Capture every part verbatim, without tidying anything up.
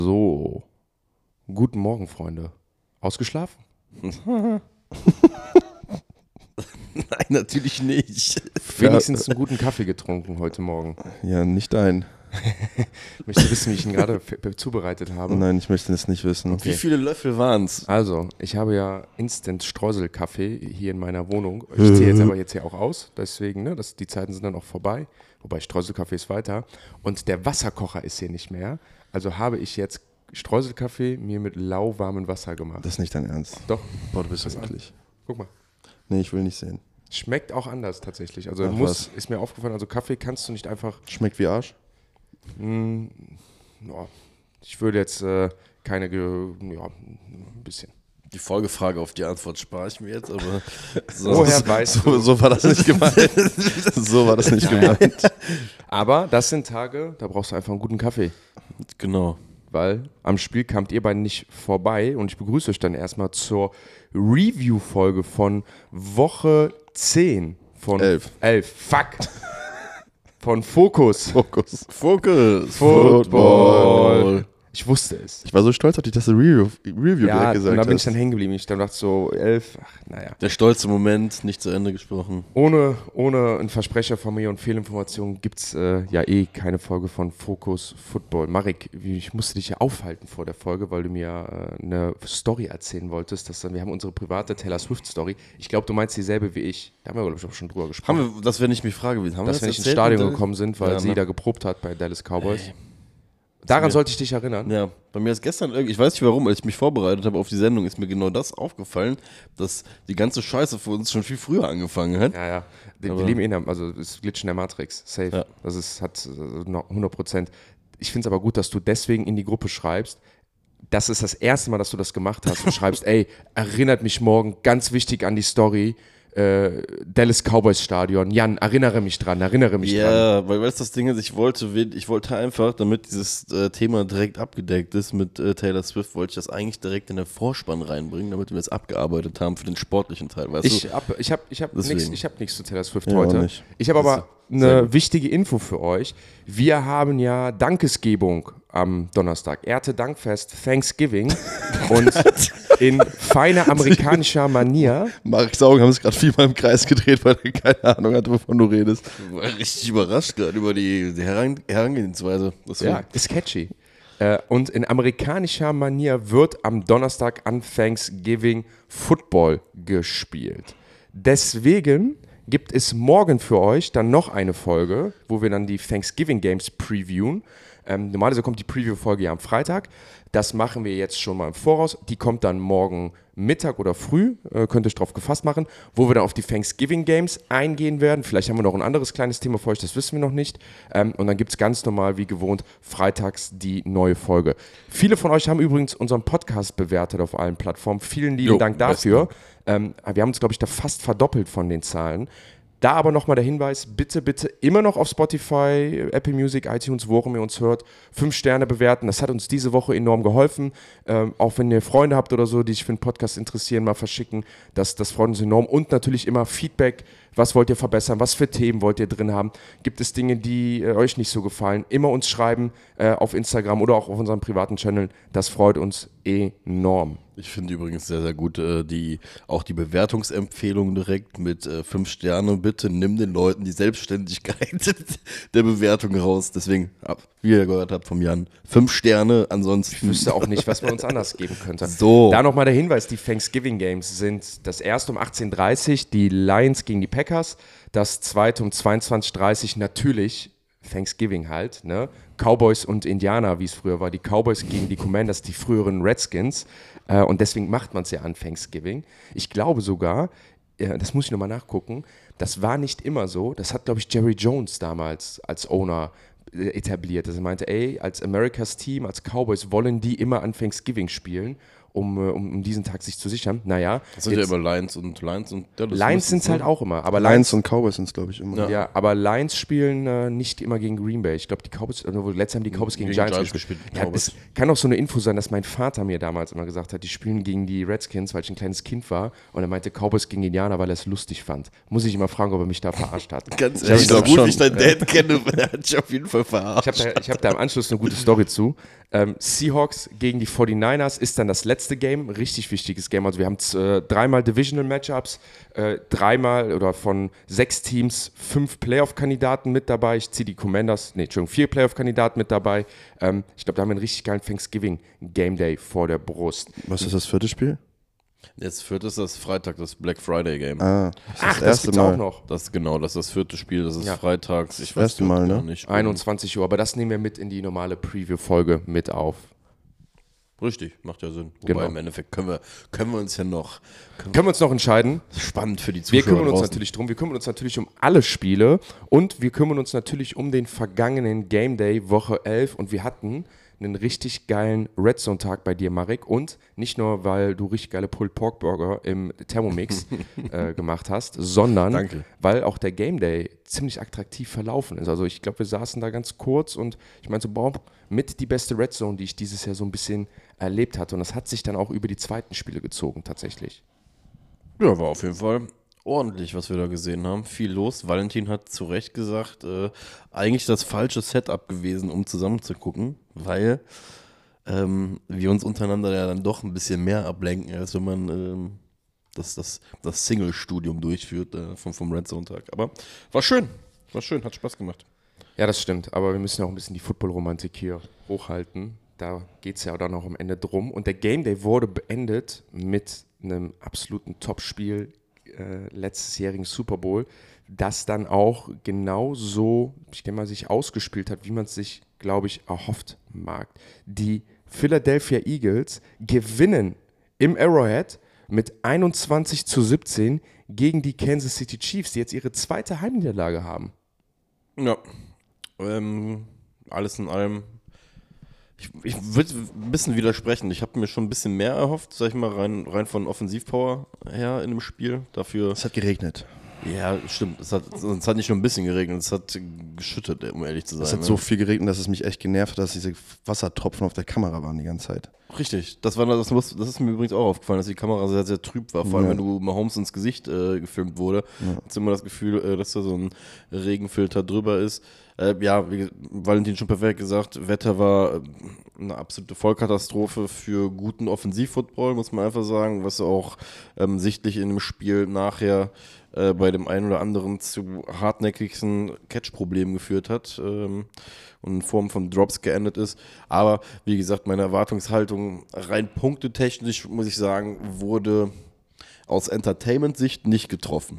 So, guten Morgen, Freunde. Ausgeschlafen? Nein, natürlich nicht. Wenigstens einen guten Kaffee getrunken heute Morgen. Ja, nicht dein. Möchtest du wissen, wie ich ihn gerade f- zubereitet habe? Nein, ich möchte es nicht wissen. Okay. Wie viele Löffel waren es? Also, ich habe ja Instant Streuselkaffee hier in meiner Wohnung. Ich ziehe jetzt aber jetzt hier auch aus, deswegen, ne, das, die Zeiten sind dann auch vorbei. Wobei Streuselkaffee ist weiter. Und der Wasserkocher ist hier nicht mehr. Also habe ich jetzt Streuselkaffee mir mit lauwarmem Wasser gemacht. Das ist nicht dein Ernst. Doch, Boah, du bist Was so eklig. guck mal. Nee, ich will nicht sehen. Schmeckt auch anders tatsächlich. Also Ach, muss, was? ist mir aufgefallen, also Kaffee kannst du nicht einfach. Schmeckt wie Arsch? Mh, ja, ich würde jetzt äh, keine, ge- ja, ein bisschen. Die Folgefrage auf die Antwort spare ich mir jetzt, aber so. Woher weißt So, du? so war das nicht gemeint. So war das nicht gemeint. Aber das sind Tage, da brauchst du einfach einen guten Kaffee. Genau. Weil am Spiel kamt ihr beiden nicht vorbei und ich begrüße euch dann erstmal zur Review-Folge von Woche zehn von Elf. elf. Fuck. Von Fokus. Fokus. Fokus. Football. Ich wusste es. Ich war so stolz auf dich, dass du Review, Review Ja, direkt und gesagt da bin ich hast. dann hängen geblieben. Ich dann dachte so, elf, ach, naja. Der stolze Moment, nicht zu Ende gesprochen. Ohne, ohne einen Versprecher von mir und Fehlinformationen gibt es äh, ja eh keine Folge von Focus Football. Marek, wie- ich musste dich ja aufhalten vor der Folge, weil du mir äh, eine Story erzählen wolltest. Dass dann, wir haben unsere private Taylor Swift-Story. Ich glaube, du meinst dieselbe wie ich. Da haben wir, glaube ich, auch schon drüber gesprochen. Haben wir, das, wenn ich mich frage, wie haben dass wir wir das nicht ins erzählt? Stadion Und, äh, gekommen sind, weil Ja, sie ne? da geprobt hat bei Dallas Cowboys. Daran mir- sollte ich dich erinnern. Ja, bei mir ist gestern, irgendwie- ich weiß nicht warum, als ich mich vorbereitet habe auf die Sendung, ist mir genau das aufgefallen, dass die ganze Scheiße für uns schon viel früher angefangen hat. Ja, ja. Wir, wir Aber- leben in der, also es ist Glitch in der Matrix, safe. Ja. Das ist, hat äh, noch hundert Prozent. Ich finde es aber gut, dass du deswegen in die Gruppe schreibst. Das ist das erste Mal, dass du das gemacht hast. Du schreibst, ey, erinnert mich morgen ganz wichtig an die Story. Äh, Dallas Cowboys Stadion. Jan, erinnere mich dran, erinnere mich dran. Ja, weil weißt du, das Ding ist, ich wollte, wen- ich wollte einfach, damit dieses äh, Thema direkt abgedeckt ist mit äh, Taylor Swift, wollte ich das eigentlich direkt in den Vorspann reinbringen, damit wir es abgearbeitet haben für den sportlichen Teil, weißt Ich du? habe ich hab, ich hab Deswegen. nichts ich hab nix zu Taylor Swift Ja, heute. auch nicht. Ich habe aber Das ist sehr eine gut. wichtige Info für euch. Wir haben ja Dankesgebung am Donnerstag. Erntedankfest, Thanksgiving. Und in feiner amerikanischer Manier. Marks Augen haben sich gerade viermal im Kreis gedreht, weil er keine Ahnung hat, wovon du redest. Ich war richtig überrascht gerade über die, die Heran Herangehensweise. Deswegen. Ja, ist catchy. Äh, Und in amerikanischer Manier wird am Donnerstag an Thanksgiving Football gespielt. Deswegen gibt es morgen für euch dann noch eine Folge, wo wir dann die Thanksgiving Games previewen. Ähm, normalerweise kommt die Preview-Folge ja am Freitag. Das machen wir jetzt schon mal im Voraus. Die kommt dann morgen Mittag oder früh, äh, könnt ihr euch drauf gefasst machen, wo wir dann auf die Thanksgiving Games eingehen werden. Vielleicht haben wir noch ein anderes kleines Thema für euch, das wissen wir noch nicht. Ähm, und dann gibt es ganz normal, wie gewohnt, freitags die neue Folge. Viele von euch haben übrigens unseren Podcast bewertet auf allen Plattformen. Vielen lieben Jo, Dank dafür. Ähm, wir haben uns, glaube ich, da fast verdoppelt von den Zahlen. Da aber nochmal der Hinweis, bitte, bitte immer noch auf Spotify, Apple Music, iTunes, wo auch immer ihr uns hört, fünf Sterne bewerten. Das hat uns diese Woche enorm geholfen. Ähm, auch wenn ihr Freunde habt oder so, die sich für den Podcast interessieren, mal verschicken. Das, das freut uns enorm. Und natürlich immer Feedback. Was wollt ihr verbessern? Was für Themen wollt ihr drin haben? Gibt es Dinge, die äh, euch nicht so gefallen? Immer uns schreiben äh, auf Instagram oder auch auf unserem privaten Channel. Das freut uns enorm. Ich finde übrigens sehr, sehr gut, äh, die, auch die Bewertungsempfehlung direkt mit äh, fünf Sterne. Bitte nimm den Leuten die Selbstständigkeit der Bewertung raus. Deswegen, ab, wie ihr gehört habt vom Jan, fünf Sterne. Ansonsten Ich wüsste auch nicht, was man uns anders geben könnte. So. Da nochmal der Hinweis, die Thanksgiving Games sind das erste um achtzehn Uhr dreißig, die Lions gegen die Packers, das zweite um zweiundzwanzig Uhr dreißig, natürlich Thanksgiving halt, ne? Cowboys und Indianer, wie es früher war, die Cowboys gegen die Commanders, die früheren Redskins, äh, und deswegen macht man es ja an Thanksgiving. Ich glaube sogar, äh, das muss ich nochmal nachgucken, das war nicht immer so, das hat, glaube ich, Jerry Jones damals als Owner äh, etabliert, dass er meinte, ey, als Americas Team, als Cowboys wollen die immer an Thanksgiving spielen, um, äh, um, um diesen Tag sich zu sichern. Naja, Das sind ja immer Lions und Lions und Dallas. Lions sind es halt auch immer, aber Lions, Lions und Cowboys sind es, glaube ich, immer. Ja. ja, aber Lions spielen äh, nicht immer gegen Green Bay. Ich glaube, die Cowboys, äh, letztes haben die Cowboys gegen, Gegen Giants, Giants gespielt. gespielt, Ja, Cowboys. es kann auch so eine Info sein, dass mein Vater mir damals immer gesagt hat, die spielen gegen die Redskins, weil ich ein kleines Kind war und er meinte Cowboys gegen Indianer, weil er es lustig fand. Muss ich immer fragen, ob er mich da verarscht hat. Ganz Ich ehrlich, hab- so glaub gut schon. wie ich deinen Dad kenne, der hat dich auf jeden Fall Ich verarscht. habe da, ich hab da im Anschluss eine gute Story zu. Ähm, Seahawks gegen die forty-niners ist dann das letzte Game, richtig wichtiges Game. Also wir haben äh, dreimal Divisional Matchups, äh, dreimal oder von sechs Teams fünf Playoff-Kandidaten mit dabei. Ich ziehe die Commanders, nee, Entschuldigung, vier Playoff-Kandidaten mit dabei. Ähm, ich glaube, da haben wir einen richtig geilen Thanksgiving-Game Day vor der Brust. Was ist das vierte Spiel? Jetzt vierte ist das Freitag, das Black Friday Game. Ah, das ist Ach, das das erste gibt's Mal. auch noch. Das ist genau, das ist das vierte Spiel, das ist Ja. freitags. Ich Das erste Mal, gar ne? nicht. einundzwanzig Uhr, aber das nehmen wir mit in die normale Preview-Folge mit auf. Richtig, macht ja Sinn. Wobei Genau. im Endeffekt können wir, können wir uns ja noch, können Können wir uns noch entscheiden? wir, spannend für die Wir Zuschauer kümmern uns draußen. natürlich drum. Wir kümmern uns natürlich um alle Spiele und wir kümmern uns natürlich um den vergangenen Game Day Woche elf und wir hatten einen richtig geilen Red Zone Tag bei dir, Marek, und nicht nur, weil du richtig geile Pulled Pork Burger im Thermomix äh, gemacht hast, sondern Danke. weil auch der Game Day ziemlich attraktiv verlaufen ist. Also ich glaube, wir saßen da ganz kurz und ich meinte so, boah, mit die beste Red Zone, die ich dieses Jahr so ein bisschen erlebt hatte und das hat sich dann auch über die zweiten Spiele gezogen tatsächlich. Ja, war auf jeden Fall ordentlich, was wir da gesehen haben. Viel los. Valentin hat zu Recht gesagt, äh, eigentlich das falsche Setup gewesen, um zusammen zu gucken, weil ähm, wir uns untereinander ja dann doch ein bisschen mehr ablenken, als wenn man ähm, das, das, das Single-Studium durchführt äh, vom, vom Red Zone-Tag. Aber war schön. War schön, hat Spaß gemacht. Ja, das stimmt, aber wir müssen auch ein bisschen die Football-Romantik hier hochhalten. Da geht es ja dann auch am Ende drum. Und der Game Day wurde beendet mit einem absoluten Top-Spiel äh, letztesjährigen Super Bowl, das dann auch genau so, ich denke mal, sich ausgespielt hat, wie man es sich, glaube ich, erhofft mag. Die Philadelphia Eagles gewinnen im Arrowhead mit einundzwanzig zu siebzehn gegen die Kansas City Chiefs, die jetzt ihre zweite Heimniederlage haben. Ja, ähm, alles in allem. Ich, ich würde ein bisschen widersprechen. Ich habe mir schon ein bisschen mehr erhofft, sag ich mal, rein, rein von Offensivpower her in dem Spiel. Dafür. Es hat geregnet. Ja, stimmt. Es hat, es hat nicht nur ein bisschen geregnet, es hat geschüttet, um ehrlich zu sein. Es hat ne? so viel geregnet, dass es mich echt genervt hat, dass diese Wassertropfen auf der Kamera waren die ganze Zeit. Richtig. Das, war, das, muss, das ist mir übrigens auch aufgefallen, dass die Kamera sehr, sehr trüb war. Vor allem, Ja. wenn du Mahomes ins Gesicht äh, gefilmt wurde, Ja. hast du immer das Gefühl, äh, dass da so ein Regenfilter drüber ist. Äh, ja, wie Valentin schon perfekt gesagt, Wetter war äh, eine absolute Vollkatastrophe für guten Offensivfootball, muss man einfach sagen, was auch ähm, sichtlich in dem Spiel nachher äh, bei dem einen oder anderen zu hartnäckigsten Catch-Problemen geführt hat ähm, und in Form von Drops geendet ist. Aber wie gesagt, meine Erwartungshaltung rein punktetechnisch, muss ich sagen, wurde aus Entertainment-Sicht nicht getroffen.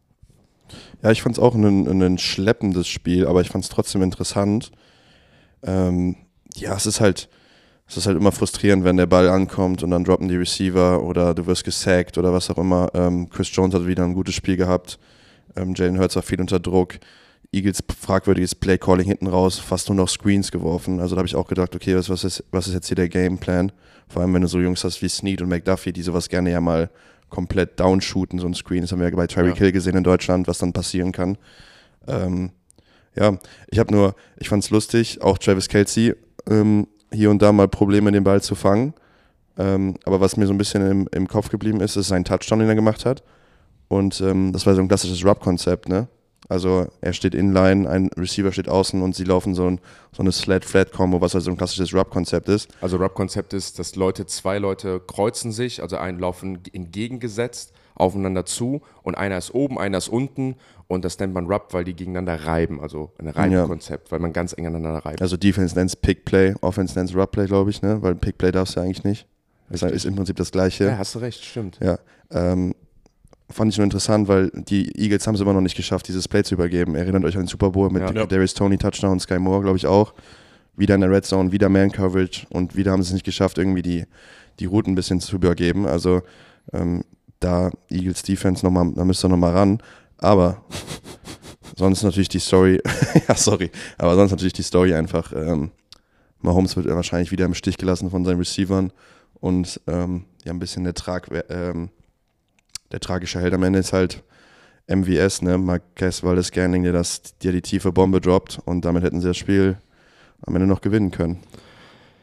Ja, ich fand es auch ein, ein schleppendes Spiel, aber ich fand es trotzdem interessant. Ähm, ja, es ist halt, es ist halt immer frustrierend, wenn der Ball ankommt und dann droppen die Receiver oder du wirst gesackt oder was auch immer. Ähm, Chris Jones hat wieder ein gutes Spiel gehabt. Ähm, Jalen Hurts war viel unter Druck. Eagles fragwürdiges Play-Calling hinten raus, fast nur noch Screens geworfen. Also da habe ich auch gedacht, okay, was, was, ist, was ist jetzt hier der Gameplan? Vor allem, wenn du so Jungs hast wie Snead und McDuffie, die sowas gerne ja mal komplett downshooten, so ein Screen. Das haben wir ja bei Tyreek Ja. Hill gesehen in Deutschland, was dann passieren kann. Ähm, ja, ich habe nur, ich fand es lustig, auch Travis Kelce ähm, hier und da mal Probleme, den Ball zu fangen. Ähm, aber was mir so ein bisschen im, im Kopf geblieben ist, ist sein Touchdown, den er gemacht hat. Und ähm, das war so ein klassisches Rub-Konzept, ne? Also er steht inline, ein Receiver steht außen und sie laufen so, ein, so eine Slat-Flat-Combo, was also ein klassisches Rub-Konzept ist. Also Rub-Konzept ist, dass Leute, zwei Leute kreuzen sich, also einen laufen entgegengesetzt aufeinander zu und einer ist oben, einer ist unten und das nennt man Rub, weil die gegeneinander reiben, also ein Reibkonzept, weil man ganz eng aneinander reibt. Also Defense nennt es Pick-Play, Offense nennt es Rub-Play, glaube ich, ne? Weil Pick-Play darfst du ja eigentlich nicht. Das ist im Prinzip das Gleiche. Ja, hast du recht, stimmt. Ja, ähm, fand ich nur interessant, weil die Eagles haben es immer noch nicht geschafft, dieses Play zu übergeben. Erinnert euch an den Super Bowl mit Ja. Darius Toney, Touchdown, Sky Moore, glaube ich auch. Wieder in der Red Zone, wieder Man-Coverage und wieder haben sie es nicht geschafft, irgendwie die, die Routen ein bisschen zu übergeben. Also ähm, da Eagles Defense nochmal, da müsst ihr nochmal ran. Aber sonst natürlich die Story, ja sorry, aber sonst natürlich die Story einfach, ähm, Mahomes wird wahrscheinlich wieder im Stich gelassen von seinen Receivern und ähm, ja ein bisschen der Trag, ähm, der tragische Held am Ende ist halt M V S, ne, Marquez Valdes-Scantling, der, das, der die tiefe Bombe droppt und damit hätten sie das Spiel am Ende noch gewinnen können.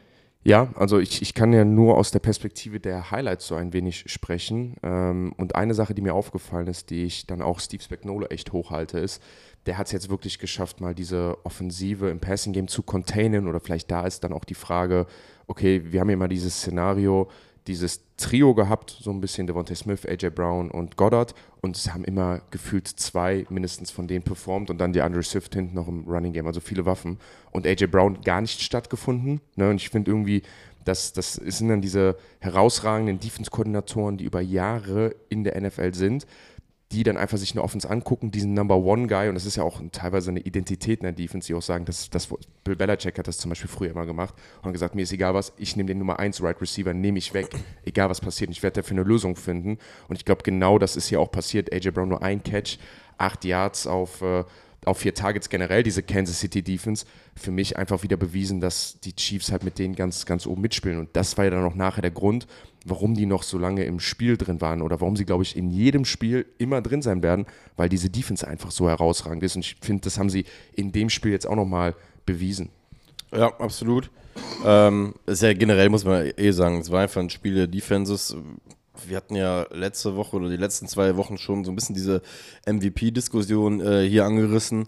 Ja, also ich, ich kann ja nur aus der Perspektive der Highlights so ein wenig sprechen. Ähm, und eine Sache, die mir aufgefallen ist, die ich dann auch Steve Spagnuolo echt hochhalte, ist, der hat es jetzt wirklich geschafft, mal diese Offensive im Passing-Game zu containen. Oder vielleicht da ist dann auch die Frage, okay, wir haben ja mal dieses Szenario, dieses Trio gehabt, so ein bisschen Devontae Smith, A J Brown und Goddard, und es haben immer gefühlt zwei mindestens von denen performt und dann die Andre Swift hinten noch im Running Game, also viele Waffen, und A J Brown gar nicht stattgefunden, ne? Und ich finde irgendwie, das, das sind dann diese herausragenden Defense-Koordinatoren, die über Jahre in der N F L sind, die dann einfach sich eine Offense angucken, diesen Number One Guy, und das ist ja auch teilweise eine Identität in der Defense, die auch sagen, dass das Bill Belichick hat das zum Beispiel früher immer gemacht und hat gesagt, mir ist egal was, ich nehme den Nummer eins Right Receiver, nehme ich weg, egal was passiert, ich werde dafür eine Lösung finden, und ich glaube, genau das ist hier auch passiert. A J Brown nur ein Catch, acht Yards auf, äh, auf vier Targets, generell diese Kansas City Defense, für mich einfach wieder bewiesen, dass die Chiefs halt mit denen ganz, ganz oben mitspielen, und das war ja dann auch nachher der Grund, warum die noch so lange im Spiel drin waren oder warum sie, glaube ich, in jedem Spiel immer drin sein werden, weil diese Defense einfach so herausragend ist, und ich finde, das haben sie in dem Spiel jetzt auch nochmal bewiesen. Ja, absolut. Ähm, ist ja generell, muss man eh sagen, es war einfach ein Spiel der Defenses. Wir hatten ja letzte Woche oder die letzten zwei Wochen schon so ein bisschen diese M V P-Diskussion äh, hier angerissen.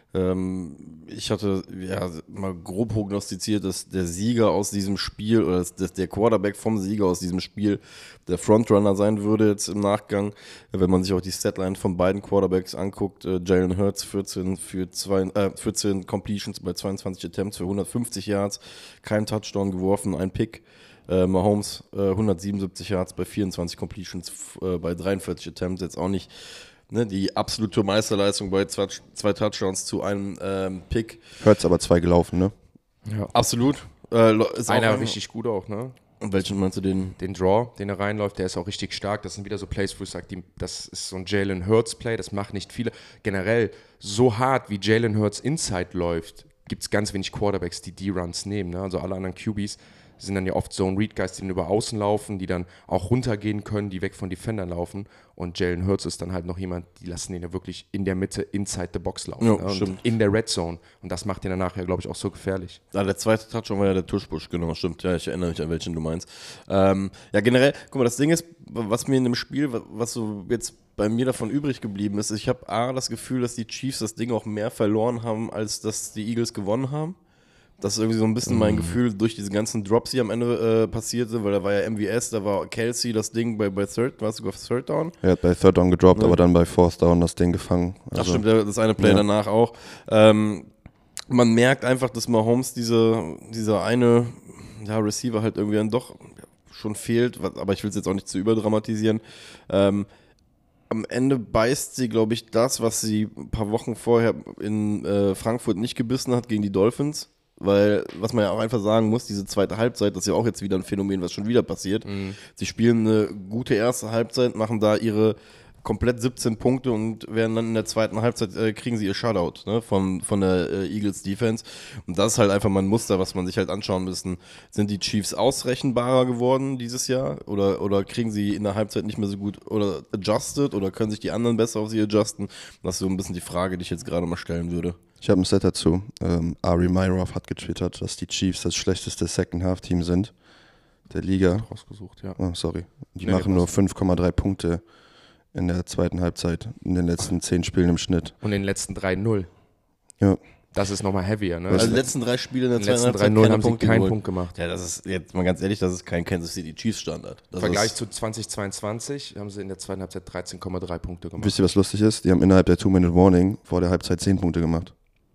Ähm, ich hatte ja mal grob prognostiziert, dass der Sieger aus diesem Spiel oder dass, dass der Quarterback vom Sieger aus diesem Spiel der Frontrunner sein würde jetzt im Nachgang. Wenn man sich auch die Statline von beiden Quarterbacks anguckt, äh, Jalen Hurts vierzehn, für zwei, äh, vierzehn Completions bei zweiundzwanzig Attempts für hundertfünfzig Yards, kein Touchdown geworfen, ein Pick. Äh, Mahomes äh, hundertsiebenundsiebzig Yards bei vierundzwanzig Completions äh, bei dreiundvierzig Attempts, jetzt auch nicht ne, die absolute Meisterleistung bei zwei, zwei Touchdowns zu einem ähm, Pick. Hurts aber zwei gelaufen, ne? Ja. Absolut. Äh, ist Einer auch richtig gut auch, ne? Und welchen meinst du den? Den Draw, den er reinläuft, der ist auch richtig stark. Das sind wieder so Plays, wo ich sage, das ist so ein Jalen Hurts-Play, das macht nicht viele. Generell, so hart wie Jalen Hurts Inside läuft, gibt es ganz wenig Quarterbacks, die die Runs nehmen. Ne? Also alle anderen Q Bs sind dann ja oft Zone-Read-Guys, die dann über Außen laufen, die dann auch runtergehen können, die weg von Defendern laufen. Und Jalen Hurts ist dann halt noch jemand, die lassen den ja wirklich in der Mitte, inside the box laufen. Ja, ne? stimmt. In der Red Zone. Und das macht den dann nachher, glaube ich, auch so gefährlich. Ah, der zweite Touchdown war ja der Tuschbusch, genau, stimmt. Ja, ich erinnere mich an welchen du meinst. Ähm, ja, generell, guck mal, das Ding ist, was mir in dem Spiel, was so jetzt bei mir davon übrig geblieben ist, ich habe A, das Gefühl, dass die Chiefs das Ding auch mehr verloren haben, als dass die Eagles gewonnen haben. Das ist irgendwie so ein bisschen mein Gefühl durch diese ganzen Drops, die am Ende äh, passiert sind, weil da war ja M V S, da war Kelsey das Ding bei, bei Third, war es sogar Third Down? Er hat bei Third Down gedroppt, Ja. aber dann bei Fourth Down das Ding gefangen. Also, Ach stimmt, das eine Play ja. danach auch. Ähm, man merkt einfach, dass Mahomes diese, dieser eine ja, Receiver halt irgendwie dann doch schon fehlt, was, aber ich will es jetzt auch nicht zu überdramatisieren. Ähm, am Ende beißt sie, glaube ich, das, was sie ein paar Wochen vorher in äh, Frankfurt nicht gebissen hat gegen die Dolphins. Weil, was man ja auch einfach sagen muss, diese zweite Halbzeit, das ist ja auch jetzt wieder ein Phänomen, was schon wieder passiert. Mhm. Sie spielen eine gute erste Halbzeit, machen da ihre komplett siebzehn Punkte und werden dann in der zweiten Halbzeit, äh, kriegen sie ihr Shutout, ne, von, von der äh, Eagles Defense. Und das ist halt einfach mal ein Muster, was man sich halt anschauen müssen. Sind die Chiefs ausrechenbarer geworden dieses Jahr? Oder, oder kriegen sie in der Halbzeit nicht mehr so gut oder adjusted? Oder können sich die anderen besser auf sie adjusten? Das ist so ein bisschen die Frage, die ich jetzt gerade mal stellen würde. Ich habe ein Set dazu. Ähm, Ari Myrov hat getwittert, dass die Chiefs das schlechteste Second-Half-Team sind der Liga. Rausgesucht, ja. Oh, sorry. Die Nee, machen nee, nur fünf Komma drei Punkte in der zweiten Halbzeit, in den letzten zehn Spielen im Schnitt. Und in den letzten drei null. Ja. Das ist nochmal heavier, ne? Also die letzten drei Spiele in der in den zweiten letzten drei Halbzeit null keine haben sie Punkte keinen geholt. Punkt gemacht. Ja, das ist jetzt mal ganz ehrlich, das ist kein Kansas City Chiefs Standard. Das Im Vergleich ist, zu zwanzig zweiundzwanzig haben sie in der zweiten Halbzeit dreizehn Komma drei Punkte gemacht. Wisst ihr, was lustig ist? Die haben innerhalb der Two-Minute-Warning vor der Halbzeit zehn Punkte gemacht.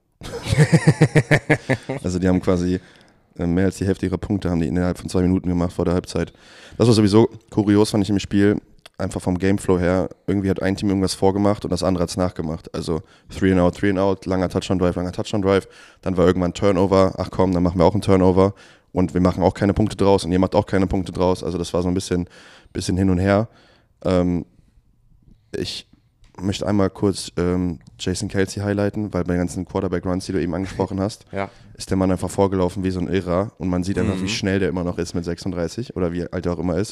Also die haben quasi äh, mehr als die Hälfte ihrer Punkte haben die innerhalb von zwei Minuten gemacht vor der Halbzeit. Das war sowieso kurios, fand ich im Spiel. Einfach vom Gameflow her, irgendwie hat ein Team irgendwas vorgemacht und das andere hat es nachgemacht. Also three and out, three and out, langer Touchdown-Drive, langer Touchdown-Drive. Dann war irgendwann Turnover. Ach komm, dann machen wir auch einen Turnover. Und wir machen auch keine Punkte draus und ihr macht auch keine Punkte draus. Also das war so ein bisschen, bisschen hin und her. Ähm, ich möchte einmal kurz ähm, Jason Kelsey highlighten, weil bei den ganzen Quarterback-Runs, die du eben angesprochen hast, Ja. ist der Mann einfach vorgelaufen wie so ein Irrer und man sieht einfach, Mhm. wie schnell der immer noch ist mit sechsunddreißig oder wie alt er auch immer ist.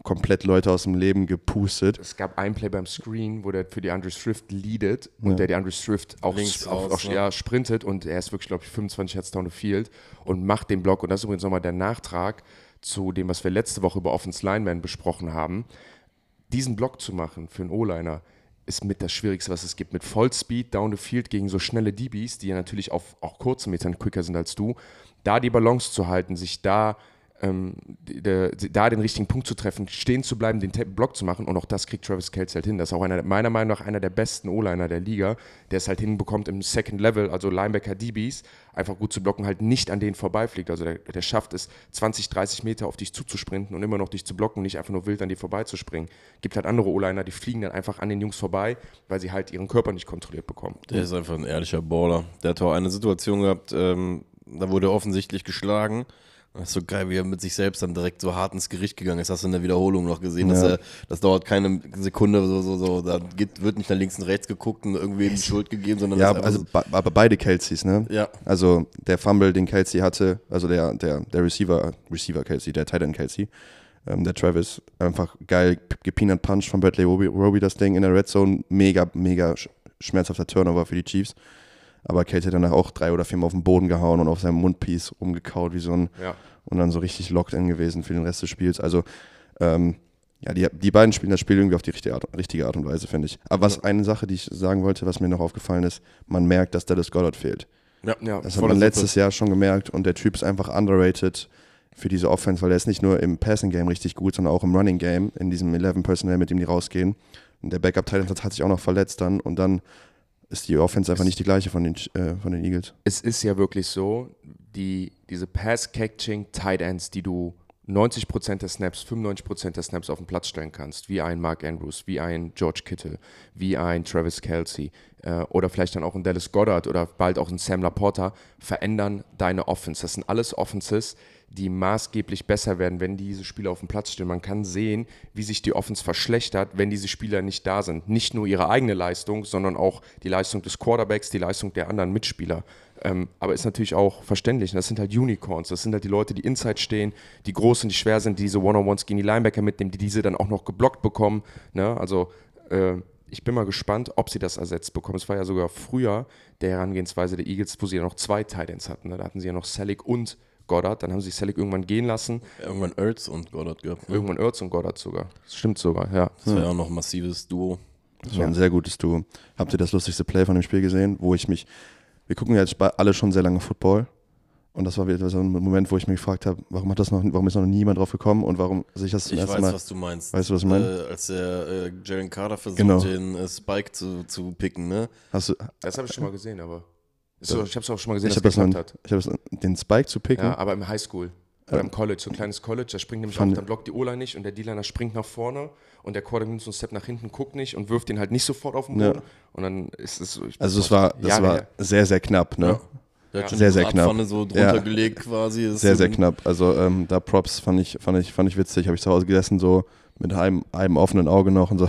komplett Leute aus dem Leben gepustet. Es gab ein Play beim Screen, wo der für die DeAndre Swift leadet und Ja. der DeAndre Swift auch, Links auch, aus, auch ne? ja, sprintet und er ist wirklich, glaube ich, fünfundzwanzig Yards down the field und macht den Block. Und das ist übrigens nochmal der Nachtrag zu dem, was wir letzte Woche über Offense Lineman besprochen haben. Diesen Block zu machen für einen O-Liner ist mit das Schwierigste, was es gibt. Mit Vollspeed down the field gegen so schnelle D Bs, die ja natürlich auf auch kurzen Metern quicker sind als du, da die Balance zu halten, sich da ähm, die, die, da den richtigen Punkt zu treffen, stehen zu bleiben, den Te- Block zu machen und auch das kriegt Travis Kelce halt hin. Das ist auch einer, meiner Meinung nach einer der besten O-Liner der Liga, der es halt hinbekommt im Second Level, also Linebacker D Bs, einfach gut zu blocken, halt nicht an denen vorbeifliegt. Also der, der schafft es, zwanzig, dreißig Meter auf dich zuzusprinten und immer noch dich zu blocken, nicht einfach nur wild an dir vorbeizuspringen. Gibt halt andere O-Liner, die fliegen dann einfach an den Jungs vorbei, weil sie halt ihren Körper nicht kontrolliert bekommen. Der ist einfach ein ehrlicher Baller. Der hat auch eine Situation gehabt, ähm, da wurde er offensichtlich geschlagen. Das ist so geil, wie er mit sich selbst dann direkt so hart ins Gericht gegangen ist. Hast du in der Wiederholung noch gesehen, Ja. dass er, das dauert keine Sekunde, so, so, so, da geht, wird nicht nach links und rechts geguckt und irgendwem die Schuld gegeben, sondern Ja, das ist also einfach be- aber beide Kelces, ne? so, ja. Also der Fumble, den Kelce hatte, also der, der, der Receiver, Receiver Kelce, der Tight End Kelce, ähm, der Travis, einfach geil gepeanut Punch von Bradley Roby, Roby das Ding in der Red Zone, mega, mega sch- schmerzhafter Turnover für die Chiefs. Aber Kelce hat danach auch drei oder viermal auf den Boden gehauen und auf seinem Mundpiece rumgekaut wie so ein Ja. und dann so richtig locked in gewesen für den Rest des Spiels. Also ähm, ja, die, die beiden spielen das Spiel irgendwie auf die richtige Art, richtige Art und Weise, finde ich. Aber was eine Sache, die ich sagen wollte, was mir noch aufgefallen ist, man merkt, dass Dallas Goedert fehlt. Ja, Ja, Das hat voller man Suppe. letztes Jahr schon gemerkt und der Typ ist einfach underrated für diese Offense, weil er ist nicht nur im Passing Game richtig gut, sondern auch im Running Game, in diesem elf Personnel, mit dem die rausgehen. Und der Backup Tight End hat sich auch noch verletzt dann und dann ist die Offense einfach nicht die gleiche von den, äh, von den Eagles. Es ist ja wirklich so, die, diese Pass-Catching-Tight Ends, die du neunzig Prozent der Snaps, fünfundneunzig Prozent der Snaps auf den Platz stellen kannst, wie ein Mark Andrews, wie ein George Kittle, wie ein Travis Kelce äh, oder vielleicht dann auch ein Dallas Goedert oder bald auch ein Sam Laporta, verändern deine Offense. Das sind alles Offenses, die maßgeblich besser werden, wenn diese Spieler auf dem Platz stehen. Man kann sehen, wie sich die Offense verschlechtert, wenn diese Spieler nicht da sind. Nicht nur ihre eigene Leistung, sondern auch die Leistung des Quarterbacks, die Leistung der anderen Mitspieler. Ähm, aber ist natürlich auch verständlich. Das sind halt Unicorns. Das sind halt die Leute, die inside stehen, die groß sind, die schwer sind, die diese One-on-Ones gegen die Linebacker mitnehmen, die diese dann auch noch geblockt bekommen. Ne? Also äh, ich bin mal gespannt, ob sie das ersetzt bekommen. Es war ja sogar früher der Herangehensweise der Eagles, wo sie ja noch zwei Tight Ends hatten. Ne? Da hatten sie ja noch Selig und Goddard, dann haben sie Selig irgendwann gehen lassen. Irgendwann Ertz und Goddard gehabt. Ne? Irgendwann Ertz und Goddard sogar. Das stimmt sogar, ja. Das war ja auch noch ein massives Duo. Das war ein sehr gutes Duo. Habt ihr das lustigste Play von dem Spiel gesehen, wo ich mich, wir gucken ja jetzt alle schon sehr lange Football und das war wieder so ein Moment, wo ich mich gefragt habe, warum hat das noch, warum ist noch niemand drauf gekommen und warum sich das zum Ich ersten weiß, Mal, was du meinst. weißt du, was ich meine? Äh, als der äh, Jalen Carter versucht, Genau. den äh, Spike zu, zu picken, ne? Hast du, Das habe ich schon mal gesehen, aber. So, ich habe es auch schon mal gesehen, ich dass habe es das, noch- geklappt hat. ich hab das, den Spike zu picken, Ja, aber im Highschool. Oder im College, so ein kleines College, da springt nämlich Fand- auch, dann blockt die O-Line nicht und der D-Liner springt nach vorne und der Quarterback nimmt so einen Step nach hinten, guckt nicht und wirft den halt nicht sofort auf den Ja. Boden. Und dann ist es so. Ich also es war, das Jahre war her. sehr, sehr knapp, ne? Ja. Der hat Ja. schon Sehr, die sehr knapp. Bratpfanne so drunter Ja. gelegt quasi. Das Sehr, ist sehr so- knapp. Also ähm, da Props fand ich, fand ich, fand ich witzig. Habe ich zu Hause gesessen, so mit einem, einem offenen Auge noch und so.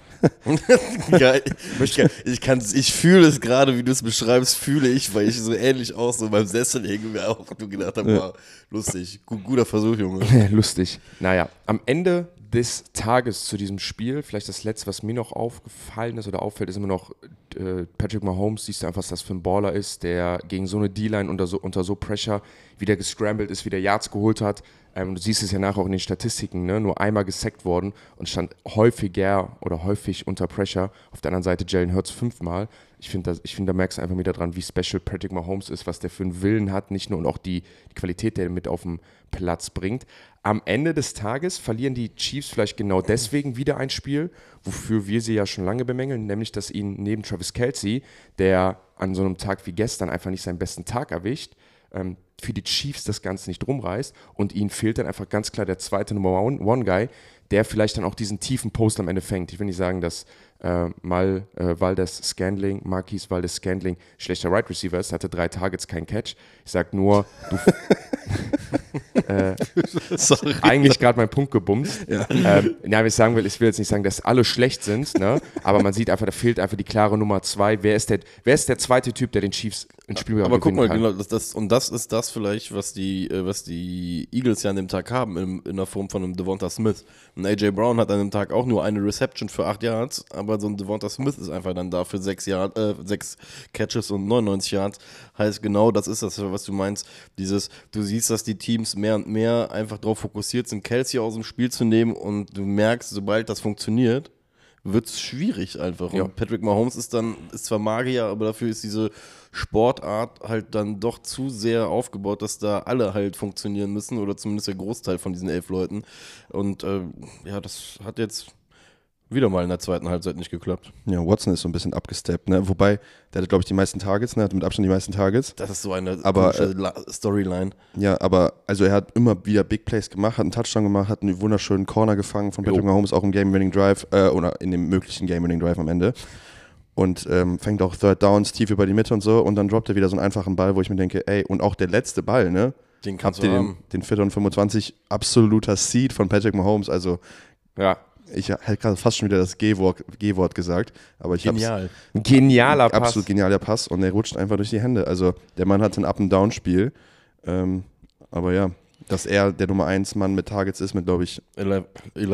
Geil. Ich, kann, ich, kann's, ich fühle es gerade, wie du es beschreibst, fühle ich, weil ich so ähnlich auch so beim Sessel irgendwie auch du gedacht habe, wow, lustig, Gu- guter Versuch, Junge. Lustig. Naja, am Ende des Tages zu diesem Spiel, vielleicht das letzte, was mir noch aufgefallen ist oder auffällt, ist immer noch äh, Patrick Mahomes, siehst du einfach, was das für ein Baller ist, der gegen so eine D-Line unter so, unter so Pressure wieder gescrambled ist, wieder Yards geholt hat. Ähm, du siehst es ja nachher auch in den Statistiken, ne? Nur einmal gesackt worden und stand häufiger oder häufig unter Pressure. Auf der anderen Seite Jalen Hurts fünfmal. Ich finde, find, da merkst du einfach wieder dran, wie special Patrick Mahomes ist, was der für einen Willen hat, nicht nur und auch die, die Qualität, der er mit auf den Platz bringt. Am Ende des Tages verlieren die Chiefs vielleicht genau deswegen wieder ein Spiel, wofür wir sie ja schon lange bemängeln, nämlich, dass ihnen neben Travis Kelce, der an so einem Tag wie gestern einfach nicht seinen besten Tag erwischt, ähm, für die Chiefs das Ganze nicht rumreißt und ihnen fehlt dann einfach ganz klar der zweite Number One, One Guy, der vielleicht dann auch diesen tiefen Post am Ende fängt. Ich will nicht sagen, dass äh, Mal äh, Valdez Scantling, Marquise Valdez Scantling schlechter Right Receiver ist, hatte drei Targets, kein Catch. Ich sag nur, du äh, Sorry. eigentlich gerade meinen Punkt gebumst. Ja. Ähm, ja, was ich sagen will, ich will jetzt nicht sagen, dass alle schlecht sind, ne? Aber man sieht einfach, da fehlt einfach die klare Nummer zwei. Wer ist der, wer ist der zweite Typ, der den Chiefs ins Spiel Aber guck gewinnen mal, kann? genau, das, das, und das ist das, vielleicht, was die, äh, was die Eagles ja an dem Tag haben, in, in der Form von einem Devonta Smith. Und A J Brown hat an dem Tag auch nur eine Reception für acht Yards, aber so ein Devonta Smith ist einfach dann da für sechs Yard, äh, sechs Catches und neunundneunzig Yards. Heißt genau, das ist das, was du meinst. Dieses, du siehst, dass die Teams mehr und mehr einfach darauf fokussiert sind, Kelsey aus dem Spiel zu nehmen, und du merkst, sobald das funktioniert, wird es schwierig einfach. Und ja. Patrick Mahomes ist dann, ist zwar Magier, aber dafür ist diese Sportart halt dann doch zu sehr aufgebaut, dass da alle halt funktionieren müssen, oder zumindest der Großteil von diesen elf Leuten. Und äh, ja, das hat jetzt wieder mal in der zweiten Halbzeit nicht geklappt. Ja, Watson ist so ein bisschen abgesteppt, ne? Wobei, der hatte, glaube ich, die meisten Targets, ne? Hat mit Abstand die meisten Targets. Das ist so eine aber, komische äh, Storyline. Ja, aber also er hat immer wieder Big Plays gemacht, hat einen Touchdown gemacht, hat einen wunderschönen Corner gefangen von Patrick jo. Mahomes, auch im Game-Winning-Drive, äh, oder in dem möglichen Game-Winning-Drive am Ende. Und ähm, fängt auch Third Downs tief über die Mitte und so, und dann droppt er wieder so einen einfachen Ball, wo ich mir denke, ey, und auch der letzte Ball, ne? Den kannst Habt du ihr haben. Den, den Vierter und fünfundzwanzig, absoluter Seed von Patrick Mahomes, also Ja. Ich hätte gerade fast schon wieder das G-Wort, G-Wort gesagt, aber ich Genial. Genialer Pass. Absolut genialer Pass, und er rutscht einfach durch die Hände. Also der Mann hat ein Up-and-Down-Spiel, ähm, aber ja, dass er der Nummer eins Mann mit Targets ist, mit, glaube ich, elf.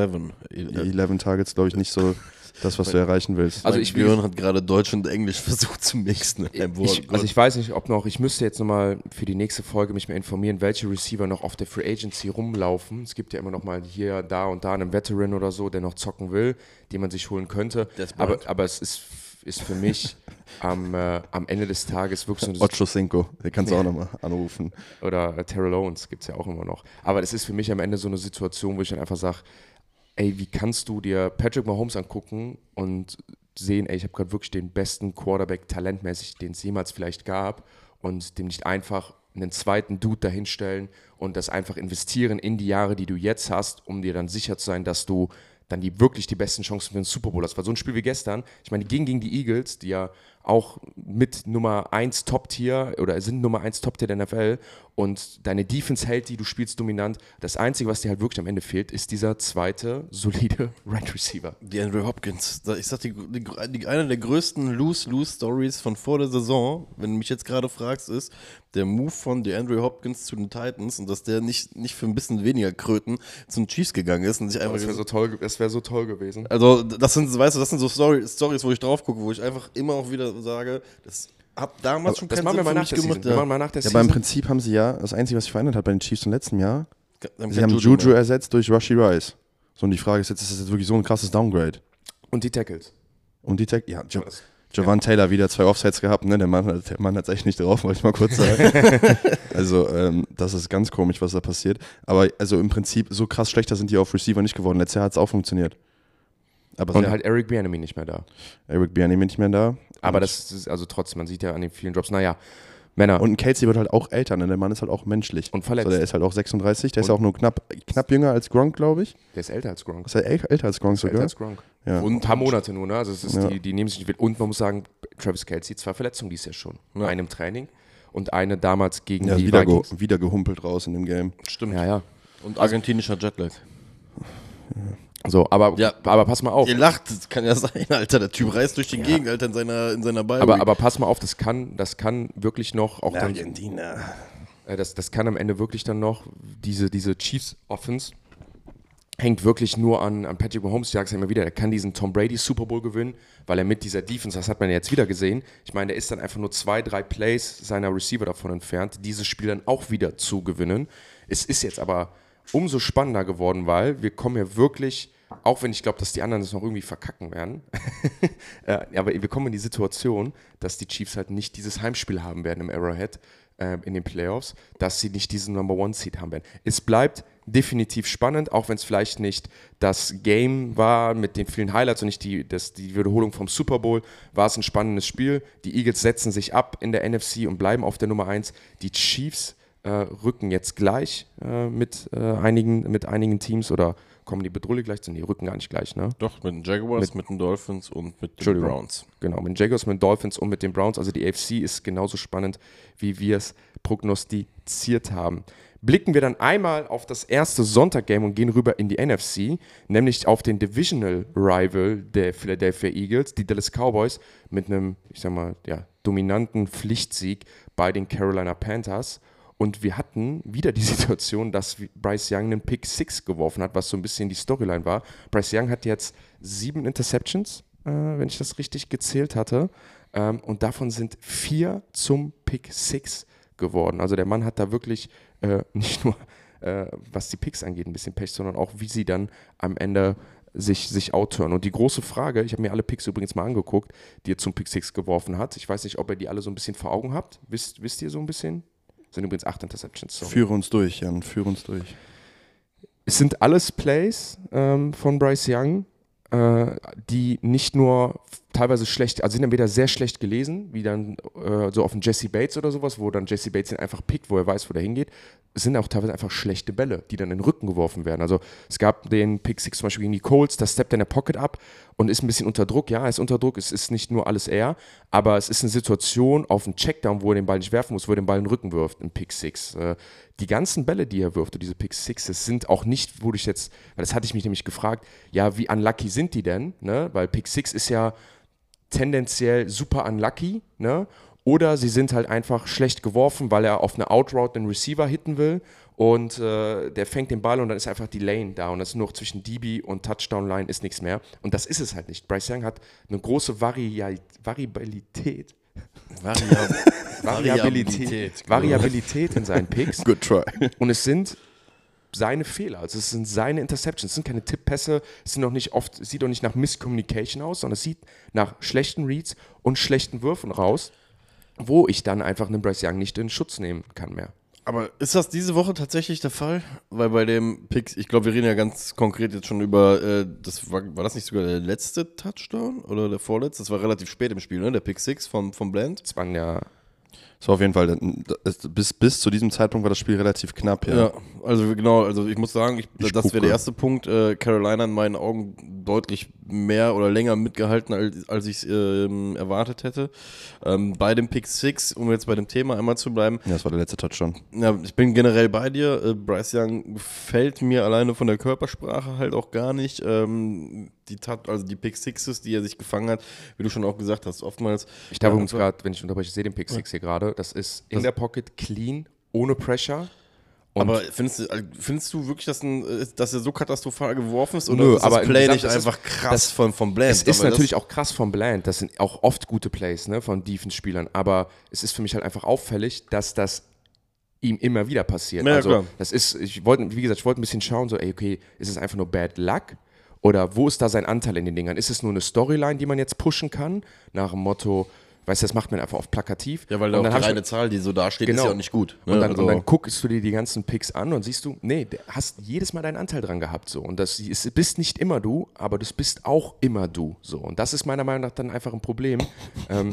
elf Targets, glaube ich, nicht so das, was du erreichen willst. Also ich Gehirn hat gerade Deutsch und Englisch versucht zu mixen. Ich, also ich weiß nicht, ob noch, ich müsste jetzt nochmal für die nächste Folge mich mal informieren, welche Receiver noch auf der Free Agency rumlaufen. Es gibt ja immer noch mal hier, da und da einen Veteran oder so, der noch zocken will, den man sich holen könnte. Aber, aber es ist, ist für mich am, äh, am Ende des Tages wirklich so... Ocho Cinco, den kannst du auch nochmal anrufen. Oder äh, Terrell Owens gibt es ja auch immer noch. Aber es ist für mich am Ende so eine Situation, wo ich dann einfach sage, ey, wie kannst du dir Patrick Mahomes angucken und sehen, ey, ich habe gerade wirklich den besten Quarterback talentmäßig, den es jemals vielleicht gab, und dem nicht einfach einen zweiten Dude dahinstellen und das einfach investieren in die Jahre, die du jetzt hast, um dir dann sicher zu sein, dass du dann die wirklich die besten Chancen für den Super Bowl hast. Weil so ein Spiel wie gestern, ich meine, die gingen gegen die Eagles, die ja auch mit Nummer eins Top-Tier oder sind Nummer eins Top-Tier der N F L, und deine Defense hält die, du spielst dominant. Das Einzige, was dir halt wirklich am Ende fehlt, ist dieser zweite, solide Right Receiver. Die Andrew Hopkins, ich sag, die, die, die, eine der größten Lose-Lose-Stories von vor der Saison, wenn du mich jetzt gerade fragst, ist der Move von DeAndre Hopkins zu den Titans, und dass der nicht, nicht für ein bisschen weniger Kröten zu den Chiefs gegangen ist. Und sich einfach das wäre so toll, das wäre so toll gewesen. Also das sind, weißt du, das sind so Story, Stories, wo ich drauf gucke, wo ich einfach immer auch wieder sage, das hab damals schon keinen Sinn für mich gemacht. Ja. Mal nach der ja, aber im Prinzip haben sie ja, das Einzige, was sich verändert hat bei den Chiefs im letzten Jahr, haben sie haben Juju, Juju ersetzt durch Rashi Rice. So, und die Frage ist jetzt, ist das jetzt wirklich so ein krasses Downgrade? Und die Tackles. Und die Tackles, ja, jo- Javon Taylor wieder zwei Offsides gehabt, ne? Der Mann hat der Mann hat's echt nicht drauf, wollte ich mal kurz sagen. Also, ähm, das ist ganz komisch, was da passiert. Aber also im Prinzip, so krass schlechter sind die auf Receiver nicht geworden. Letztes Jahr hat es auch funktioniert. Aber und ja, halt Eric Bieniemy nicht mehr da. Eric Bieniemy nicht mehr da. Aber Und- das ist, also trotzdem, man sieht ja an den vielen Drops, naja, Männer. Und ein Kelsey wird halt auch älter, ne? Der Mann ist halt auch menschlich. Und verletzt. So, der ist halt auch sechsunddreißig, der ist Und- auch nur knapp, knapp jünger als Gronk, glaube ich. Der ist älter als Gronk. Ist er äl- älter als Gronk Ist älter sogar? als Gronk. Ja. Und ein paar Monate nur, ne? Also es ist Ja. die, die nehmen sich nicht viel. Und man muss sagen, Travis Kelce, zwei Verletzungen dies Jahr schon. Ja. Eine im Training und eine damals gegen Ja, die wieder, ge Vikings. wieder gehumpelt raus in dem Game. Stimmt. Ja, ja. Und argentinischer Jetlag. So, aber, Ja. aber pass mal auf. Ihr lacht, das kann ja sein, Alter. Der Typ reist durch die Ja. Gegend, Alter, in seiner, in seiner Bye Aber, Week. aber pass mal auf, das kann, das kann wirklich noch auch dann, Argentina. äh, das, das kann am Ende wirklich dann noch diese, diese Chiefs Offense hängt wirklich nur an, an Patrick Mahomes. Ich sage es ja immer wieder, der kann diesen Tom Brady Super Bowl gewinnen, weil er mit dieser Defense, das hat man ja jetzt wieder gesehen, ich meine, der ist dann einfach nur zwei, drei Plays seiner Receiver davon entfernt, dieses Spiel dann auch wieder zu gewinnen. Es ist jetzt aber umso spannender geworden, weil wir kommen ja wirklich, auch wenn ich glaube, dass die anderen das noch irgendwie verkacken werden, äh, aber wir kommen in die Situation, dass die Chiefs halt nicht dieses Heimspiel haben werden im Arrowhead äh, in den Playoffs, dass sie nicht diesen Number One Seed haben werden. Es bleibt definitiv spannend, auch wenn es vielleicht nicht das Game war mit den vielen Highlights und nicht die, das, die Wiederholung vom Super Bowl, war es ein spannendes Spiel. Die Eagles setzen sich ab in der N F C und bleiben auf der Nummer eins. Die Chiefs äh, rücken jetzt gleich äh, mit, äh, einigen, mit einigen Teams oder kommen die Bedrulle gleich? Die rücken gar nicht gleich, ne? Doch, mit den Jaguars, mit, mit den Dolphins und mit den Entschuldigung. Browns. Genau, mit den Jaguars, mit den Dolphins und mit den Browns. Also die A F C ist genauso spannend, wie wir es prognostiziert haben. Blicken wir dann einmal auf das erste Sonntag-Game und gehen rüber in die N F C, nämlich auf den Divisional Rival der Philadelphia Eagles, die Dallas Cowboys, mit einem, ich sag mal, ja, dominanten Pflichtsieg bei den Carolina Panthers. Und wir hatten wieder die Situation, dass Bryce Young einen Pick six geworfen hat, was so ein bisschen die Storyline war. Bryce Young hat jetzt sieben Interceptions, äh, wenn ich das richtig gezählt hatte. Ähm, und davon sind vier zum Pick six geworden. Also der Mann hat da wirklich äh, nicht nur, äh, was die Picks angeht, ein bisschen Pech, sondern auch, wie sie dann am Ende sich, sich outturnen. Und die große Frage, ich habe mir alle Picks übrigens mal angeguckt, die er zum Pick six geworfen hat. Ich weiß nicht, ob ihr die alle so ein bisschen vor Augen habt. Wisst, wisst ihr so ein bisschen? Das sind übrigens acht Interceptions. Sorry. Führe uns durch, Jan, führe uns durch. Es sind alles Plays ähm, von Bryce Young, äh, die nicht nur teilweise schlecht, also sind entweder sehr schlecht gelesen, wie dann äh, so auf den Jesse Bates oder sowas, wo dann Jesse Bates ihn einfach pickt, wo er weiß, wo der hingeht. Es sind auch teilweise einfach schlechte Bälle, die dann in den Rücken geworfen werden. Also es gab den Pick six zum Beispiel gegen die Colts, da steppt er in der Pocket ab und ist ein bisschen unter Druck. Ja, er ist unter Druck, es ist nicht nur alles er, aber es ist eine Situation auf einen Checkdown, wo er den Ball nicht werfen muss, wo er den Ball in den Rücken wirft, im Pick six. Äh, die ganzen Bälle, die er wirft, und diese Pick sixes, sind auch nicht, wo ich jetzt, weil das hatte ich mich nämlich gefragt, ja, wie unlucky sind die denn? Ne? Weil Pick six ist ja tendenziell super unlucky, ne? Oder sie sind halt einfach schlecht geworfen, weil er auf eine Outroute einen Receiver hitten will und äh, der fängt den Ball und dann ist einfach die Lane da und das ist nur noch zwischen D B und Touchdown-Line ist nichts mehr. Und das ist es halt nicht. Bryce Young hat eine große Vari- Variabilität. Variab Variabilität. Variabilität in seinen Picks. Good try. Und es sind seine Fehler, also es sind seine Interceptions, es sind keine Tipppässe, es sind auch nicht oft, es sieht auch nicht nach Miscommunication aus, sondern es sieht nach schlechten Reads und schlechten Würfen raus, wo ich dann einfach einen Bryce Young nicht in Schutz nehmen kann mehr. Aber ist das diese Woche tatsächlich der Fall? Weil bei dem Pick, ich glaube, wir reden ja ganz konkret jetzt schon über, äh, das war, war das nicht sogar der letzte Touchdown oder der vorletzte? Das war relativ spät im Spiel, ne? Der Pick six vom, vom Bland. Das waren ja Das war auf jeden Fall, bis, bis zu diesem Zeitpunkt war das Spiel relativ knapp, ja. Ja, also genau, also ich muss sagen, ich, Ich das wäre gucke. der erste Punkt. Äh, Carolina in meinen Augen deutlich mehr oder länger mitgehalten, als, als ich es ähm, erwartet hätte. Ähm, bei dem Pick six, um jetzt bei dem Thema einmal zu bleiben, Ja, das war der letzte Touchdown. ja, ich bin generell bei dir. Äh, Bryce Young gefällt mir alleine von der Körpersprache halt auch gar nicht. Ähm, die Tat, also die Pick Sixes, die er sich gefangen hat, wie du schon auch gesagt hast, oftmals. Ich darf Ja, übrigens gerade, wenn ich unterbreche, ich sehe den Pick six hier gerade. Das ist in Das- der Pocket clean, ohne Pressure. Und aber findest du, findest du wirklich, dass, ein, dass er so katastrophal geworfen ist? Oder Nö, ist das aber Play insgesamt nicht ist es- einfach krass das- von, vom Bland? es ist Aber natürlich das, auch krass vom Bland. Das sind auch oft gute Plays, ne, von Defense-Spielern. Aber es ist für mich halt einfach auffällig, dass das ihm immer wieder passiert. Ja, also klar. das ist, ich wollte, wie gesagt, ich wollte ein bisschen schauen, so, ey, okay, ist es einfach nur Bad Luck? Oder wo ist da sein Anteil in den Dingern? Ist es nur eine Storyline, die man jetzt pushen kann? Nach dem Motto, weißt du, das macht man einfach auf plakativ. ja, weil Und auch dann die hab ich reine Zahl, die so da steht, Genau. ist ja auch nicht gut. Ne? Und dann, also, und dann guckst du dir die ganzen Picks an und siehst du, nee, du hast jedes Mal deinen Anteil dran gehabt. So. Und das ist, bist nicht immer du, aber das bist auch immer du. So. Und das ist meiner Meinung nach dann einfach ein Problem. ähm,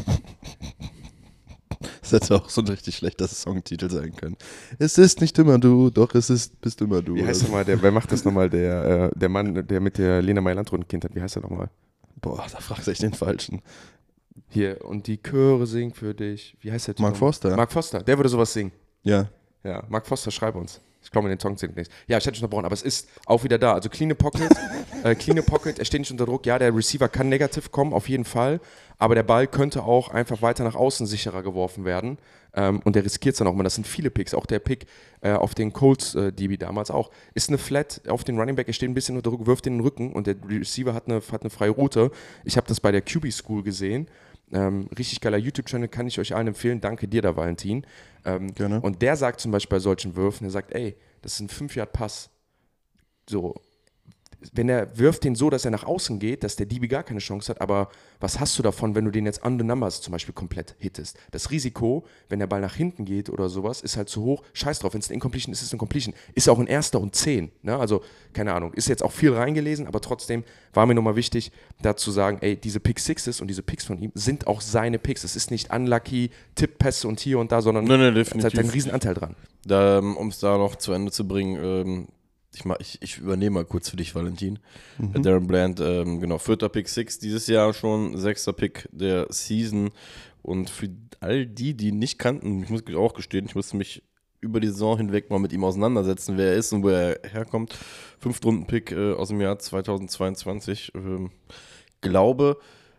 Das hätte auch so ein richtig schlechter Songtitel sein können. Es ist nicht immer du, doch es ist, bist immer du. wie heißt nochmal, der, wer macht das nochmal, der, äh, der Mann, der mit der Lena Meyer-Landrut ein Kind hat, wie heißt der nochmal? Boah, da fragst du echt den Falschen. Hier, und die Chöre singen für dich. Wie heißt der Typ? Mark Foster. Mark Foster, der würde sowas singen. Ja. Ja, Mark Foster, schreib uns. Ich glaube, in den Song singt nichts. Ja, ich hätte schon unterbrochen, aber es ist auch wieder da. Also clean Pocket, äh, clean Pocket, er steht nicht unter Druck. Ja, der Receiver kann negativ kommen, auf jeden Fall. Aber der Ball könnte auch einfach weiter nach außen sicherer geworfen werden. Ähm, und der riskiert es dann auch mal. Das sind viele Picks. Auch der Pick äh, auf den Colts äh, D B damals auch. Ist eine Flat auf den Running Back, er steht ein bisschen unter Druck, wirft in den Rücken und der Receiver hat eine, hat eine freie Route. Ich habe das bei der Q B School gesehen. Ähm, richtig geiler YouTube-Channel, kann ich euch allen empfehlen. Danke dir da, Valentin. Ähm, Gerne. Und der sagt zum Beispiel bei solchen Würfen, er sagt, ey, das ist ein fünf Yard Pass. So, wenn er wirft den so, dass er nach außen geht, dass der D B gar keine Chance hat, aber was hast du davon, wenn du den jetzt on the numbers zum Beispiel komplett hittest? Das Risiko, wenn der Ball nach hinten geht oder sowas, ist halt zu hoch. Scheiß drauf, wenn es ein Incompletion ist, ist es ein Completion. Ist auch ein Erster und Zehn. Ne? Also, keine Ahnung, ist jetzt auch viel reingelesen, aber trotzdem war mir nochmal wichtig, da zu sagen, ey, diese Pick Sixes und diese Picks von ihm sind auch seine Picks. Es ist nicht unlucky, Tipppässe und hier und da, sondern Nee, nee, es hat definitiv. halt einen riesen Anteil dran. Da, um es da noch zu Ende zu bringen, ähm, ich, mach, ich, ich übernehme mal kurz für dich, Valentin. Mhm. Darren Bland, ähm, genau, vierter Pick six dieses Jahr schon, sechster Pick der Season. Und für all die, die ihn nicht kannten, ich muss auch gestehen, ich musste mich über die Saison hinweg mal mit ihm auseinandersetzen, wer er ist und wo er herkommt. Fünftrunden-Pick äh, aus dem Jahr zweitausendzweiundzwanzig. Ähm, glaube,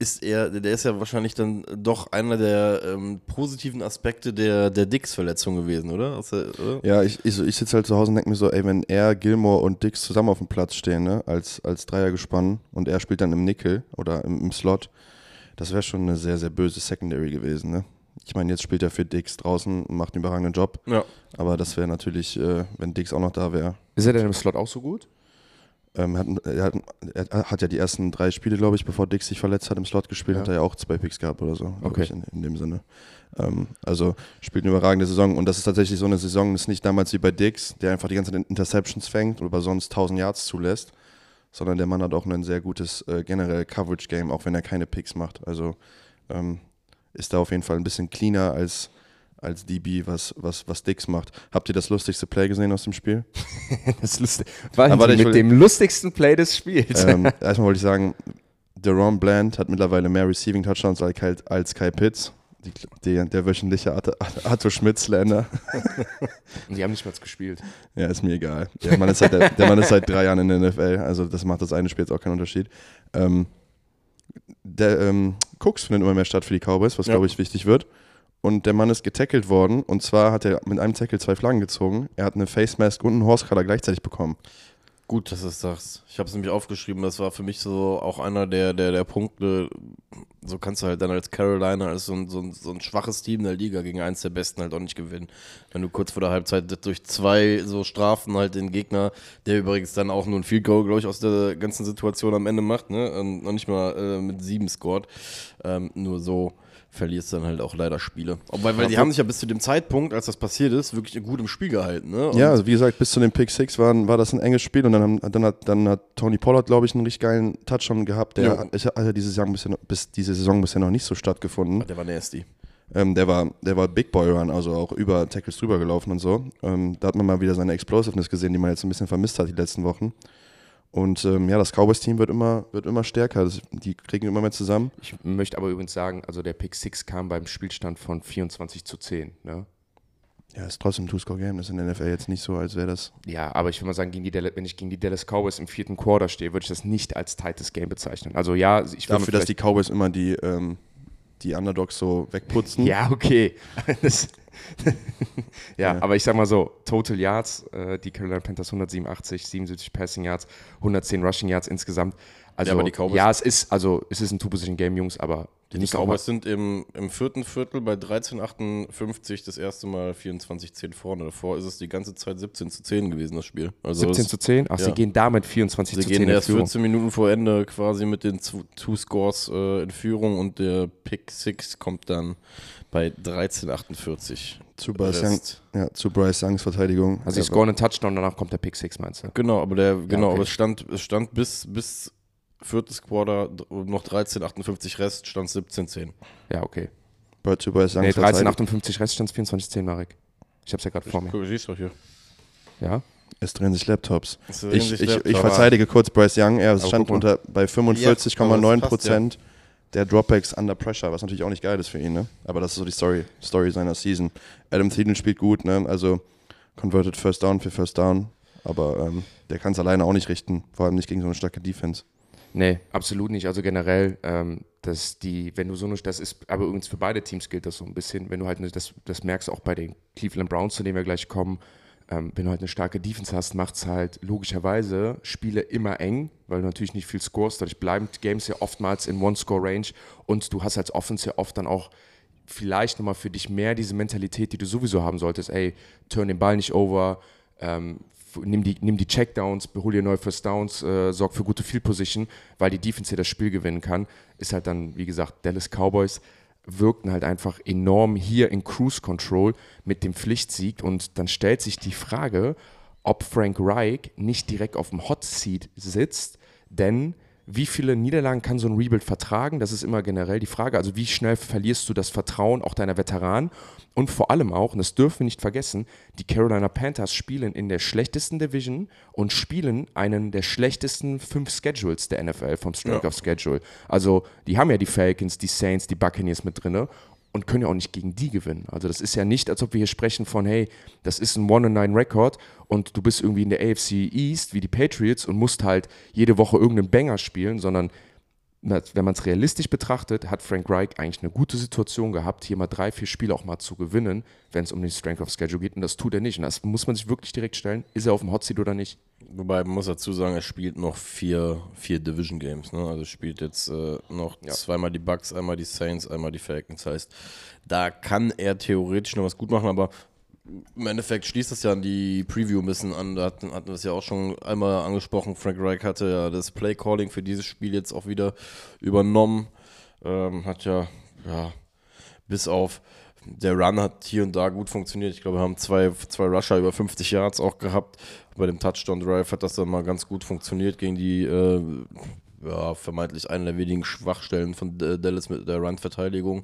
ist er, der ist ja wahrscheinlich dann doch einer der ähm, positiven Aspekte der, der Dix-Verletzung gewesen, oder? Also, oder? Ja, ich, ich, ich sitze halt zu Hause und denke mir so, ey, wenn er, Gilmore und Dix zusammen auf dem Platz stehen, ne, als, als Dreiergespann und er spielt dann im Nickel oder im, im Slot, das wäre schon eine sehr, sehr böse Secondary gewesen, ne? Ich meine, jetzt spielt er für Dix draußen und macht einen überragenden Job, Ja. aber das wäre natürlich, äh, wenn Dix auch noch da wäre. Ist er denn im Slot auch so gut? Ähm, hat, er, hat, er hat ja die ersten drei Spiele, glaube ich, bevor Dix sich verletzt hat, im Slot gespielt, Ja. hat er ja auch zwei Picks gehabt oder so, glaub Okay. ich, in, in dem Sinne. Ähm, also spielt eine überragende Saison und das ist tatsächlich so eine Saison, das ist nicht damals wie bei Dix, der einfach die ganze Zeit Interceptions fängt oder sonst tausend Yards zulässt, sondern der Mann hat auch ein sehr gutes äh, generell Coverage-Game, auch wenn er keine Picks macht. Also ähm, ist da auf jeden Fall ein bisschen cleaner als als D B, was, was, was Dix macht. Habt ihr das lustigste Play gesehen aus dem Spiel? Das ist lustig. Weil Aber mit ich will- dem lustigsten Play des Spiels. ähm, erstmal wollte ich sagen, Deron Bland hat mittlerweile mehr Receiving Touchdowns als Kyle, als Kyle Pitts, die, die, der wöchentliche Arthur, Arthur Schmidt-Slander. Und die haben nicht mal gespielt. Ja, ist mir egal. Der Mann ist, seit, der, der Mann ist seit drei Jahren in der N F L, also das macht das eine Spiel jetzt auch keinen Unterschied. Ähm, der ähm, Cooks findet immer mehr statt für die Cowboys, was Ja. glaube ich wichtig wird. Und der Mann ist getackelt worden und zwar hat er mit einem Tackle zwei Flaggen gezogen. Er hat eine Face Mask und einen Horse Collar gleichzeitig bekommen. Gut, dass du es sagst. Ich habe es nämlich aufgeschrieben, das war für mich so auch einer der, der, der Punkte, so kannst du halt dann als Carolina, als so ein, so, ein, so ein schwaches Team der Liga gegen eins der Besten halt auch nicht gewinnen. Wenn du kurz vor der Halbzeit durch zwei so Strafen halt den Gegner, der übrigens dann auch nur ein Field Goal, glaube ich, aus der ganzen Situation am Ende macht, ne, und noch nicht mal äh, mit sieben scored, ähm, nur so verlierst dann halt auch leider Spiele. Weil, weil die haben sich ja bis zu dem Zeitpunkt, als das passiert ist, wirklich gut im Spiel gehalten. Ne? Und Ja, also wie gesagt, bis zu dem Pick Six waren, war das ein enges Spiel und dann, haben, dann, hat, dann hat Tony Pollard, glaube ich, einen richtig geilen Touchdown gehabt. Der Ja. hat, hat ja diese Saison, bisher, noch- bis, diese Saison bisher noch nicht so stattgefunden. der war nasty. Ähm, der war, der war Big Boy Run, also auch über Tackles drüber gelaufen und so. Ähm, da hat man mal wieder seine Explosiveness gesehen, die man jetzt ein bisschen vermisst hat die letzten Wochen. Und ähm, ja, das Cowboys-Team wird immer, wird immer stärker. Das, die kriegen immer mehr zusammen. Ich möchte aber übrigens sagen, also der Pick six kam beim Spielstand von vierundzwanzig zu zehn. Ne? Ja, ist trotzdem ein Two-Score-Game. Das ist in der N F L jetzt nicht so, als wäre das. Ja, aber ich würde mal sagen, gegen die Dallas, wenn ich gegen die Dallas Cowboys im vierten Quarter stehe, würde ich das nicht als tightes Game bezeichnen. Also ja, ich würde Dafür, dass die Cowboys immer die, ähm, die Underdogs so wegputzen. Ja, okay. Das, ja, Ja. aber ich sag mal so, Total Yards, äh, die Carolina Panthers hundertsiebenundachtzig, siebenundsiebzig Passing Yards, hundertzehn Rushing Yards insgesamt. Also Ja, aber die Cowboys- ja, es ist, also es ist ein Two-Position-Game, Jungs, aber Die müssen auch Cowboys sind im, im vierten Viertel bei dreizehn achtundfünfzig das erste Mal vierundzwanzig zehn vorne. Davor ist es die ganze Zeit siebzehn zu zehn gewesen, das Spiel. Also siebzehn es- zu zehn. Ach, ja. sie gehen damit vierundzwanzig Sie zu gehen zehn in erst Führung. vierzehn Minuten vor Ende quasi mit den Two Two Scores äh, in Führung und der Pick six kommt dann bei dreizehn achtundvierzig. Zu Bryce, Young, Rest. ja, zu Bryce Youngs Verteidigung. Also sie scoren einen Touchdown, danach kommt der Pick six, meinst du? Genau, aber der, genau, okay. aber es stand, es stand bis, bis viertes Quarter d- noch dreizehn achtundfünfzig Rest, stand siebzehn zehn. Ja, okay. Bry- zu Bryce Youngs Nee, dreizehn Verteidigung. achtundfünfzig Rest stand vierundzwanzig zehn, Marek. Ich hab's ja gerade vor mir. Guck, siehst du hier. Ja? Es drehen sich Laptops. Es drehen Ich, sich ich, Laptops. ich verteidige kurz Bryce Young. Er Aber stand guck mal. unter, bei fünfundvierzig Komma neun Ja, aber das Prozent der Dropbacks under pressure, was natürlich auch nicht geil ist für ihn. Ne? Aber das ist so die Story, Story seiner Season. Adam Thielen spielt gut, ne? Also converted First Down für First Down. Aber ähm, der kann es alleine auch nicht richten, vor allem nicht gegen so eine starke Defense. Nee, absolut nicht. Also generell, ähm, dass die, wenn du so eine, das ist, aber übrigens für beide Teams gilt das so ein bisschen, wenn du halt, eine, das, das merkst du auch bei den Cleveland Browns, zu denen wir gleich kommen, ähm, wenn du halt eine starke Defense hast, macht es halt logischerweise Spiele immer eng, weil du natürlich nicht viel scorest, dadurch bleiben Games ja oftmals in One-Score-Range und du hast als Offense ja oft dann auch vielleicht nochmal für dich mehr diese Mentalität, die du sowieso haben solltest, ey, turn den Ball nicht over, ähm, f- nimm die, nimm die Checkdowns, hol dir neue First Downs, äh, sorg für gute Field Position, weil die Defense hier das Spiel gewinnen kann, ist halt dann, wie gesagt, Dallas Cowboys wirkten halt einfach enorm hier in Cruise Control mit dem Pflichtsieg und dann stellt sich die Frage, ob Frank Reich nicht direkt auf dem Hot Seat sitzt, denn wie viele Niederlagen kann so ein Rebuild vertragen? Das ist immer generell die Frage. Also wie schnell verlierst du das Vertrauen auch deiner Veteranen? Und vor allem auch, und das dürfen wir nicht vergessen, die Carolina Panthers spielen in der schlechtesten Division und spielen einen der schlechtesten fünf Schedules der N F L vom Strength Ja. of Schedule. Also die haben ja die Falcons, die Saints, die Buccaneers mit drin und können ja auch nicht gegen die gewinnen. Also das ist ja nicht, als ob wir hier sprechen von, hey, das ist ein one and nine Record und du bist irgendwie in der A F C East wie die Patriots und musst halt jede Woche irgendeinen Banger spielen, sondern wenn man es realistisch betrachtet, hat Frank Reich eigentlich eine gute Situation gehabt, hier mal drei, vier Spiele auch mal zu gewinnen, wenn es um den Strength of Schedule geht. Und das tut er nicht. Und das muss man sich wirklich direkt stellen. Ist er auf dem Hot Seat oder nicht? Wobei, man muss dazu sagen, er spielt noch vier, vier Division Games. Ne? Also spielt jetzt äh, noch ja. zweimal die Bucks, einmal die Saints, einmal die Falcons. Das heißt, da kann er theoretisch noch was gut machen, aber im Endeffekt schließt das ja an die Preview ein bisschen an. Da hatten, hatten wir es ja auch schon einmal angesprochen. Frank Reich hatte ja das Play-Calling für dieses Spiel jetzt auch wieder übernommen. Ähm, hat ja, ja, bis auf der Run hat hier und da gut funktioniert. Ich glaube, wir haben zwei, zwei Rusher über fünfzig Yards auch gehabt. Bei dem Touchdown-Drive hat das dann mal ganz gut funktioniert gegen die äh, ja, vermeintlich eine der wenigen Schwachstellen von Dallas mit der Run-Verteidigung.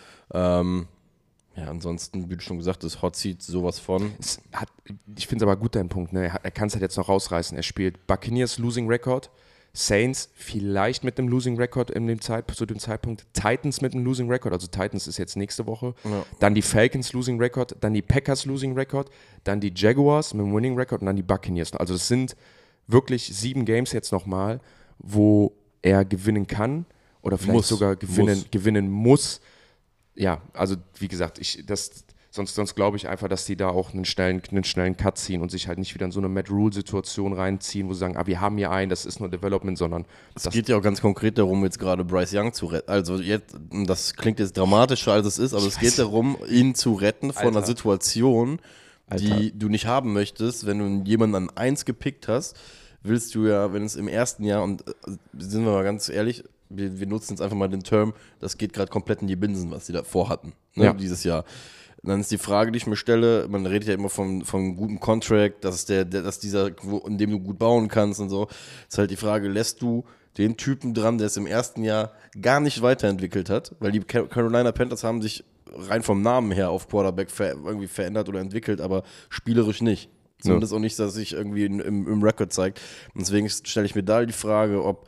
Ähm, Ja, ansonsten, wie du schon gesagt hast, Hot Seat sowas von. Es hat, ich finde es aber gut, dein Punkt. Ne? Er kann es halt jetzt noch rausreißen. Er spielt Buccaneers Losing Record, Saints vielleicht mit einem Losing Record in dem Zeit, zu dem Zeitpunkt, Titans mit einem Losing Record, also Titans ist jetzt nächste Woche, ja. Dann die Falcons Losing Record, dann die Packers Losing Record, dann die Jaguars mit einem Winning Record und dann die Buccaneers. Also es sind wirklich sieben Games jetzt nochmal, wo er gewinnen kann oder vielleicht muss, sogar gewinnen muss. gewinnen muss. Ja, also wie gesagt, ich, das, sonst, sonst glaube ich einfach, dass die da auch einen schnellen, einen schnellen Cut ziehen und sich halt nicht wieder in so eine Matt-Rule-Situation reinziehen, wo sie sagen, ah, wir haben hier einen, das ist nur Development, sondern... Es geht ja auch ganz konkret darum, jetzt gerade Bryce Young zu retten. Also jetzt, das klingt jetzt dramatischer, als es ist, aber ich es geht darum, ihn zu retten von Alter. einer Situation, die Alter. du nicht haben möchtest. Wenn du jemanden an eins gepickt hast, willst du ja, wenn es im ersten Jahr, und sind wir mal ganz ehrlich... Wir, wir nutzen jetzt einfach mal den Term, das geht gerade komplett in die Binsen, was die davor hatten, ne, ja. dieses Jahr. Und dann ist die Frage, die ich mir stelle, man redet ja immer von, von einem guten Contract, dass, der, der, dass dieser, in dem du gut bauen kannst und so, ist halt die Frage, lässt du den Typen dran, der es im ersten Jahr gar nicht weiterentwickelt hat, weil die Carolina Panthers haben sich rein vom Namen her auf Quarterback ver, irgendwie verändert oder entwickelt, aber spielerisch nicht. Zumindest ja. auch nicht, dass sich irgendwie in, im, im Record zeigt. Und deswegen stelle ich mir da die Frage, ob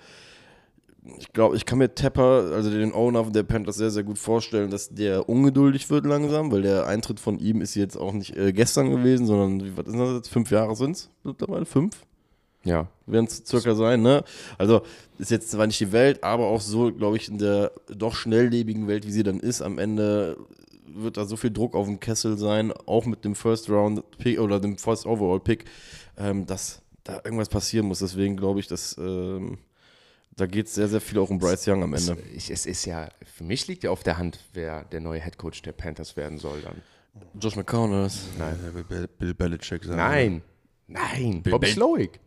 Ich glaube, ich kann mir Tepper, also den Owner der Panthers, sehr, sehr gut vorstellen, dass der ungeduldig wird langsam, weil der Eintritt von ihm ist jetzt auch nicht äh, gestern gewesen, sondern, was ist das jetzt, fünf Jahre sind es mittlerweile? Fünf? Ja. Werden es circa sein, ne? Also ist jetzt zwar nicht die Welt, aber auch so, glaube ich, in der doch schnelllebigen Welt, wie sie dann ist, am Ende wird da so viel Druck auf dem Kessel sein, auch mit dem First-Round-Pick oder dem First-Overall-Pick, ähm, dass da irgendwas passieren muss. Deswegen glaube ich, dass... Ähm, Da geht es sehr, sehr viel auch um Bryce Young am Ende. Es, es ist ja, für mich liegt ja auf der Hand, wer der neue Headcoach der Panthers werden soll dann. Josh McCown oder was? Nein. Bill, Bill Belichick sagen. Nein, nein, Bill Bobby Slowick.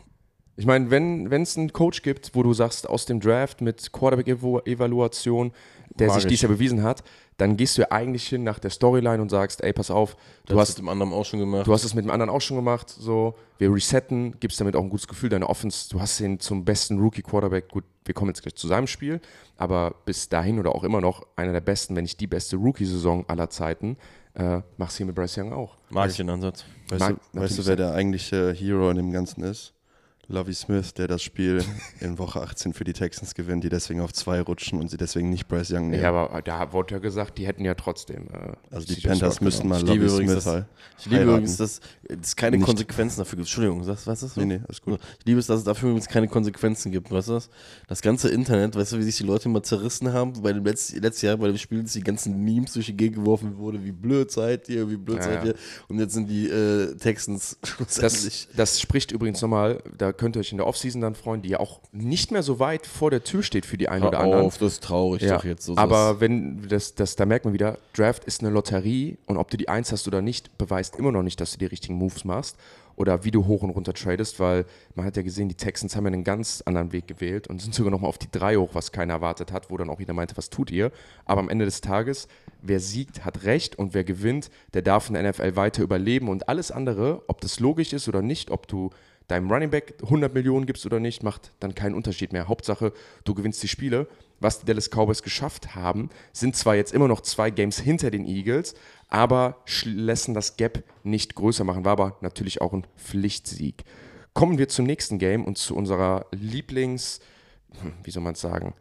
Ich meine, wenn es einen Coach gibt, wo du sagst, aus dem Draft mit Quarterback-Evaluation, der Magisch. sich dies ja bewiesen hat, dann gehst du ja eigentlich hin nach der Storyline und sagst, ey, pass auf, du hast, es mit dem anderen auch schon gemacht. Du hast es mit dem anderen auch schon gemacht, so, wir resetten, gibst damit auch ein gutes Gefühl, deine Offense, du hast ihn zum besten Rookie-Quarterback, gut, wir kommen jetzt gleich zu seinem Spiel, aber bis dahin oder auch immer noch einer der besten, wenn nicht die beste Rookie-Saison aller Zeiten, äh, machst du hier mit Bryce Young auch. Mag ich den Ansatz. Weißt, Mag, du, weißt du, wer der eigentliche Hero in dem Ganzen ist? Lovie Smith, der das Spiel in Woche achtzehn für die Texans gewinnt, die deswegen auf zwei rutschen und sie deswegen nicht Bryce Young nehmen. Ja, aber da wurde ja gesagt, die hätten ja trotzdem. Äh, also die Panthers müssten mal Lovie Smith das, Ich liebe übrigens, dass es keine nicht. Konsequenzen dafür gibt. Entschuldigung, was ist das? Nee, nee, alles gut. Ich liebe es, dass es dafür übrigens keine Konsequenzen gibt. Weißt du das? Das ganze Internet, weißt du, wie sich die Leute immer zerrissen haben? Bei dem letzten, letzten Jahr bei dem Spiel, dass die ganzen Memes durch die Gegend geworfen wurde, wie blöd seid ihr, wie blöd ja, seid ja. ihr. Und jetzt sind die äh, Texans schlussendlich. Das, das spricht übrigens nochmal, da könnt ihr euch in der Offseason dann freuen, die ja auch nicht mehr so weit vor der Tür steht für die einen oder anderen. Auf, das ist traurig ja. doch jetzt so. Aber wenn, das, das, da merkt man wieder, Draft ist eine Lotterie und ob du die Eins hast oder nicht, beweist immer noch nicht, dass du die richtigen Moves machst oder wie du hoch und runter tradest, weil man hat ja gesehen, die Texans haben ja einen ganz anderen Weg gewählt und sind sogar nochmal auf die drei hoch, was keiner erwartet hat, wo dann auch jeder meinte, was tut ihr? Aber am Ende des Tages, wer siegt, hat recht und wer gewinnt, der darf in der N F L weiter überleben und alles andere, ob das logisch ist oder nicht, ob du deinem Running Back hundert Millionen gibst oder nicht, macht dann keinen Unterschied mehr. Hauptsache, du gewinnst die Spiele. Was die Dallas Cowboys geschafft haben, sind zwar jetzt immer noch zwei Games hinter den Eagles, aber lassen das Gap nicht größer machen. War aber natürlich auch ein Pflichtsieg. Kommen wir zum nächsten Game und zu unserer Lieblings, wie soll man es sagen,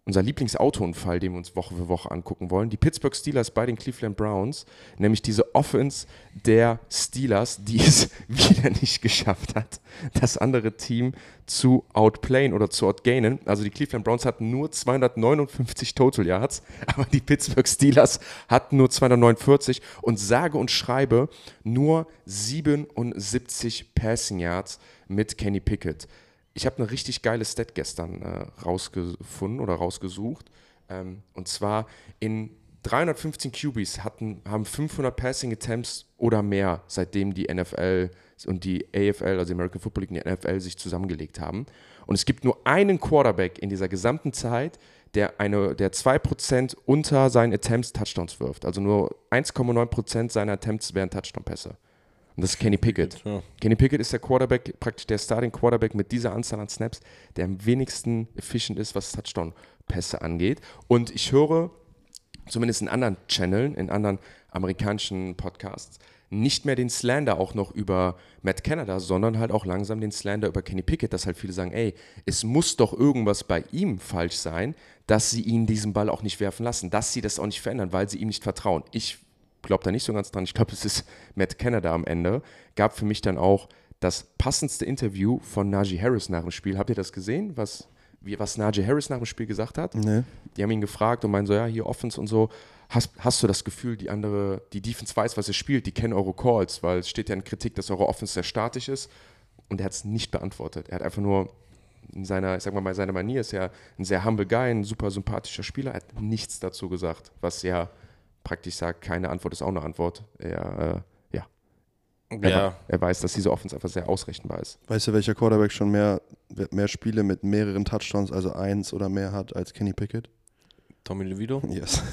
unser Lieblingsautounfall, den wir uns Woche für Woche angucken wollen. Die Pittsburgh Steelers bei den Cleveland Browns, nämlich diese Offense der Steelers, die es wieder nicht geschafft hat, das andere Team zu outplayen oder zu outgainen. Also die Cleveland Browns hatten nur zweihundertneunundfünfzig Total Yards, aber die Pittsburgh Steelers hatten nur zweihundertneunundvierzig und sage und schreibe nur siebenundsiebzig Passing Yards mit Kenny Pickett. Ich habe eine richtig geile Stat gestern äh, rausgefunden oder rausgesucht. Ähm, und zwar in dreihundertfünfzehn Q Bs hatten, haben fünfhundert Passing Attempts oder mehr, seitdem die N F L und die A F L, also die American Football League und die N F L sich zusammengelegt haben. Und es gibt nur einen Quarterback in dieser gesamten Zeit, der, eine, der zwei Prozent unter seinen Attempts Touchdowns wirft. Also nur eins Komma neun Prozent seiner Attempts wären Touchdown-Pässe. Und das ist Kenny Pickett. Ja. Kenny Pickett ist der Quarterback, praktisch der Starting Quarterback mit dieser Anzahl an Snaps, der am wenigsten efficient ist, was Touchdown-Pässe angeht. Und ich höre, zumindest in anderen Channeln, in anderen amerikanischen Podcasts, nicht mehr den Slander auch noch über Matt Canada, sondern halt auch langsam den Slander über Kenny Pickett, dass halt viele sagen, ey, es muss doch irgendwas bei ihm falsch sein, dass sie ihn diesen Ball auch nicht werfen lassen, dass sie das auch nicht verändern, weil sie ihm nicht vertrauen. Ich glaube da nicht so ganz dran. Ich glaube, es ist Matt Canada am Ende. Gab für mich dann auch das passendste Interview von Najee Harris nach dem Spiel. Habt ihr das gesehen, was, wie, was Najee Harris nach dem Spiel gesagt hat? Nee. Die haben ihn gefragt und meinen so, ja, hier Offense und so. Hast, hast du das Gefühl, die andere, die Defense weiß, was ihr spielt, die kennen eure Calls, weil es steht ja in Kritik, dass eure Offense sehr statisch ist. Und er hat es nicht beantwortet. Er hat einfach nur in seiner, ich sag mal, bei seiner Manier ist ja ein sehr humble Guy, ein super sympathischer Spieler. Er hat nichts dazu gesagt, was ja praktisch sagt, keine Antwort ist auch eine Antwort. Er, äh, ja. Er, ja. er weiß, dass diese Offense einfach sehr ausrechenbar ist. Weißt du, welcher Quarterback schon mehr, mehr Spiele mit mehreren Touchdowns, also eins oder mehr hat als Kenny Pickett? Tommy DeVito? Yes.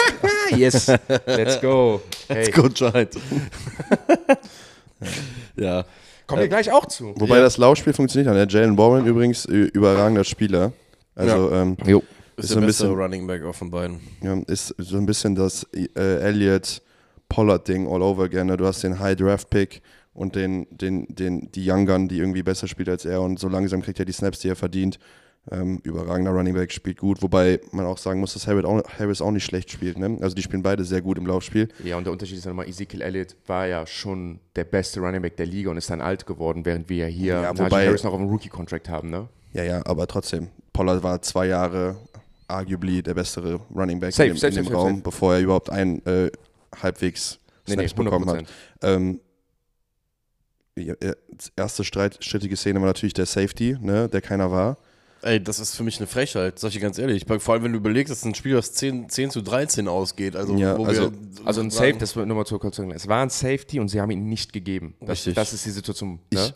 Yes, let's go. Let's Hey. go, Giant. Ja. Kommen wir gleich auch zu. Wobei Ja. das Laufspiel funktioniert hat. Der Jalen Warren übrigens ü- überragender Spieler. Also Ja. ähm, Jo. Ist, Ist der so ein beste bisschen- Running Back auch von beiden. ja, ist so ein bisschen das äh, Elliott-Pollard-Ding all over again. Ne? Du hast den High-Draft-Pick und den, den, den, die Young Gun, die irgendwie besser spielt als er und so langsam kriegt er die Snaps, die er verdient. Ähm, überragender Running Back, spielt gut, wobei man auch sagen muss, dass Harris auch, Harris auch nicht schlecht spielt. Ne? Also die spielen beide sehr gut im Laufspiel. Ja, und der Unterschied ist dann nochmal, Ezekiel Elliott war ja schon der beste Running Back der Liga und ist dann alt geworden, während wir ja hier Ja, Najee wobei- Harris noch auf einem Rookie-Contract haben, ne? Ja, ja, aber trotzdem. Pollard war zwei Jahre arguably der bessere Running Back Safe, in dem, safe, in dem safe, Raum, safe. bevor er überhaupt ein äh, halbwegs Nee, nee, Snaps bekommen hat. hundert Prozent. Ähm, ja, äh, erste streitstrittige Szene war natürlich der Safety, ne, der keiner war. Ey, das ist für mich eine Frechheit, sag ich dir ganz ehrlich. Vor allem, wenn du überlegst, dass ein Spiel aus zehn, zehn zu dreizehn ausgeht. Also, Ja, wo also- wir Also ein sagen- Safe, das wird nur mal zu kurz sagen. Es war ein Safety und sie haben ihn nicht gegeben. Das, Richtig. das ist die Situation. Ich, Ne?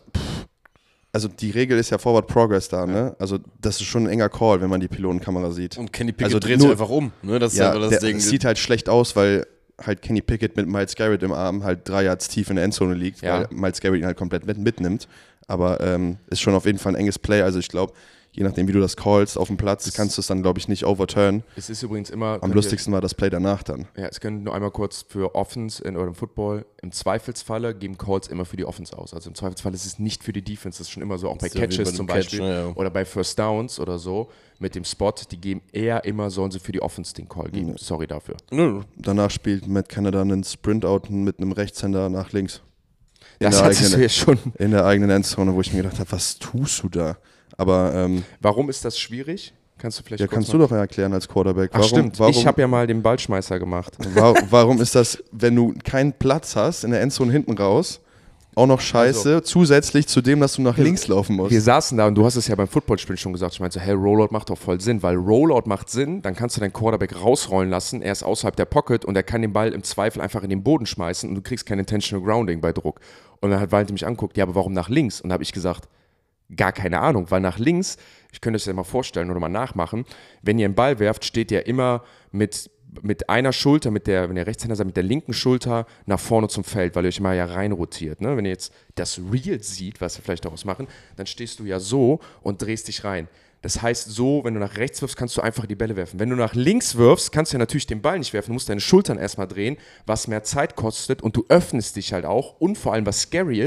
Also die Regel ist ja Forward Progress da, ne? Also das ist schon ein enger Call, wenn man die Pylonenkamera sieht. Und Kenny Pickett Also dreht nur- sich einfach um. Ne? Das ist Ja, einfach das der, Ding. es sieht halt schlecht aus, weil halt Kenny Pickett mit Myles Garrett im Arm halt drei Yards tief in der Endzone liegt, Ja. weil Myles Garrett ihn halt komplett mit, mitnimmt. Aber ähm, ist schon auf jeden Fall ein enges Play. Also ich glaube, je nachdem, wie du das callst auf dem Platz, kannst du es dann, glaube ich, nicht overturnen. Es ist übrigens immer. Am lustigsten war das Play danach dann. Ja, es können nur einmal kurz für Offense in eurem Football. Im Zweifelsfalle geben Calls immer für die Offense aus. Also im Zweifelsfall ist es nicht für die Defense. Das ist schon immer so, auch bei ist ja wie bei Catches einem zum Catch, Beispiel ne, ja. oder bei First Downs oder so mit dem Spot. Die geben eher immer, sollen sie für die Offense den Call geben. Sorry dafür. Nö, Danach spielt Matt Canada einen Sprint-Out mit einem Rechtshänder nach links. In Das der hat sich so eigenen- jetzt schon. In der eigenen Endzone, wo ich mir gedacht habe, was tust du da? Aber ähm, Warum ist das schwierig? Kannst du vielleicht ja, kurz kannst mal- du doch erklären als Quarterback. Ach stimmt, warum, ich habe ja mal den Ballschmeißer gemacht. wa- warum ist das, wenn du keinen Platz hast in der Endzone hinten raus, auch noch scheiße, zusätzlich zu dem, dass du nach links laufen musst? Wir saßen da und du hast es ja beim Footballspielen schon gesagt. Ich meinte so, hey, Rollout macht doch voll Sinn, weil Rollout macht Sinn, dann kannst du deinen Quarterback rausrollen lassen, er ist außerhalb der Pocket und er kann den Ball im Zweifel einfach in den Boden schmeißen und du kriegst kein Intentional Grounding bei Druck. Und dann hat Walter mich angeguckt, ja, aber warum nach links? Und da habe ich gesagt, gar keine Ahnung, weil nach links, ich könnte es ja mal vorstellen oder mal nachmachen, wenn ihr einen Ball werft, steht ihr immer mit, mit einer Schulter, mit der, wenn ihr Rechtshänder seid, mit der linken Schulter nach vorne zum Feld, weil ihr euch immer ja rein rotiert. Ne? Wenn ihr jetzt das Real sieht, was wir vielleicht daraus machen, dann stehst du ja so und drehst dich rein. Das heißt, so, wenn du nach rechts wirfst, kannst du einfach die Bälle werfen. Wenn du nach links wirfst, kannst du ja natürlich den Ball nicht werfen. Du musst deine Schultern erstmal drehen, was mehr Zeit kostet und du öffnest dich halt auch. Und vor allem, was scary ist,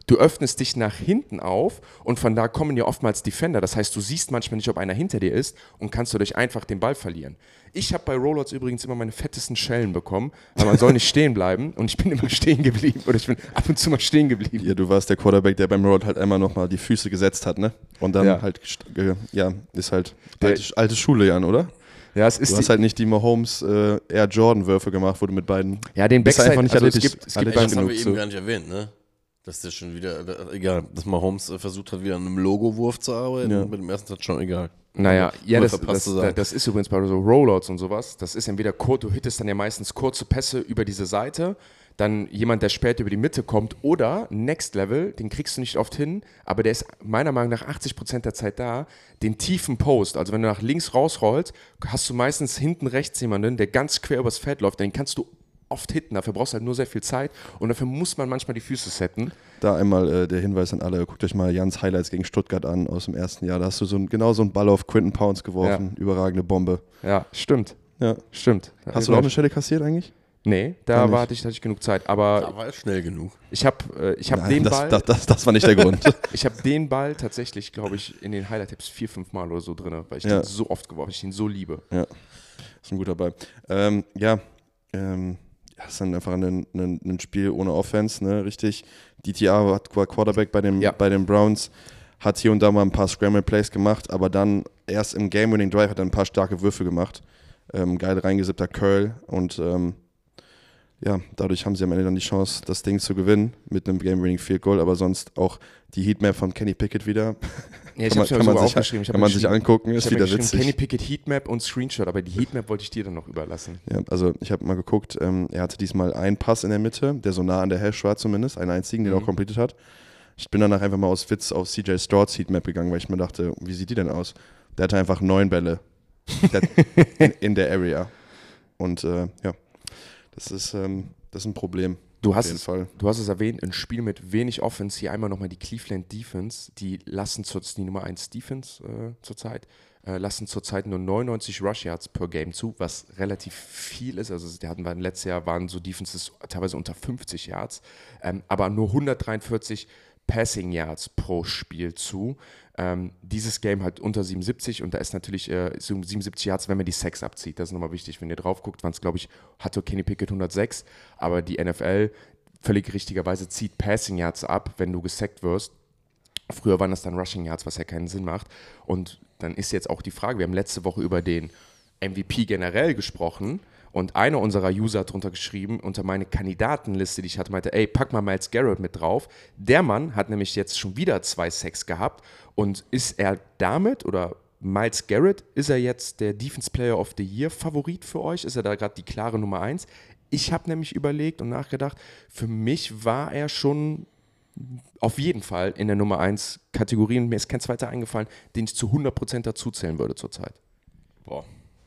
du öffnest dich nach hinten auf und von da kommen ja oftmals Defender. Das heißt, du siehst manchmal nicht, ob einer hinter dir ist und kannst dadurch einfach den Ball verlieren. Ich habe bei Rollouts übrigens immer meine fettesten Schellen bekommen, aber man soll nicht stehen bleiben und ich bin immer stehen geblieben oder ich bin ab und zu mal stehen geblieben. Ja, du warst der Quarterback, der beim Rollout halt einmal nochmal die Füße gesetzt hat, ne? Und dann Ja. halt, äh, ja, ist halt alte, alte Schule, Jan, oder? Ja, es ist Du hast die, halt nicht die Mahomes äh, Air Jordan-Würfe gemacht, wo du mit beiden. ja, den bist Backside, einfach nicht also es athletisch- gibt, es gibt athletisch Das haben genug wir zu. eben gar nicht erwähnt, ne? Dass der schon wieder, äh, egal, dass Mahomes äh, versucht hat, wieder an einem Logo-Wurf zu arbeiten. Ja. Mit dem ersten Touchdown egal. Naja, ja, Nur das, verpasst das, zu sagen. das ist übrigens bei so Rollouts und sowas. Das ist entweder kurz, du hittest dann ja meistens kurze Pässe über diese Seite, dann jemand, der später über die Mitte kommt oder Next Level, den kriegst du nicht oft hin, aber der ist meiner Meinung nach achtzig Prozent der Zeit da, den tiefen Post. Also wenn du nach links rausrollst, hast du meistens hinten rechts jemanden, der ganz quer übers Feld läuft, den kannst du oft hitten, dafür brauchst du halt nur sehr viel Zeit und dafür muss man manchmal die Füße setten. Da einmal äh, der Hinweis an alle, guckt euch mal Jans Highlights gegen Stuttgart an aus dem ersten Jahr. Da hast du so ein, genau so einen Ball auf Quinton Pounds geworfen, überragende Bombe. Ja, stimmt, Ja. stimmt. Hast du auch eine Stelle kassiert eigentlich? Nee, Gar da nicht. war, hatte, ich, hatte ich genug Zeit, aber Da war er schnell genug. ich habe äh, ich hab Nein, den das, Ball... Das, das, das war nicht der Grund. Ich habe den Ball tatsächlich, glaube ich, in den Highlight-Tipps vier, fünf Mal oder so drin, weil ich Ja. den so oft geworfen habe, ich den so liebe. Ja, ist ein guter Ball. Ähm, ja, ähm, ja, ist dann einfach ein, ein, ein Spiel ohne Offense, ne, richtig. D T R war war Quarterback bei, dem, Ja. bei den Browns, hat hier und da mal ein paar Scramble-Plays gemacht, aber dann erst im Game-Winning-Drive hat er ein paar starke Würfe gemacht. Ähm, geil reingesippter Curl und ähm, ja, dadurch haben sie am Ende dann die Chance, das Ding zu gewinnen mit einem Game-Winning-Field-Goal, aber sonst auch die Heatmap von Kenny Pickett wieder. Ja, ich Kann man- habe kann mir man sogar sich- aufgeschrieben. Ich hab kann mir man sich geschrieben- angucken, ich ist hab mir wieder geschrieben, witzig. Kenny Pickett Heatmap und Screenshot, aber die Heatmap wollte ich dir dann noch überlassen. Ja, also ich habe mal geguckt, ähm, er hatte diesmal einen Pass in der Mitte, der so nah an der Hash war zumindest, einen einzigen, den er Mhm. auch completed hat. Ich bin danach einfach mal aus Witz auf C J Strouds Heatmap gegangen, weil ich mir dachte, wie sieht die denn aus? Der hatte einfach neun Bälle der, in, in der Area. Und äh, ja, das ist, ähm, das ist ein Problem. Du auf hast, jeden Fall. du hast es erwähnt, ein Spiel mit wenig Offense, hier einmal nochmal die Cleveland Defense, die lassen zur, die Nummer eins Defense äh, zurzeit, äh, lassen zurzeit nur neunundneunzig Rush Yards per Game zu, was relativ viel ist. Also die hatten wir letztes Jahr, waren so Defenses teilweise unter fünfzig Yards, ähm, aber nur hundertdreiundvierzig Passing Yards pro Spiel zu. Ähm, dieses Game halt unter siebenundsiebzig und da ist natürlich äh, so siebenundsiebzig Yards, wenn man die Sacks abzieht. Das ist nochmal wichtig, wenn ihr drauf guckt, waren es, glaube ich, hatte Kenny Pickett hundertsechs, aber die N F L völlig richtigerweise zieht Passing Yards ab, wenn du gesackt wirst. Früher waren das dann Rushing Yards, was ja keinen Sinn macht. Und dann ist jetzt auch die Frage, wir haben letzte Woche über den M V P generell gesprochen und einer unserer User hat drunter geschrieben, unter meine Kandidatenliste, die ich hatte, meinte, ey, pack mal Myles Garrett mit drauf. Der Mann hat nämlich jetzt schon wieder zwei Sacks gehabt und ist er damit oder Myles Garrett, ist er jetzt der Defense Player of the Year Favorit für euch? Ist er da gerade die klare Nummer eins? Ich habe nämlich überlegt und nachgedacht, für mich war er schon auf jeden Fall in der Nummer eins Kategorie und mir ist kein zweiter eingefallen, den ich zu hundert Prozent dazu zählen würde zurzeit. Boah.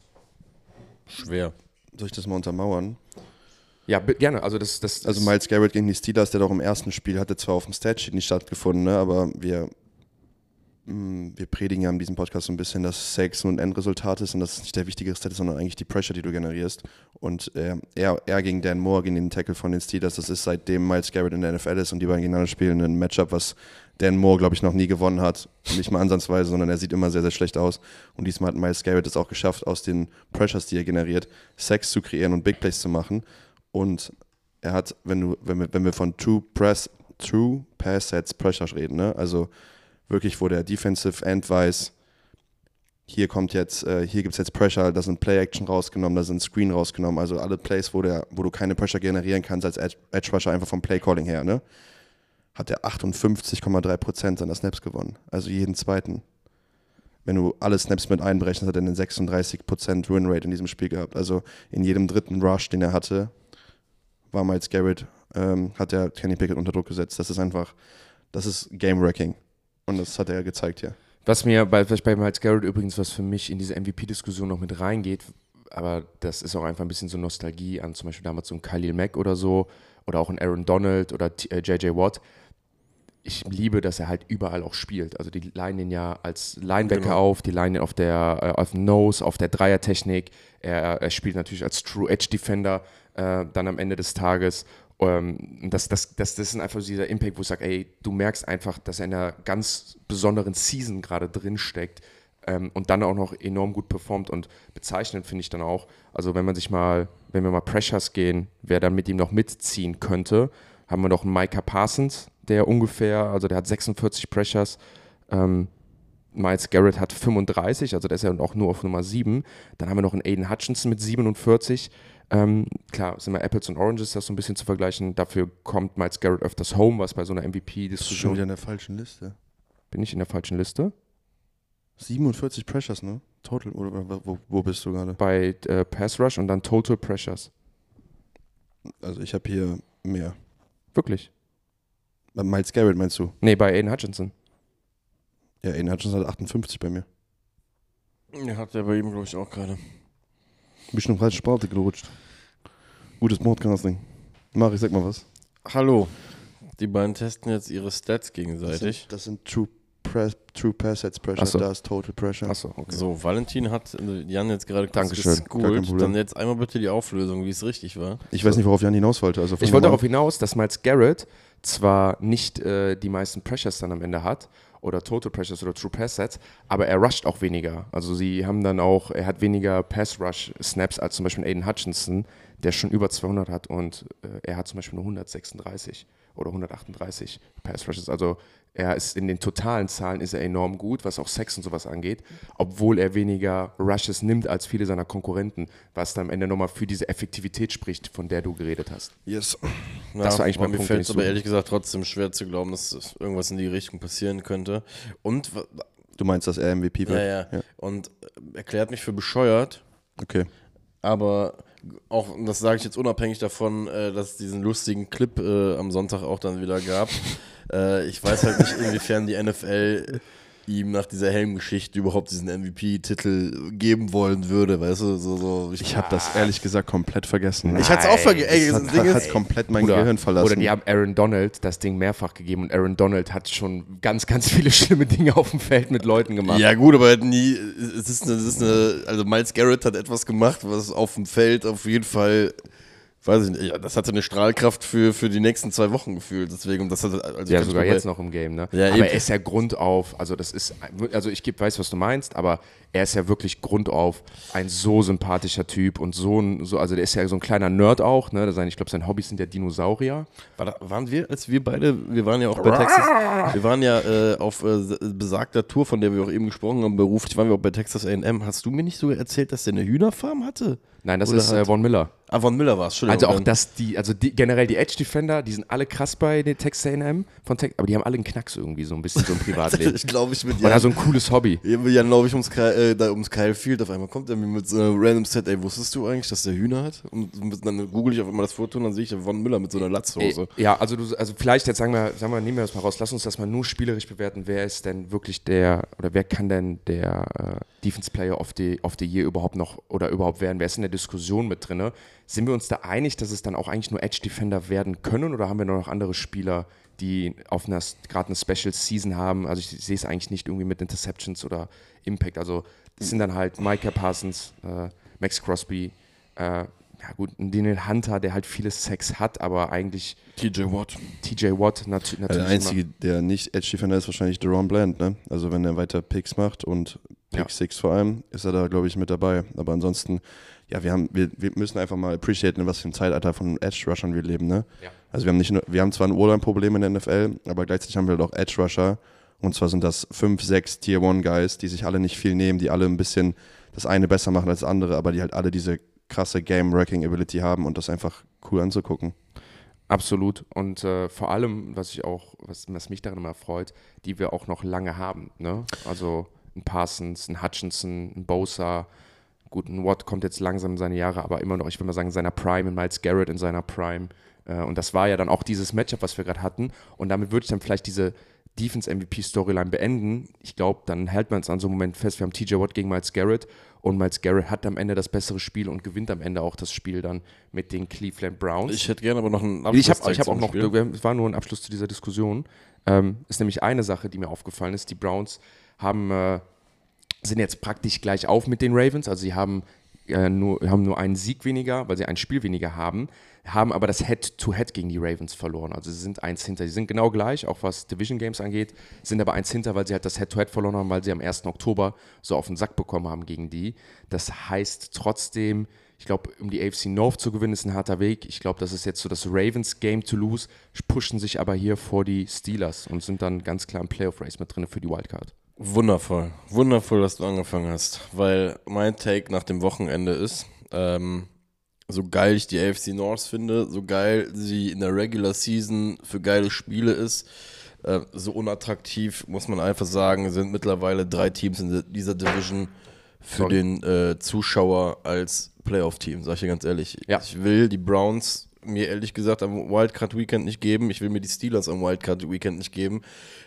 Schwer. Soll ich das mal untermauern? Ja, bi- gerne. Also das, das Also ist- Myles Garrett gegen die Steelers, der doch im ersten Spiel hatte zwar auf dem Statsheet nicht stattgefunden, ne, aber wir, mh, wir predigen ja in diesem Podcast so ein bisschen, dass Sacks nur ein Endresultat ist und dass es nicht der wichtigere Stat ist, sondern eigentlich die Pressure, die du generierst. Und äh, er, er gegen Dan Moore, gegen den Tackle von den Steelers, das ist seitdem Myles Garrett in der N F L ist und die beiden gegeneinander spielen, ein Matchup, was Dan Moore, glaube ich, noch nie gewonnen hat. Nicht mal ansatzweise, sondern er sieht immer sehr, sehr schlecht aus. Und diesmal hat Myles Garrett es auch geschafft, aus den Pressures, die er generiert, Sacks zu kreieren und Big Plays zu machen. Und er hat, wenn du, wenn wir, wenn wir von True Press, True Pass Sets Pressure reden, ne? Also wirklich, wo der Defensive End weiß, hier kommt jetzt, äh, hier gibt es jetzt Pressure, da sind Play-Action rausgenommen, da sind Screen rausgenommen, also alle Plays, wo, der, wo du keine Pressure generieren kannst als Edge, Edge Rusher einfach vom Play-Calling her, ne? Hat er achtundfünfzig Komma drei Prozent seiner Snaps gewonnen, also jeden zweiten. Wenn du alle Snaps mit einberechnest, hat er eine sechsunddreißig Prozent Win-Rate in diesem Spiel gehabt. Also in jedem dritten Rush, den er hatte, war Myles Garrett, ähm, hat er Kenny Pickett unter Druck gesetzt. Das ist einfach, das ist Game-Wrecking. Und das hat er gezeigt, ja. Was mir bei, vielleicht bei Myles Garrett übrigens, was für mich in diese M V P-Diskussion noch mit reingeht, aber das ist auch einfach ein bisschen so Nostalgie an zum Beispiel damals so ein Khalil Mack oder so oder auch ein Aaron Donald oder T- äh, J J Watt. Ich liebe, dass er halt überall auch spielt. Also die leihen ihn ja als Linebacker Genau. auf, die leihen ihn auf der äh, auf dem Nose, auf der Dreiertechnik. Er, er spielt natürlich als True Edge Defender äh, dann am Ende des Tages. Ähm, das, das, das, das ist einfach so dieser Impact, wo ich sage, ey, du merkst einfach, dass er in einer ganz besonderen Season gerade drin steckt ähm, und dann auch noch enorm gut performt und bezeichnend finde ich dann auch, also wenn man sich mal, wenn wir mal Pressures gehen, wer dann mit ihm noch mitziehen könnte, haben wir noch einen Micah Parsons, der ungefähr, also der hat sechsundvierzig Pressures, ähm, Myles Garrett hat fünfunddreißig, also der ist ja auch nur auf Nummer sieben. Dann haben wir noch einen Aiden Hutchinson mit siebenundvierzig. Ähm, klar, sind wir Apples und Oranges, das so ein bisschen zu vergleichen. Dafür kommt Myles Garrett öfters home, was bei so einer M V P-Diskussion... Das ist schon wieder in der falschen Liste. Bin ich in der falschen Liste? siebenundvierzig Pressures, ne? Total, oder wo, wo bist du gerade? Bei äh, Pass Rush und dann Total Pressures. Also ich habe hier mehr. Wirklich? Bei Myles Garrett meinst du? Nee, bei Aiden Hutchinson. Ja, Aiden Hutchinson hat achtundfünfzig bei mir. Ja, hat der bei ihm, glaube ich, auch gerade. Bist du noch falsche Spalte gerutscht. Gutes Podcasting. Mari, sag mal was. Hallo. Die beiden testen jetzt ihre Stats Das gegenseitig. sind, das sind True, Press, True Pass Sets Pressure, Ach so. da ist Total Pressure. Achso, okay. So, Valentin hat äh, Jan jetzt gerade kurz Dankeschön, gar kein geschoolt. Problem. Dann jetzt einmal bitte die Auflösung, wie es richtig war. Ich weiß nicht, worauf Jan hinaus wollte. Also Ich wollte darauf hinaus, dass Myles Garrett zwar nicht äh, die meisten Pressures dann am Ende hat, oder Total Pressures oder True Pass Sets, aber er rusht auch weniger. Also sie haben dann auch, er hat weniger Pass Rush Snaps als zum Beispiel Aiden Hutchinson, der schon über zweihundert hat und äh, er hat zum Beispiel nur hundertsechsunddreißig oder hundertachtunddreißig Pass Rushes. Also er ist in den totalen Zahlen ist er enorm gut, was auch Sex und sowas angeht, obwohl er weniger Rushes nimmt als viele seiner Konkurrenten, was dann am Ende nochmal für diese Effektivität spricht, von der du geredet hast. Yes. Das war eigentlich mein mir Punkt, fällt den es ich aber so- ehrlich gesagt trotzdem schwer zu glauben, dass irgendwas in die Richtung passieren könnte. Und, wa- Du meinst, dass er M V P wird? ja, ja, und äh, erklärt mich für bescheuert, Okay. aber auch, und das sage ich jetzt unabhängig davon, äh, dass es diesen lustigen Clip äh, am Sonntag auch dann wieder gab. äh, ich weiß halt nicht, inwiefern die N F L ihm nach dieser Helmgeschichte überhaupt diesen M V P-Titel geben wollen würde, weißt du, so, so. Ich habe das ehrlich gesagt komplett vergessen. Ich hatte es auch vergessen. Ey, das das hat, Ding hat, ist, hat komplett mein Oder, Gehirn verlassen. oder die haben Aaron Donald das Ding mehrfach gegeben und Aaron Donald hat schon ganz, ganz viele schlimme Dinge auf dem Feld mit Leuten gemacht. ja gut, aber nie, es ist, eine, es ist eine, also Myles Garrett hat etwas gemacht, was auf dem Feld auf jeden Fall, weiß ich nicht, ja, das hatte eine Strahlkraft für, für die nächsten zwei Wochen gefühlt, deswegen, das hat, also Ja, kann sogar ich mir jetzt bei- noch im Game, ne? Ja, aber eben. er ist ja grundauf, also das ist, also ich geb- weiß, was du meinst, aber er ist ja wirklich grundauf ein so sympathischer Typ und so ein, so, also der ist ja so ein kleiner Nerd auch, ne? Sein, ich glaube, sein Hobbys sind ja Dinosaurier. War da, waren wir, als wir beide, wir waren ja auch bei Texas, wir waren ja äh, auf äh, besagter Tour, von der wir auch eben gesprochen haben, beruflich, waren wir auch bei Texas A und M. Hast du mir nicht sogar erzählt, dass der eine Hühnerfarm hatte? Nein, das Oder ist äh, hat- Von Miller. Ah, Von Miller war es, Entschuldigung. Also auch dann- das, die, also die, generell die Edge Defender, die sind alle krass bei den Texas A und M von Tex, aber die haben alle einen Knacks irgendwie so ein bisschen so im Privatleben. Ich glaube, ich mit Oder Jan, so ein cooles Hobby. Jan laufe ich ums, Kyle, äh, da ums Kyle Field, auf einmal kommt er mir mit so einer random Set, ey, wusstest du eigentlich, dass der Hühner hat? Und dann google ich auf einmal das Foto und dann sehe ich Von Miller mit so einer Latzhose. Ey, Ja, also du, also vielleicht jetzt sagen wir, sagen wir, nehmen wir das mal raus, lass uns das mal nur spielerisch bewerten, wer ist denn wirklich der, oder wer kann denn der äh, Defense Player of the, of the Year überhaupt noch, oder überhaupt werden, wer ist in der Diskussion mit drin? Sind wir uns da einig, dass es dann auch eigentlich nur Edge Defender werden können, oder haben wir noch andere Spieler, die auf einer, gerade eine Special Season haben? Also ich, ich sehe es eigentlich nicht irgendwie mit Interceptions oder Impact, also das sind dann halt Micah Parsons, äh, Max Crosby, äh, ja gut, ein Daniel Hunter, der halt viele Sex hat, aber eigentlich T J Watt. T J Watt natu natürlich. der Einzige, der nicht Edge Defender ist, wahrscheinlich Deron Bland, ne? Also wenn er weiter Picks macht und Pick Ja. Six vor allem, ist er da, glaube ich, mit dabei. Aber ansonsten, ja, wir haben, wir, wir müssen einfach mal appreciaten, in was für ein Zeitalter von Edge-Rushern wir leben, ne? Ja. Also wir haben nicht nur, wir haben zwar ein O-Line-Problem in der N F L, aber gleichzeitig haben wir halt auch Edge-Rusher. Und zwar sind das fünf, sechs Tier-One-Guys, die sich alle nicht viel nehmen, die alle ein bisschen das eine besser machen als das andere, aber die halt alle diese krasse Game-Wrecking-Ability haben und das einfach cool anzugucken. Absolut. Und äh, vor allem, was ich auch, was, was mich daran immer freut, die wir auch noch lange haben. Ne? Also ein Parsons, ein Hutchinson, ein Bosa, gut, ein Watt kommt jetzt langsam in seine Jahre, aber immer noch, ich will mal sagen, in seiner Prime, ein Myles Garrett in seiner Prime. Äh, und das war ja dann auch dieses Matchup, was wir gerade hatten. Und damit würde ich dann vielleicht diese Defense-M V P-Storyline beenden. Ich glaube, dann hält man es an so einem Moment fest. Wir haben T J Watt gegen Myles Garrett und Myles Garrett hat am Ende das bessere Spiel und gewinnt am Ende auch das Spiel dann mit den Cleveland Browns. Ich hätte gerne aber noch einen Ich habe Abschluss ich hab auch zum noch, Spiel. es war nur ein Abschluss zu dieser Diskussion, ähm, ist nämlich eine Sache, die mir aufgefallen ist. Die Browns haben, äh, sind jetzt praktisch gleich auf mit den Ravens, also sie haben äh, nur, haben nur einen Sieg weniger, weil sie ein Spiel weniger haben, haben aber das Head-to-Head gegen die Ravens verloren. Also sie sind eins hinter. Sie sind genau gleich, auch was Division Games angeht, sind aber eins hinter, weil sie halt das Head-to-Head verloren haben, weil sie am ersten Oktober so auf den Sack bekommen haben gegen die. Das heißt trotzdem, ich glaube, um die A F C North zu gewinnen, ist ein harter Weg. Ich glaube, das ist jetzt so das Ravens-Game to lose, pushen sich aber hier vor die Steelers und sind dann ganz klar im Playoff-Race mit drin für die Wildcard. Wundervoll, wundervoll, dass du angefangen hast, weil mein Take nach dem Wochenende ist, ähm, so geil ich die A F C North finde, so geil sie in der Regular Season für geile Spiele ist, äh, so unattraktiv, muss man einfach sagen, sind mittlerweile drei Teams in dieser Division für Sorry. den äh, Zuschauer als Playoff-Team, sag ich dir ganz ehrlich. Ja. Ich will die Browns mir ehrlich gesagt am Wildcard-Weekend nicht geben, ich will mir die Steelers am Wildcard-Weekend nicht geben.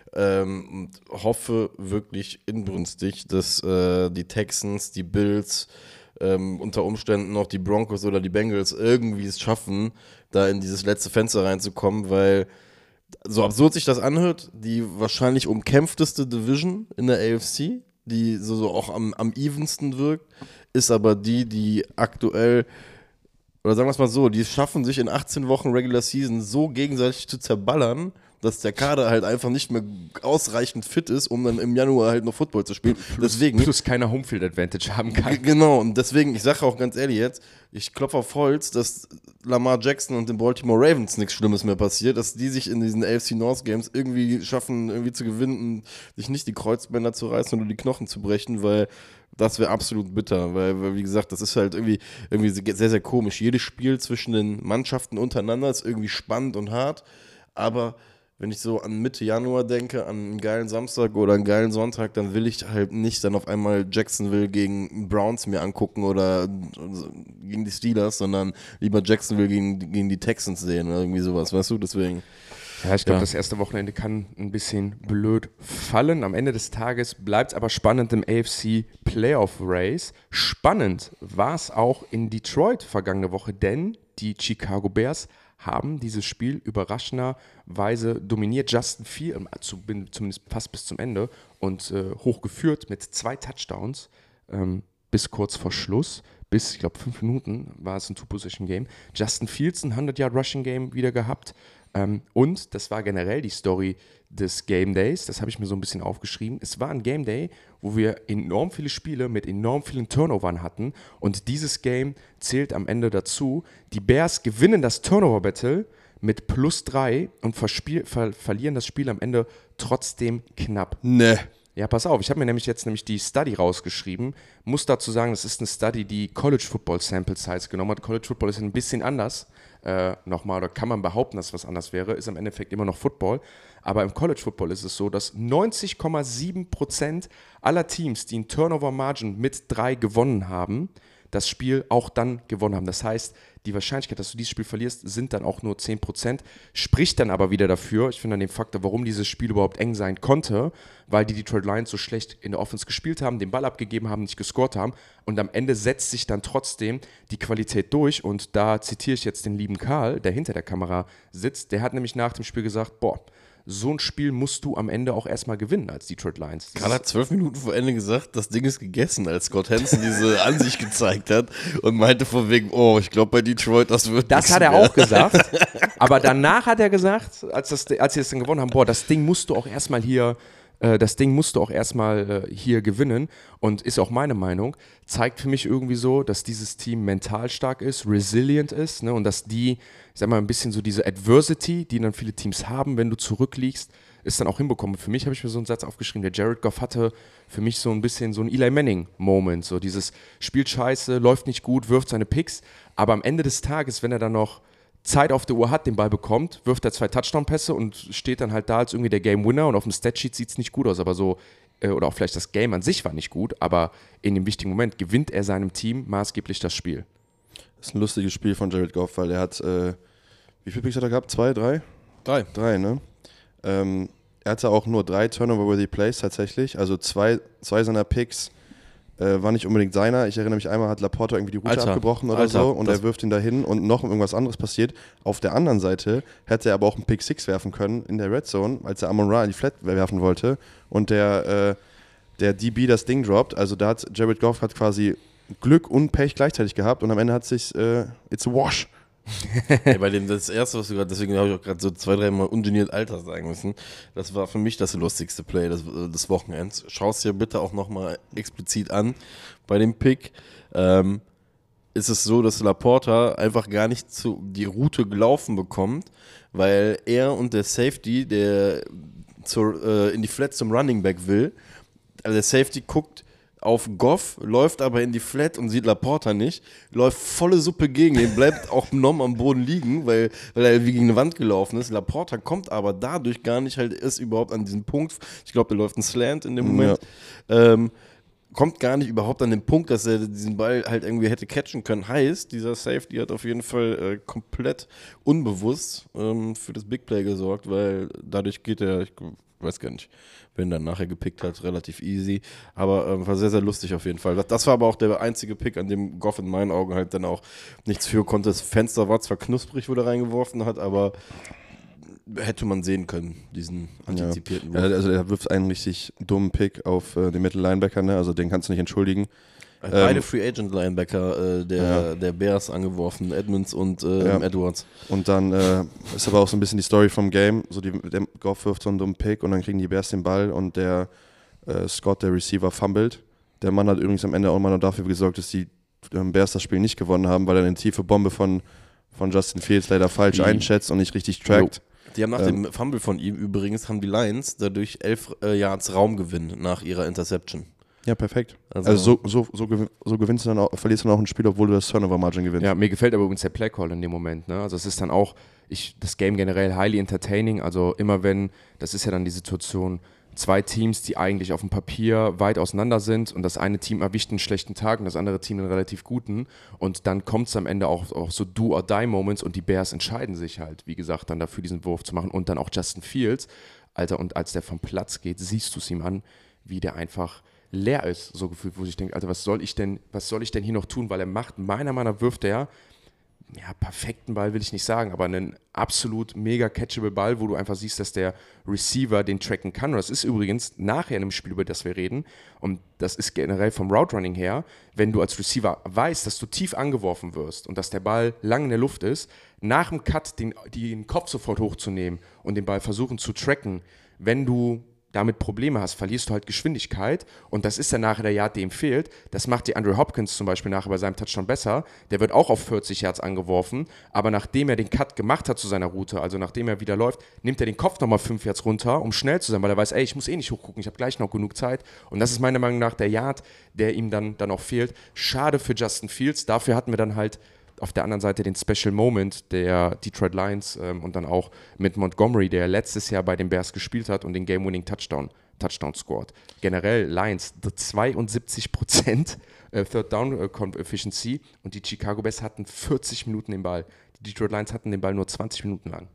Ähm, und hoffe wirklich inbrünstig, dass äh, die Texans, die Bills, ähm, unter Umständen noch die Broncos oder die Bengals irgendwie es schaffen, da in dieses letzte Fenster reinzukommen, weil so absurd sich das anhört, die wahrscheinlich umkämpfteste Division in der A F C, die so, so auch am, am evensten wirkt, ist aber die, die aktuell, oder sagen wir es mal so, die schaffen sich in achtzehn Wochen Regular Season so gegenseitig zu zerballern, dass der Kader halt einfach nicht mehr ausreichend fit ist, um dann im Januar halt noch Football zu spielen. Plus, deswegen, plus keine Homefield-Advantage haben kann. Genau, und deswegen, ich sage auch ganz ehrlich jetzt, ich klopfe auf Holz, dass Lamar Jackson und den Baltimore Ravens nichts Schlimmes mehr passiert, dass die sich in diesen A F C North Games irgendwie schaffen, irgendwie zu gewinnen und sich nicht die Kreuzbänder zu reißen oder die Knochen zu brechen, weil das wäre absolut bitter, weil, weil, wie gesagt, das ist halt irgendwie, irgendwie sehr, sehr komisch. Jedes Spiel zwischen den Mannschaften untereinander ist irgendwie spannend und hart, aber wenn ich so an Mitte Januar denke, an einen geilen Samstag oder einen geilen Sonntag, dann will ich halt nicht dann auf einmal Jacksonville gegen Browns mir angucken oder gegen die Steelers, sondern lieber Jacksonville gegen, gegen die Texans sehen oder irgendwie sowas, weißt du, deswegen. Ja, ich glaube, Ja. das erste Wochenende kann ein bisschen blöd fallen. Am Ende des Tages bleibt es aber spannend im A F C Playoff Race. Spannend war es auch in Detroit vergangene Woche, denn die Chicago Bears haben dieses Spiel überraschenderweise dominiert. Justin Fields, also zumindest fast bis zumEnde, und äh, hochgeführt mit zwei Touchdowns ähm, bis kurz vor Schluss. Bis, ich glaube, fünf Minuten war es ein Two-Position-Game. Justin Fields ein hundert-Yard-Rushing-Game wieder gehabt. Ähm, und das war generell die Story des Game Days. Das habe ich mir so ein bisschen aufgeschrieben. Es war ein Game Day, wo wir enorm viele Spiele mit enorm vielen Turnovern hatten. Und dieses Game zählt am Ende dazu. Die Bears gewinnen das Turnover-Battle mit plus drei und verspiel- ver- verlieren das Spiel am Ende trotzdem knapp. Ne. Ja, pass auf, ich habe mir nämlich jetzt nämlich die Study rausgeschrieben. Muss dazu sagen, das ist eine Study, die College Football Sample Size genommen hat. College Football ist ein bisschen anders, äh, nochmal, oder kann man behaupten, dass was anders wäre, ist im Endeffekt immer noch Football. Aber im College Football ist es so, dass neunzig Komma sieben Prozent aller Teams, die einen Turnover Margin mit drei gewonnen haben, das Spiel auch dann gewonnen haben. Das heißt, die Wahrscheinlichkeit, dass du dieses Spiel verlierst, sind dann auch nur zehn Prozent. Spricht dann aber wieder dafür, ich finde an dem Faktor, warum dieses Spiel überhaupt eng sein konnte, weil die Detroit Lions so schlecht in der Offense gespielt haben, den Ball abgegeben haben, nicht gescored haben, und am Ende setzt sich dann trotzdem die Qualität durch, und da zitiere ich jetzt den lieben Karl, der hinter der Kamera sitzt, der hat nämlich nach dem Spiel gesagt, boah, so ein Spiel musst du am Ende auch erstmal gewinnen als Detroit Lions. Das Karl hat zwölf Minuten vor Ende gesagt, das Ding ist gegessen, als Scott Hansen diese Ansicht gezeigt hat und meinte von wegen, oh, ich glaube bei Detroit, das wird Das nichts hat er mehr. auch gesagt, aber danach hat er gesagt, als, das, als sie das dann gewonnen haben, boah, das Ding musst du auch erstmal hier, äh, das Ding musst du auch erstmal äh, hier gewinnen, und ist auch meine Meinung, zeigt für mich irgendwie so, dass dieses Team mental stark ist, resilient ist, ne, und dass die, ich sag mal, ein bisschen so diese Adversity, die dann viele Teams haben, wenn du zurückliegst, ist dann auch hinbekommen. Für mich habe ich mir so einen Satz aufgeschrieben, der Jared Goff hatte für mich so ein bisschen so ein Eli Manning-Moment, so dieses spielt scheiße, läuft nicht gut, wirft seine Picks, aber am Ende des Tages, wenn er dann noch Zeit auf der Uhr hat, den Ball bekommt, wirft er zwei Touchdown-Pässe und steht dann halt da als irgendwie der Game-Winner, und auf dem Statsheet sieht es nicht gut aus, aber so, äh, oder auch vielleicht das Game an sich war nicht gut, aber in dem wichtigen Moment gewinnt er seinem Team maßgeblich das Spiel. Das ist ein lustiges Spiel von Jared Goff, weil er hat, äh, wie viele Picks hat er gehabt? Zwei, drei? Drei. Drei, ne? Ähm, er hatte auch nur drei Turnover-worthy Plays tatsächlich, also zwei, zwei seiner Picks äh, war nicht unbedingt seiner. Ich erinnere mich, einmal hat Laporta irgendwie die Route Alter, abgebrochen oder Alter, so, und das- er wirft ihn dahin und noch irgendwas anderes passiert. Auf der anderen Seite hätte er aber auch einen Pick Six werfen können in der Red Zone, als er Amon-Ra in die Flat werfen wollte und der, äh, der D B das Ding droppt. Also da hat Jared Goff hat quasi Glück und Pech gleichzeitig gehabt und am Ende hat sich äh, it's a wash. Ey, bei dem, das erste, was du gerade, deswegen habe ich auch gerade so zwei, dreimal ungeniert Alter sagen müssen, das war für mich das lustigste Play des, des Wochenends. Schau es dir bitte auch nochmal explizit an bei dem Pick. Ähm, ist es so, dass Laporta einfach gar nicht zu, die Route gelaufen bekommt, weil er und der Safety, der zur, äh, in die Flat zum Running Back will, also der Safety guckt auf Goff, läuft aber in die Flat und sieht Laporta nicht, läuft volle Suppe gegen ihn, bleibt auch benommen am Boden liegen, weil, weil er wie gegen eine Wand gelaufen ist. Laporta kommt aber dadurch gar nicht halt erst überhaupt an diesen Punkt, ich glaube, der läuft ein Slant in dem Moment, ja. ähm, kommt gar nicht überhaupt an den Punkt, dass er diesen Ball halt irgendwie hätte catchen können. Heißt, dieser Safety hat auf jeden Fall äh, komplett unbewusst ähm, für das Big Play gesorgt, weil dadurch geht er, ich weiß gar nicht, wenn dann nachher gepickt hat, relativ easy. Aber äh, war sehr, sehr lustig auf jeden Fall. Das, das war aber auch der einzige Pick, an dem Goff in meinen Augen halt dann auch nichts für konnte. Das Fenster war zwar knusprig, wo der reingeworfen hat, aber hätte man sehen können, diesen antizipierten ja. Wurf. Also er wirft einen richtig dummen Pick auf äh, den Mittellinebacker, ne? Also den kannst du nicht entschuldigen. Beide ähm, Free Agent Linebacker äh, der, ja. der Bears angeworfen, Edmonds und äh, ja. Edwards. Und dann äh, ist aber auch so ein bisschen die Story vom Game. So die, der Goff wirft so einen dummen Pick und dann kriegen die Bears den Ball und der äh, Scott, der Receiver, fummelt. Der Mann hat übrigens am Ende auch mal noch dafür gesorgt, dass die ähm, Bears das Spiel nicht gewonnen haben, weil er eine tiefe Bombe von, von Justin Fields leider falsch Wie? einschätzt und nicht richtig trackt. Die haben nach Ähm, dem Fumble von ihm übrigens, haben die Lions dadurch elf äh, Yards Raumgewinn nach ihrer Interception. Ja, perfekt. Also- Also, so, so, so, gewin- so gewinnst du dann auch, verlierst du dann auch ein Spiel, obwohl du das Turnover-Margin gewinnst. Ja, mir gefällt aber übrigens der Play-Call in dem Moment. Ne? Also es ist dann auch, ich, das Game generell highly entertaining. Also immer wenn, das ist ja dann die Situation, zwei Teams, die eigentlich auf dem Papier weit auseinander sind und das eine Team erwischt einen schlechten Tag und das andere Team einen relativ guten und dann kommt es am Ende auch, auch so Do-or-Die-Moments und die Bears entscheiden sich halt, wie gesagt, dann dafür diesen Wurf zu machen und dann auch Justin Fields, Alter, und als der vom Platz geht, siehst du es ihm an, wie der einfach leer ist, so gefühlt, wo ich denke, Alter, was soll ich denn, was soll ich denn hier noch tun, weil er macht, meiner Meinung nach wirft er, ja, perfekten Ball will ich nicht sagen, aber einen absolut mega catchable Ball, wo du einfach siehst, dass der Receiver den tracken kann. Und das ist übrigens nachher in einem Spiel, über das wir reden, und das ist generell vom Route Running her, wenn du als Receiver weißt, dass du tief angeworfen wirst und dass der Ball lang in der Luft ist, nach dem Cut den, den Kopf sofort hochzunehmen und den Ball versuchen zu tracken, wenn du damit Probleme hast, verlierst du halt Geschwindigkeit und das ist dann nachher der Yard, der ihm fehlt. Das macht die Andre Hopkins zum Beispiel nachher bei seinem Touchdown besser. Der wird auch auf vierzig Yards angeworfen, aber nachdem er den Cut gemacht hat zu seiner Route, also nachdem er wieder läuft, nimmt er den Kopf nochmal fünf Yards runter, um schnell zu sein, weil er weiß, ey, ich muss eh nicht hochgucken, ich habe gleich noch genug Zeit und das ist meiner Meinung nach der Yard, der ihm dann, dann auch fehlt. Schade für Justin Fields, dafür hatten wir dann halt auf der anderen Seite den Special Moment der Detroit Lions ähm, und dann auch mit Montgomery, der letztes Jahr bei den Bears gespielt hat und den Game-Winning Touchdown, Touchdown scored. Generell Lions zweiundsiebzig Prozent äh, Third Down äh, Efficiency und die Chicago Bears hatten vierzig Minuten den Ball. Die Detroit Lions hatten den Ball nur zwanzig Minuten lang.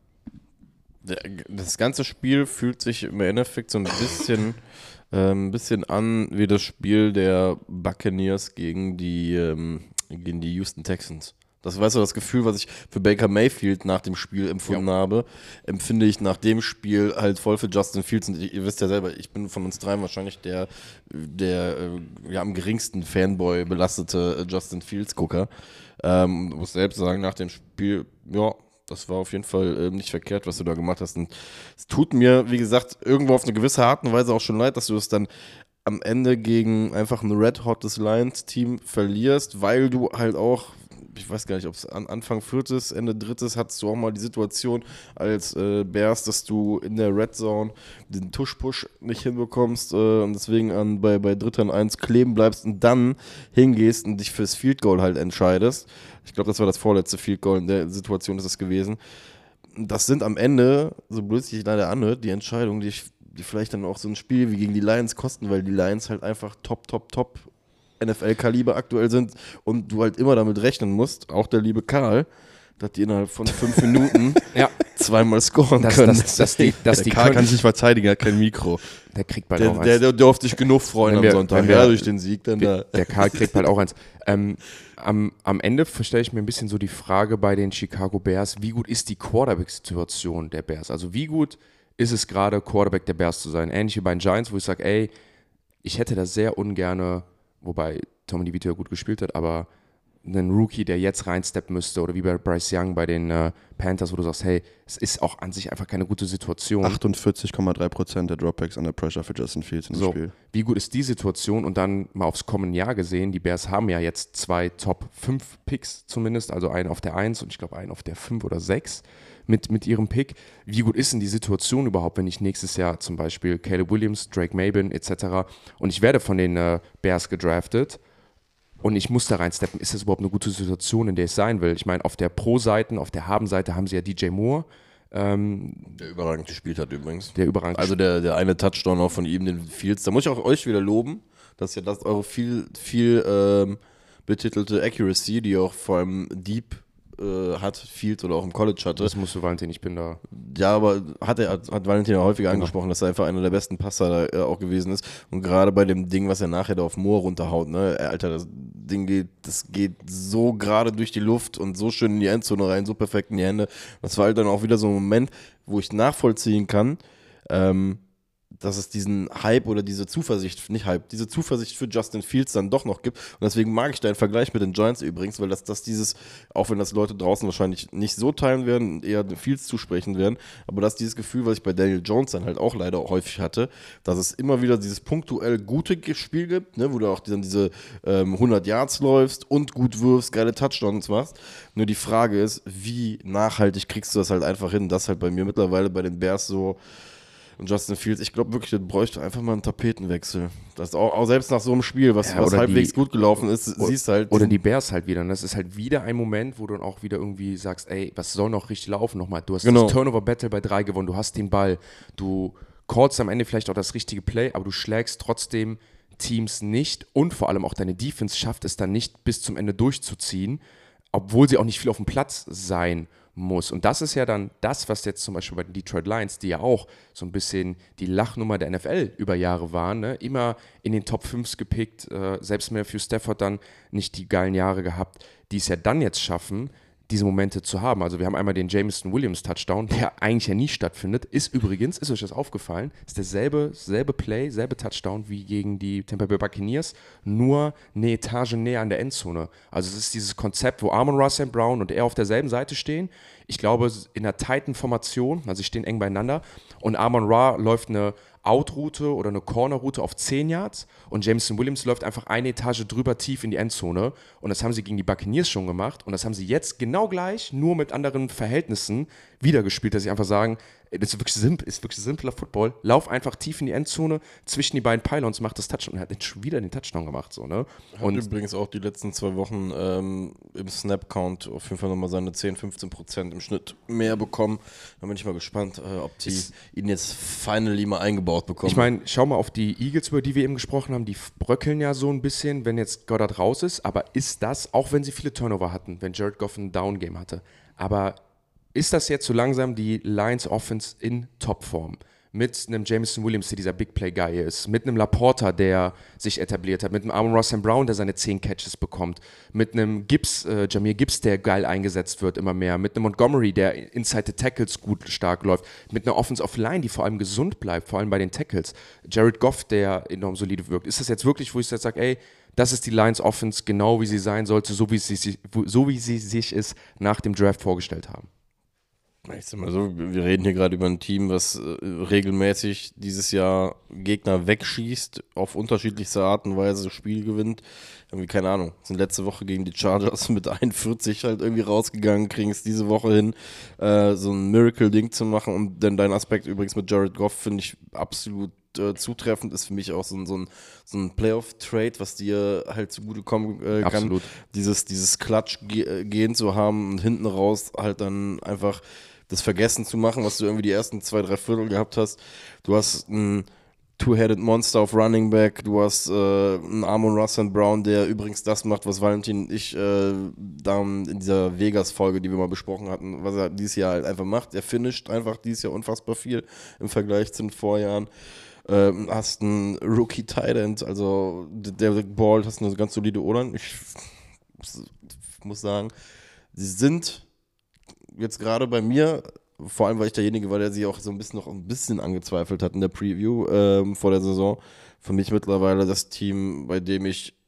Das ganze Spiel fühlt sich im Endeffekt so ein bisschen, äh, ein bisschen an wie das Spiel der Buccaneers gegen die, ähm, gegen die Houston Texans. Das weißt du, das Gefühl, was ich für Baker Mayfield nach dem Spiel empfunden ja. habe, empfinde ich nach dem Spiel halt voll für Justin Fields. Und ihr wisst ja selber, ich bin von uns dreien wahrscheinlich der, der ja, am geringsten Fanboy belastete Justin Fields-Gucker. Ähm, muss selbst sagen, nach dem Spiel, ja, das war auf jeden Fall äh, nicht verkehrt, was du da gemacht hast. Und es tut mir, wie gesagt, irgendwo auf eine gewisse Art und Weise auch schon leid, dass du es dann am Ende gegen einfach ein Red Hottes Lions-Team verlierst, weil du halt auch, ich weiß gar nicht, ob es an Anfang viertes, Ende drittes, hattest du auch mal die Situation als äh, Bears, dass du in der Red Zone den Tush-Push nicht hinbekommst äh, und deswegen an, bei, bei Dritter und Eins kleben bleibst und dann hingehst und dich fürs Field Goal halt entscheidest. Ich glaube, das war das vorletzte Field Goal, in der Situation ist es gewesen. Das sind am Ende, so blöd sich leider anhört, die Entscheidungen, die, ich, die vielleicht dann auch so ein Spiel wie gegen die Lions kosten, weil die Lions halt einfach top, top, top N F L-Kaliber aktuell sind und du halt immer damit rechnen musst, auch der liebe Karl, dass die innerhalb von fünf Minuten ja. zweimal scoren das, können. Das, das, die, das der die Karl kann sich verteidigen, er hat kein Mikro. Der kriegt bald der, auch eins. Der, der durfte sich genug freuen wir, am Sonntag, wir, ja, durch den Sieg. Dann wir, da. Der Karl kriegt bald auch eins. Ähm, am, am Ende stelle ich mir ein bisschen so die Frage bei den Chicago Bears, wie gut ist die Quarterback-Situation der Bears? Also wie gut ist es gerade, Quarterback der Bears zu sein? Ähnlich wie bei den Giants, wo ich sage, ey, ich hätte das sehr ungerne, wobei Tommy DeVito ja gut gespielt hat, aber einen Rookie, der jetzt reinsteppen müsste, oder wie bei Bryce Young bei den äh, Panthers, wo du sagst, hey, es ist auch an sich einfach keine gute Situation. achtundvierzig Komma drei Prozent der Dropbacks under pressure für Justin Fields in dem so, Spiel. Wie gut ist die Situation? Und dann mal aufs kommende Jahr gesehen, die Bears haben ja jetzt zwei Top fünf Picks zumindest, also einen auf der eins und ich glaube einen auf der fünf oder sechs mit, mit ihrem Pick. Wie gut ist denn die Situation überhaupt, wenn ich nächstes Jahr zum Beispiel Caleb Williams, Drake Mabin et cetera und ich werde von den äh, Bears gedraftet, und ich muss da reinsteppen, ist das überhaupt eine gute Situation, in der ich sein will? Ich meine, auf der Pro-Seite, auf der Haben-Seite haben sie ja D J Moore. Ähm, der überragend gespielt hat übrigens. Der überragend Also der, der eine Touchdown auch von ihm, den Fields, da muss ich auch euch wieder loben, dass ja das eure viel, viel ähm, betitelte Accuracy, die auch vor allem Deep äh, hat, Fields oder auch im College hatte. Das musst du, Valentin, ich bin da. Ja, aber hat er hat, hat Valentin ja häufiger genau. angesprochen, dass er einfach einer der besten Passer da, äh, auch gewesen ist. Und gerade bei dem Ding, was er nachher da auf Moore runterhaut, ne, Alter, das Ding geht, das geht so gerade durch die Luft und so schön in die Endzone rein, so perfekt in die Hände. Das war halt dann auch wieder so ein Moment, wo ich nachvollziehen kann, ähm, dass es diesen Hype oder diese Zuversicht, nicht Hype, diese Zuversicht für Justin Fields dann doch noch gibt. Und deswegen mag ich deinen Vergleich mit den Giants übrigens, weil das, das dieses, auch wenn das Leute draußen wahrscheinlich nicht so teilen werden, eher Fields zusprechen werden, aber dass dieses Gefühl, was ich bei Daniel Jones dann halt auch leider häufig hatte, dass es immer wieder dieses punktuell gute Spiel gibt, ne, wo du auch dann diese ähm, hundert Yards läufst und gut wirfst, geile Touchdowns machst. Nur die Frage ist, wie nachhaltig kriegst du das halt einfach hin? Das halt bei mir mittlerweile bei den Bears so. Und Justin Fields, ich glaube wirklich, der bräuchte einfach mal einen Tapetenwechsel. Das auch, auch selbst nach so einem Spiel, was, ja, was halbwegs die, gut gelaufen ist, siehst halt. Oder die Bears halt wieder. Und das ist halt wieder ein Moment, wo du dann auch wieder irgendwie sagst, ey, was soll noch richtig laufen nochmal? Du hast genau. das Turnover-Battle bei drei gewonnen, du hast den Ball, du callst am Ende vielleicht auch das richtige Play, aber du schlägst trotzdem Teams nicht und vor allem auch deine Defense schafft es dann nicht bis zum Ende durchzuziehen, obwohl sie auch nicht viel auf dem Platz sein muss. Und das ist ja dann das, was jetzt zum Beispiel bei den Detroit Lions, die ja auch so ein bisschen die Lachnummer der N F L über Jahre waren, ne? Immer in den Top fünf gepickt, äh, selbst Matthew Stafford dann nicht die geilen Jahre gehabt, die es ja dann jetzt schaffen, diese Momente zu haben. Also wir haben einmal den Jameson Williams Touchdown, der eigentlich ja nie stattfindet. Ist übrigens, ist euch das aufgefallen, ist derselbe selbe Play, selbe Touchdown wie gegen die Tampa Bay Buccaneers, nur eine Etage näher an der Endzone. Also es ist dieses Konzept, wo Amon-Ra Saint Brown und er auf derselben Seite stehen. Ich glaube, in einer tighten Formation, also sie stehen eng beieinander und Amon-Ra läuft eine Out-Route oder eine Corner-Route auf zehn Yards und Jameson Williams läuft einfach eine Etage drüber tief in die Endzone und das haben sie gegen die Buccaneers schon gemacht und das haben sie jetzt genau gleich, nur mit anderen Verhältnissen wieder gespielt, dass sie einfach sagen, das ist wirklich, simpel, ist wirklich simpler Football, lauf einfach tief in die Endzone zwischen die beiden Pylons, macht das Touchdown und er hat jetzt schon wieder den Touchdown gemacht. So, ne? Und hat übrigens auch die letzten zwei Wochen ähm, im Snap-Count auf jeden Fall nochmal seine zehn, fünfzehn Prozent im Schnitt mehr bekommen. Da bin ich mal gespannt, äh, ob die ihn jetzt finally mal eingebaut bekommen. Ich meine, schau mal auf die Eagles, über die wir eben gesprochen haben, die bröckeln ja so ein bisschen, wenn jetzt Goddard raus ist, aber ist das, auch wenn sie viele Turnover hatten, wenn Jared Goff ein Down-Game hatte, aber ist das jetzt so langsam die Lions Offense in Topform? Mit einem Jameson Williams, der dieser Big Play Guy ist, mit einem Laporta, der sich etabliert hat, mit einem Amon-Ra Saint Brown, der seine zehn Catches bekommt, mit einem Gibbs, äh, Jahmyr Gibbs, der geil eingesetzt wird immer mehr, mit einem Montgomery, der inside the Tackles gut stark läuft, mit einer Offense of Line, die vor allem gesund bleibt, vor allem bei den Tackles, Jared Goff, der enorm solide wirkt. Ist das jetzt wirklich, wo ich jetzt sage, ey, das ist die Lions Offense genau wie sie sein sollte, so wie sie, so wie sie sich es nach dem Draft vorgestellt haben? Ich sag mal so, wir reden hier gerade über ein Team, was äh, regelmäßig dieses Jahr Gegner wegschießt, auf unterschiedlichste Art und Weise Spiel gewinnt. Irgendwie, keine Ahnung, sind letzte Woche gegen die Chargers mit einundvierzig halt irgendwie rausgegangen, kriegen es diese Woche hin, äh, so ein Miracle-Ding zu machen. Und dann dein Aspekt übrigens mit Jared Goff finde ich absolut äh, zutreffend, ist für mich auch so ein, so ein, so ein Playoff-Trade, was dir halt zugutekommen äh, kann. Absolut. Dieses, dieses Klatsch-Gehen zu haben und hinten raus halt dann einfach das Vergessen zu machen, was du irgendwie die ersten zwei, drei Viertel gehabt hast. Du hast ein Two-Headed Monster auf Running Back, du hast äh, einen Amon-Ra Saint Brown, der übrigens das macht, was Valentin und ich äh, da in dieser Vegas-Folge, die wir mal besprochen hatten, was er dieses Jahr halt einfach macht. Er finisht einfach dieses Jahr unfassbar viel im Vergleich zu den Vorjahren. Ähm, hast einen Rookie-Tight End, also Derek Ball, hast eine ganz solide O-Line. Ich muss sagen, sie sind jetzt gerade bei mir, vor allem weil ich derjenige war, der sie auch so ein bisschen noch ein bisschen angezweifelt hat in der Preview ähm, vor der Saison, für mich mittlerweile das Team, bei dem ich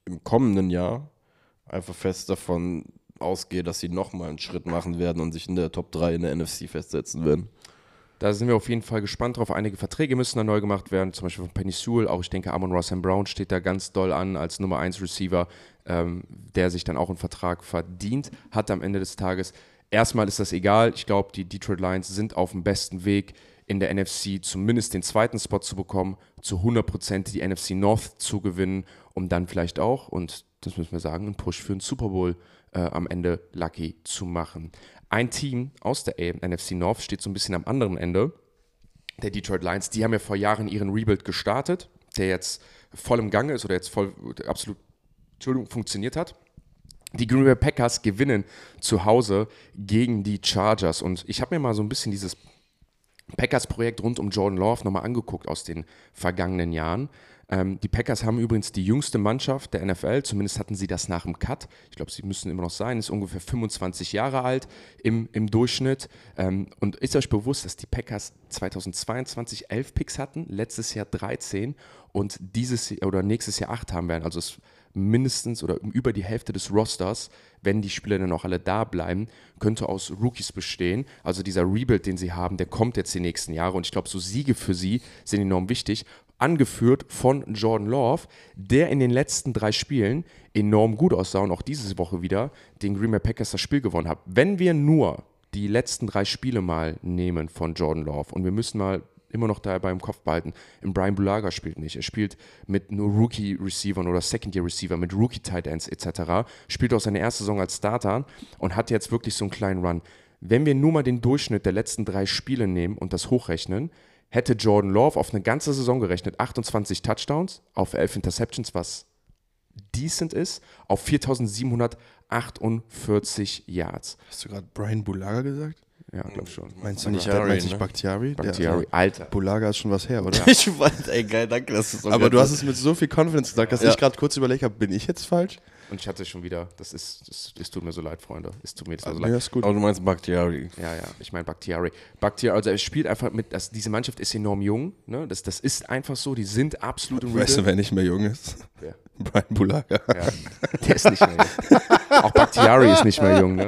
im kommenden Jahr einfach fest davon ausgehe, dass sie nochmal einen Schritt machen werden und sich in der Top drei in der N F C festsetzen werden. Da sind wir auf jeden Fall gespannt drauf. Einige Verträge müssen da neu gemacht werden, zum Beispiel von Penny Sewell. Auch ich denke, Amon-Ra Saint Brown steht da ganz doll an als Nummer eins Receiver, ähm, der sich dann auch einen Vertrag verdient hat am Ende des Tages. Erstmal ist das egal. Ich glaube, die Detroit Lions sind auf dem besten Weg, in der N F C zumindest den zweiten Spot zu bekommen, zu hundert Prozent die N F C North zu gewinnen, um dann vielleicht auch, und das müssen wir sagen, einen Push für den Super Bowl äh, am Ende lucky zu machen. Ein Team aus der N F C North steht so ein bisschen am anderen Ende, der Detroit Lions. Die haben ja vor Jahren ihren Rebuild gestartet, der jetzt voll im Gange ist oder jetzt voll absolut, Entschuldigung, funktioniert hat. Die Green Bay Packers gewinnen zu Hause gegen die Chargers. Und ich habe mir mal so ein bisschen dieses Packers-Projekt rund um Jordan Love nochmal angeguckt aus den vergangenen Jahren. Ähm, die Packers haben übrigens die jüngste Mannschaft der N F L, zumindest hatten sie das nach dem Cut. Ich glaube, sie müssen immer noch sein, ist ungefähr fünfundzwanzig Jahre alt im, im Durchschnitt. Ähm, und ist euch bewusst, dass die Packers zweitausendzweiundzwanzig elf Picks hatten, letztes Jahr dreizehn und dieses oder nächstes Jahr acht haben werden. Also es mindestens oder über die Hälfte des Rosters, wenn die Spieler dann auch alle da bleiben, könnte aus Rookies bestehen. Also dieser Rebuild, den sie haben, der kommt jetzt die nächsten Jahre und ich glaube, so Siege für sie sind enorm wichtig. Angeführt von Jordan Love, der in den letzten drei Spielen enorm gut aussah und auch diese Woche wieder den Green Bay Packers das Spiel gewonnen hat. Wenn wir nur die letzten drei Spiele mal nehmen von Jordan Love und wir müssen mal immer noch dabei im Kopf behalten, Brian Bulaga spielt nicht. Er spielt mit nur Rookie-Receivern oder Second-Year-Receiver, mit Rookie-Tight Ends et cetera. Spielt auch seine erste Saison als Starter und hat jetzt wirklich so einen kleinen Run. Wenn wir nur mal den Durchschnitt der letzten drei Spiele nehmen und das hochrechnen, hätte Jordan Love auf eine ganze Saison gerechnet achtundzwanzig Touchdowns, auf elf Interceptions, was decent ist, auf viertausendsiebenhundertachtundvierzig Yards. Hast du gerade Brian Bulaga gesagt? Ja, glaube schon. Meinst du nicht, Bakhtiari, meinst du nicht ne? Bakhtiari? Bakhtiari, Der, Alter. Bulaga ist schon was her, oder? Ich weiß, ey, geil, danke, dass du es so Aber du hast es mit so viel Confidence gesagt, dass Ja. ich gerade kurz überlegt habe, bin ich jetzt falsch? Und ich hatte schon wieder, das ist, das, es tut mir so leid, Freunde. Es tut mir das so Also, leid. ja, ist gut. Aber du meinst Bakhtiari. Ja, ja, ich meine Bakhtiari. Bakhtiari, also er spielt einfach mit, das, diese Mannschaft ist enorm jung, ne? das, das ist einfach so, die sind absolut im Weißt du, Rebuild. wer nicht mehr jung ist? Wer? Brian Bulaga. Ja, der ist nicht mehr jung. Auch Bakhtiari ist nicht mehr jung, ne?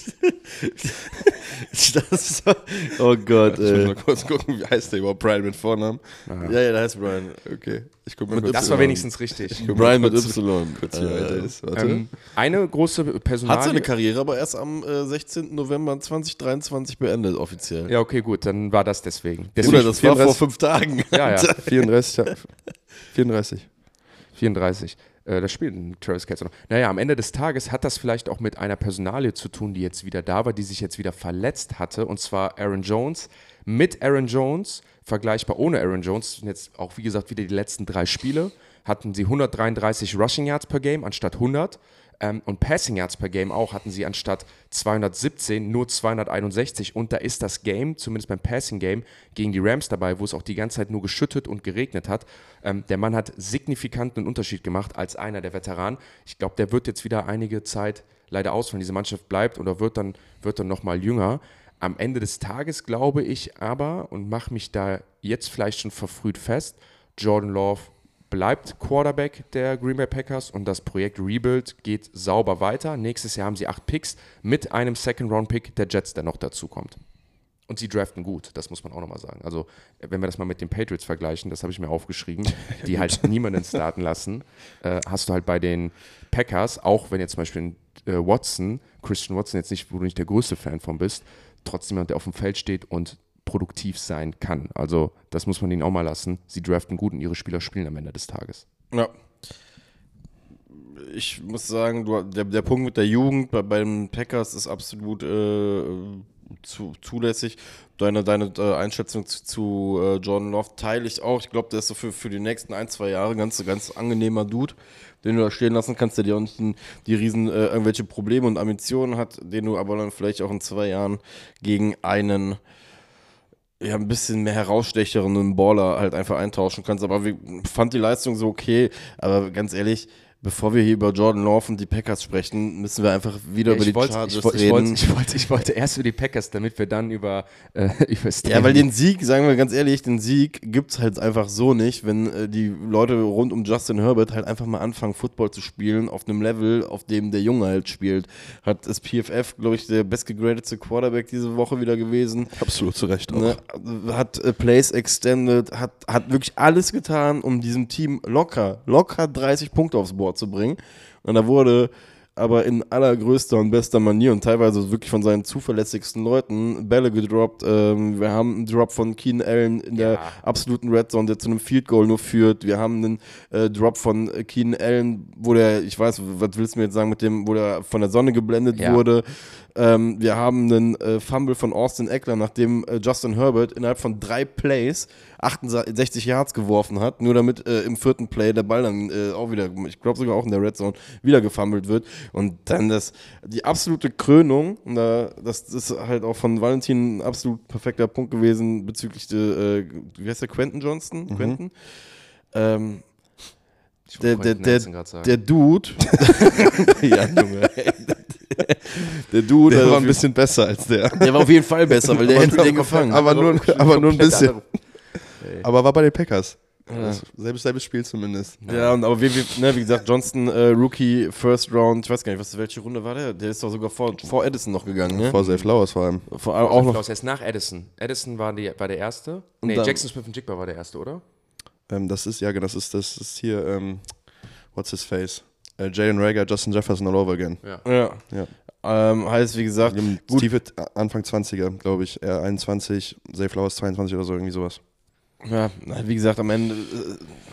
Das, oh Gott, Ich muss ey. mal kurz gucken, wie heißt der überhaupt? Brian mit Vornamen? Ja, ja, da heißt Brian. Okay, ich guck mal Mit kurz. Das war wenigstens richtig. guck mal Brian mit kurz, Y. Kurz, wie alt er Äh, ist. Warte. Ähm, eine große Hat Personalie. seine Karriere aber erst am äh, sechzehnten November zweitausenddreiundzwanzig beendet, offiziell. Ja, okay, gut, dann war das deswegen. Bruder, Deswegen das war vor vierunddreißig fünf Tagen. ja, ja, vierunddreißig. Ja. vierunddreißig. vierunddreißig. Äh, das spielt ein Travis Kelce noch. Naja, am Ende des Tages hat das vielleicht auch mit einer Personalie zu tun, die jetzt wieder da war, die sich jetzt wieder verletzt hatte, und zwar Aaron Jones. Mit Aaron Jones, vergleichbar ohne Aaron Jones, jetzt auch wie gesagt wieder die letzten drei Spiele, hatten sie hundertdreiunddreißig Rushing Yards per Game anstatt hundert. Ähm, und Passing Yards per Game auch hatten sie anstatt zweihundertsiebzehn nur zweihunderteinundsechzig. Und da ist das Game, zumindest beim Passing Game, gegen die Rams dabei, wo es auch die ganze Zeit nur geschüttet und geregnet hat. Ähm, der Mann hat signifikanten Unterschied gemacht als einer der Veteranen. Ich glaube, der wird jetzt wieder einige Zeit leider ausfallen. Diese Mannschaft bleibt oder wird dann, wird dann nochmal jünger. Am Ende des Tages glaube ich aber, und mache mich da jetzt vielleicht schon verfrüht fest, Jordan Love bleibt Quarterback der Green Bay Packers und das Projekt Rebuild geht sauber weiter. Nächstes Jahr haben sie acht Picks mit einem Second-Round-Pick der Jets, der noch dazu kommt. Und sie draften gut, das muss man auch nochmal sagen. Also, wenn wir das mal mit den Patriots vergleichen, das habe ich mir aufgeschrieben, die halt niemanden starten lassen, äh, hast du halt bei den Packers, auch wenn jetzt zum Beispiel äh, Watson, Christian Watson jetzt nicht, wo du nicht der größte Fan von bist, trotzdem jemand, der auf dem Feld steht und produktiv sein kann. Also das muss man ihnen auch mal lassen. Sie draften gut und ihre Spieler spielen am Ende des Tages. Ja. Ich muss sagen, du, der, der Punkt mit der Jugend bei, bei den Packers ist absolut äh, zu, zulässig. Deine, deine äh, Einschätzung zu, zu äh, Jordan Love teile ich auch. Ich glaube, der ist so für, für die nächsten ein, zwei Jahre ganz, ganz angenehmer Dude, den du da stehen lassen kannst, der dir auch nicht in, die riesen äh, irgendwelche Probleme und Ambitionen hat, den du aber dann vielleicht auch in zwei Jahren gegen einen ja, ein bisschen mehr herausstechenden Baller halt einfach eintauschen kannst. Aber ich fand die Leistung so okay, aber ganz ehrlich, Bevor wir hier über Jordan Love und die Packers sprechen, müssen wir einfach wieder Ja, über die ich wollte, Chargers ich, wollte, ich, reden. wollte, ich, wollte, ich wollte erst über die Packers, damit wir dann über, äh, über Ja, weil den Sieg, sagen wir ganz ehrlich, den Sieg gibt es halt einfach so nicht, wenn äh, die Leute rund um Justin Herbert halt einfach mal anfangen, Football zu spielen auf einem Level, auf dem der Junge halt spielt. Hat das P F F, glaube ich, der bestgegradete Quarterback diese Woche wieder gewesen. Absolut zu Recht auch. Ne, hat äh, Plays extended, hat, hat wirklich alles getan, um diesem Team locker, locker dreißig Punkte aufs Board zu bringen. Und da wurde aber in allergrößter und bester Manier und teilweise wirklich von seinen zuverlässigsten Leuten Bälle gedroppt. Ähm, wir haben einen Drop von Keenan Allen in der Ja. absoluten Red Zone, der zu einem Field Goal nur führt. Wir haben einen äh, Drop von äh, Keenan Allen, wo der, ich weiß, was willst du mir jetzt sagen, mit dem, wo der von der Sonne geblendet Ja. wurde. Ähm, wir haben einen äh, Fumble von Austin Eckler, nachdem äh, Justin Herbert innerhalb von drei Plays achtundsechzig Yards geworfen hat, nur damit äh, im vierten Play der Ball dann äh, auch wieder, ich glaube sogar auch in der Red Zone, wieder gefummelt wird. Und dann das, die absolute Krönung, und da, das ist halt auch von Valentin ein absolut perfekter Punkt gewesen bezüglich der, äh, wie heißt der, Quentin Johnston? Mhm. Quentin? Ähm, Ich der, wollte der, Quentin der, Nelson grad sagen. der Dude, ja, Junge, der Dude, Der also war ein bisschen besser als der. der war auf jeden Fall besser, weil der hätte den gefangen. Aber nur, aber nur ein bisschen. Ey. Aber war bei den Packers. Ja. Das- Selbes, selbes Spiel zumindest. Ja, und aber wie, wie, ne, wie gesagt, Johnston, äh, Rookie, First Round, ich weiß gar nicht, was, welche Runde war der? Der ist doch sogar vor, vor Edison noch gegangen, ne? Vor Zay Flowers vor allem. Vor allem auch noch. Klaus, erst nach Edison. Edison war, die, war der erste. Nee, dann- Jackson Smith und Jigba war der erste, oder? Ähm, das ist, ja, genau, das ist, das ist hier, ähm, what's his face? Äh, Jalen Rager, Justin Jefferson all over again. Ja. Ja. Ja. Ähm, heißt, wie gesagt, gut, Steve Anfang zwanziger, glaube ich. Er einundzwanzig, Zay Flowers zweiundzwanzig oder so, irgendwie sowas. ja, wie gesagt, am Ende, äh,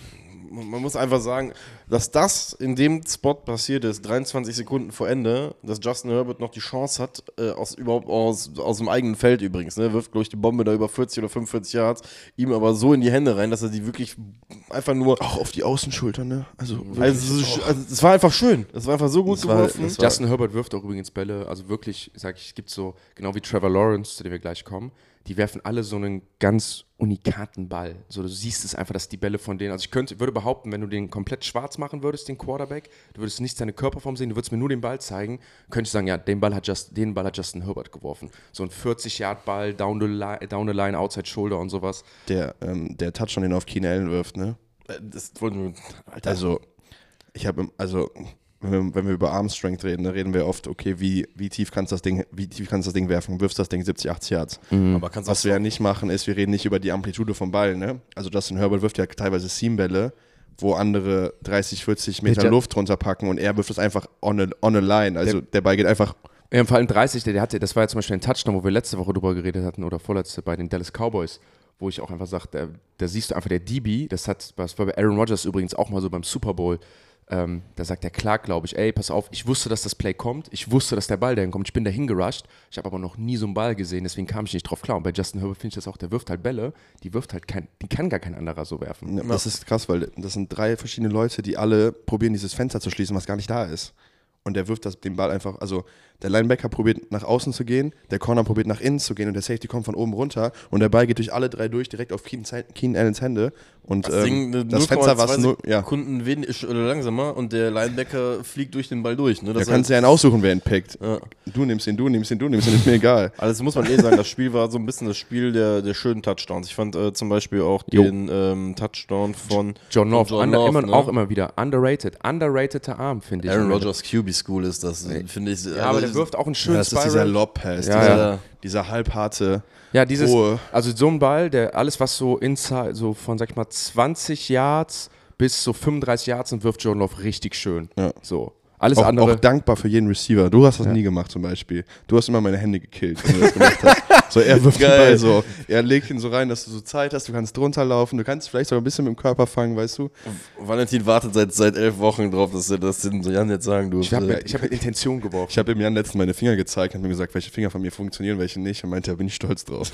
man muss einfach sagen, dass das in dem Spot passiert ist, dreiundzwanzig Sekunden vor Ende, dass Justin Herbert noch die Chance hat, äh, aus überhaupt aus, aus dem eigenen Feld übrigens, ne, wirft, glaube ich, die Bombe da über vierzig oder fünfundvierzig Yards, ihm aber so in die Hände rein, dass er die wirklich einfach nur. Auch auf die Außenschulter, ne? Also, Also, es- also es war einfach schön. Es war einfach so gut Das war- geworfen. das war- Justin Herbert wirft auch übrigens Bälle, also wirklich, sag ich, es gibt so, genau wie Trevor Lawrence, zu dem wir gleich kommen, die werfen alle so einen ganz unikaten Ball. So, du siehst es einfach, dass die Bälle von denen, also ich könnte, würde behaupten, wenn du den komplett schwarz machen würdest, den Quarterback, du würdest nicht seine Körperform sehen, du würdest mir nur den Ball zeigen, könnte ich sagen, ja, den Ball hat, Just, den Ball hat Justin Herbert geworfen. So ein vierzig-Yard-Ball, down the, li down the line, outside shoulder und sowas. der, ähm, der Touchdown, den er auf Keenan Allen wirft, ne? Äh, Das wollten wir. Alter. Also, ich habe, also, wenn wir, wenn wir über Arm Strength reden, da reden wir oft, okay, wie, wie tief kannst du das Ding, wie tief kannst du das Ding werfen? Wirfst das Ding siebzig, achtzig Yards. aber kannst Was auch wir ja nicht machen, ist, wir reden nicht über die Amplitude vom Ball, ne? Also Justin Herbert wirft ja teilweise Seambälle, wo andere dreißig, vierzig Meter Ja. Luft runterpacken und er wirft es einfach on a, on a line. Also der, der Ball geht einfach. Ja, vor allem dreißig, der, der hatte, das war ja zum Beispiel ein Touchdown, wo wir letzte Woche drüber geredet hatten oder vorletzte bei den Dallas Cowboys, wo ich auch einfach sage, da, da siehst du einfach der D B, das hat, das war bei Aaron Rodgers übrigens auch mal so beim Super Bowl, ähm, da sagt der Clark, glaube ich, ey, pass auf, ich wusste, dass das Play kommt, ich wusste, dass der Ball dahin kommt, ich bin dahin gerusht, ich habe aber noch nie so einen Ball gesehen, deswegen kam ich nicht drauf klar. Und bei Justin Herbert finde ich das auch, der wirft halt Bälle, die wirft halt kein, die kann gar kein anderer so werfen. Ja, das ist krass, weil das sind drei verschiedene Leute, die alle probieren, dieses Fenster zu schließen, was gar nicht da ist. Und der wirft das, den Ball einfach, also der Linebacker probiert nach außen zu gehen, der Corner probiert nach innen zu gehen und der Safety kommt von oben runter und der Ball geht durch alle drei durch, direkt auf Keenan, Keenan Allens Hände. Und Das, ähm, Ding, äh, das Fenster war nur, ja. Sekunden wenig, oder langsamer und der Linebacker fliegt durch den Ball durch. Ne? Da Das kannst du ja heißt, einen aussuchen, wer ihn pickt. Ja. Du nimmst ihn, du nimmst ihn, du nimmst ihn, ist mir egal. Also muss man eh sagen, das Spiel war so ein bisschen das Spiel der, der schönen Touchdowns. Ich fand äh, zum Beispiel auch Jo. den ähm, Touchdown von John Love, John under, Love, immer, ne? auch immer wieder, underrated, underrateder Arm, finde ich. Aaron Rodgers Q B School ist das, finde ich. Ja, aber der wirft auch einen Ja, schönen das ist dieser Spiral. Lob-Pass, Ja, dieser, ja. dieser halbharte. Ja, dieses, Ruhe. also so ein Ball, der alles, was so inside, so von, sag ich mal, zwanzig Yards bis so fünfunddreißig Yards sind, wirft Jordan Love richtig schön. Ja. So. Alles Auch, andere. auch dankbar für jeden Receiver. Du hast das nie gemacht zum Beispiel. Du hast immer meine Hände gekillt, wenn du das gemacht hast. So, er wirft den Geil. Ball so. Er legt ihn so rein, dass du so Zeit hast, du kannst drunter laufen, du kannst vielleicht sogar ein bisschen mit dem Körper fangen, weißt du? Valentin wartet seit, seit elf Wochen drauf, dass er das den Jan jetzt sagen ich durfte. habe mit, ich hab mit Intention geworfen. Ich habe ihm Jan letztens meine Finger gezeigt und mir gesagt, welche Finger von mir funktionieren, welche nicht. Und meinte, da bin ich stolz drauf.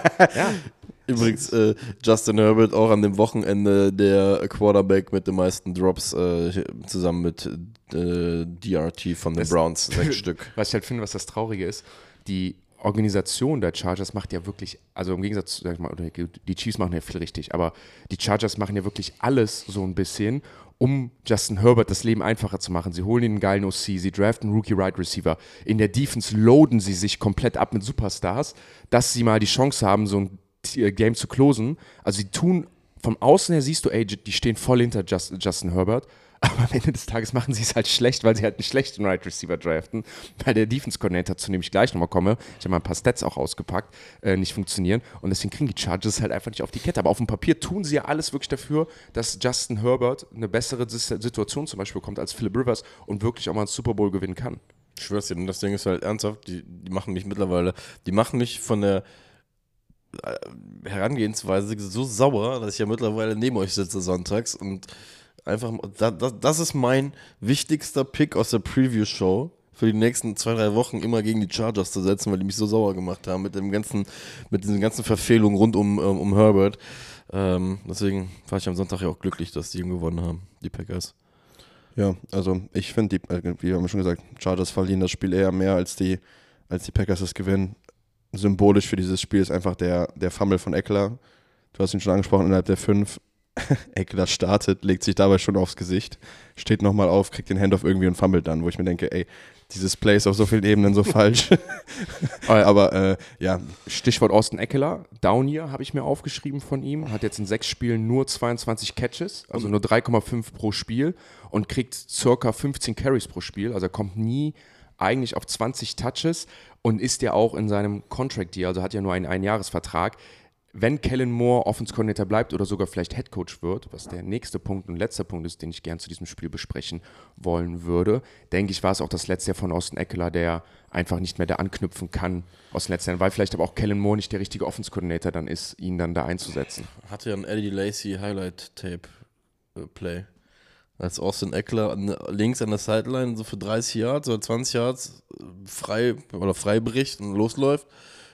Übrigens, äh, Justin Herbert auch an dem Wochenende der Quarterback mit den meisten Drops, äh, zusammen mit äh, D R T von den Das- Browns, sechs Stück. Was ich halt finde, was das Traurige ist, die Organisation der Chargers macht ja wirklich, also im Gegensatz zu, sag ich mal, die Chiefs machen ja viel richtig, aber die Chargers machen ja wirklich alles so ein bisschen, um Justin Herbert das Leben einfacher zu machen. Sie holen ihn einen geilen O C, sie draften einen Rookie-Wide Receiver. In der Defense loaden sie sich komplett ab mit Superstars, dass sie mal die Chance haben, so ein Game zu closen. Also sie tun, vom Außen her siehst du, ey, die stehen voll hinter Just, Justin Herbert. Aber am Ende des Tages machen sie es halt schlecht, weil sie halt einen schlechten Wide Receiver draften. Bei der Defense-Coordinator, zu dem ich gleich nochmal komme, ich habe mal ein paar Stats auch ausgepackt, äh, nicht funktionieren. Und deswegen kriegen die Chargers halt einfach nicht auf die Kette. Aber auf dem Papier tun sie ja alles wirklich dafür, dass Justin Herbert eine bessere Situation zum Beispiel bekommt als Philip Rivers und wirklich auch mal einen Super Bowl gewinnen kann. Ich schwör's dir, das Ding ist halt ernsthaft, die, die machen mich mittlerweile, die machen mich von der Herangehensweise so sauer, dass ich ja mittlerweile neben euch sitze sonntags und einfach, das, das ist mein wichtigster Pick aus der Preview-Show für die nächsten zwei, drei Wochen, immer gegen die Chargers zu setzen, weil die mich so sauer gemacht haben mit dem ganzen, mit diesen ganzen Verfehlungen rund um, um, um Herbert. Ähm, deswegen war ich am Sonntag ja auch glücklich, dass die gewonnen haben, die Packers. Ja, also ich finde, wie haben wir schon gesagt, Chargers verlieren das Spiel eher mehr, als die, als die Packers es gewinnen. Symbolisch für dieses Spiel ist einfach der, der Fumble von Eckler. Du hast ihn schon angesprochen, innerhalb der fünf. Eckler startet, legt sich dabei schon aufs Gesicht, steht nochmal auf, kriegt den Handoff irgendwie und fummelt dann, wo ich mir denke, ey, dieses Play ist auf so vielen Ebenen so falsch. Aber äh, ja. Stichwort Austin Eckler, Down Year habe ich mir aufgeschrieben von ihm, hat jetzt in sechs Spielen nur zweiundzwanzig Catches, also nur drei Komma fünf pro Spiel und kriegt circa fünfzehn Carries pro Spiel, also er kommt nie eigentlich auf zwanzig Touches und ist ja auch in seinem Contract Year, also hat ja nur einen Einjahresvertrag. Wenn Kellen Moore Offense Coordinator bleibt oder sogar vielleicht Head Coach wird, was der nächste Punkt und letzter Punkt ist, den ich gern zu diesem Spiel besprechen wollen würde, denke ich, war es auch das letzte Jahr von Austin Eckler, der einfach nicht mehr da anknüpfen kann aus dem letzten Jahr, weil vielleicht aber auch Kellen Moore nicht der richtige Offense Coordinator dann ist, ihn dann da einzusetzen. Hatte ja ein Eddie Lacy Highlight Tape äh, Play, als Austin Eckler an, links an der Sideline so für dreißig Yards oder zwanzig Yards frei oder frei bricht und losläuft.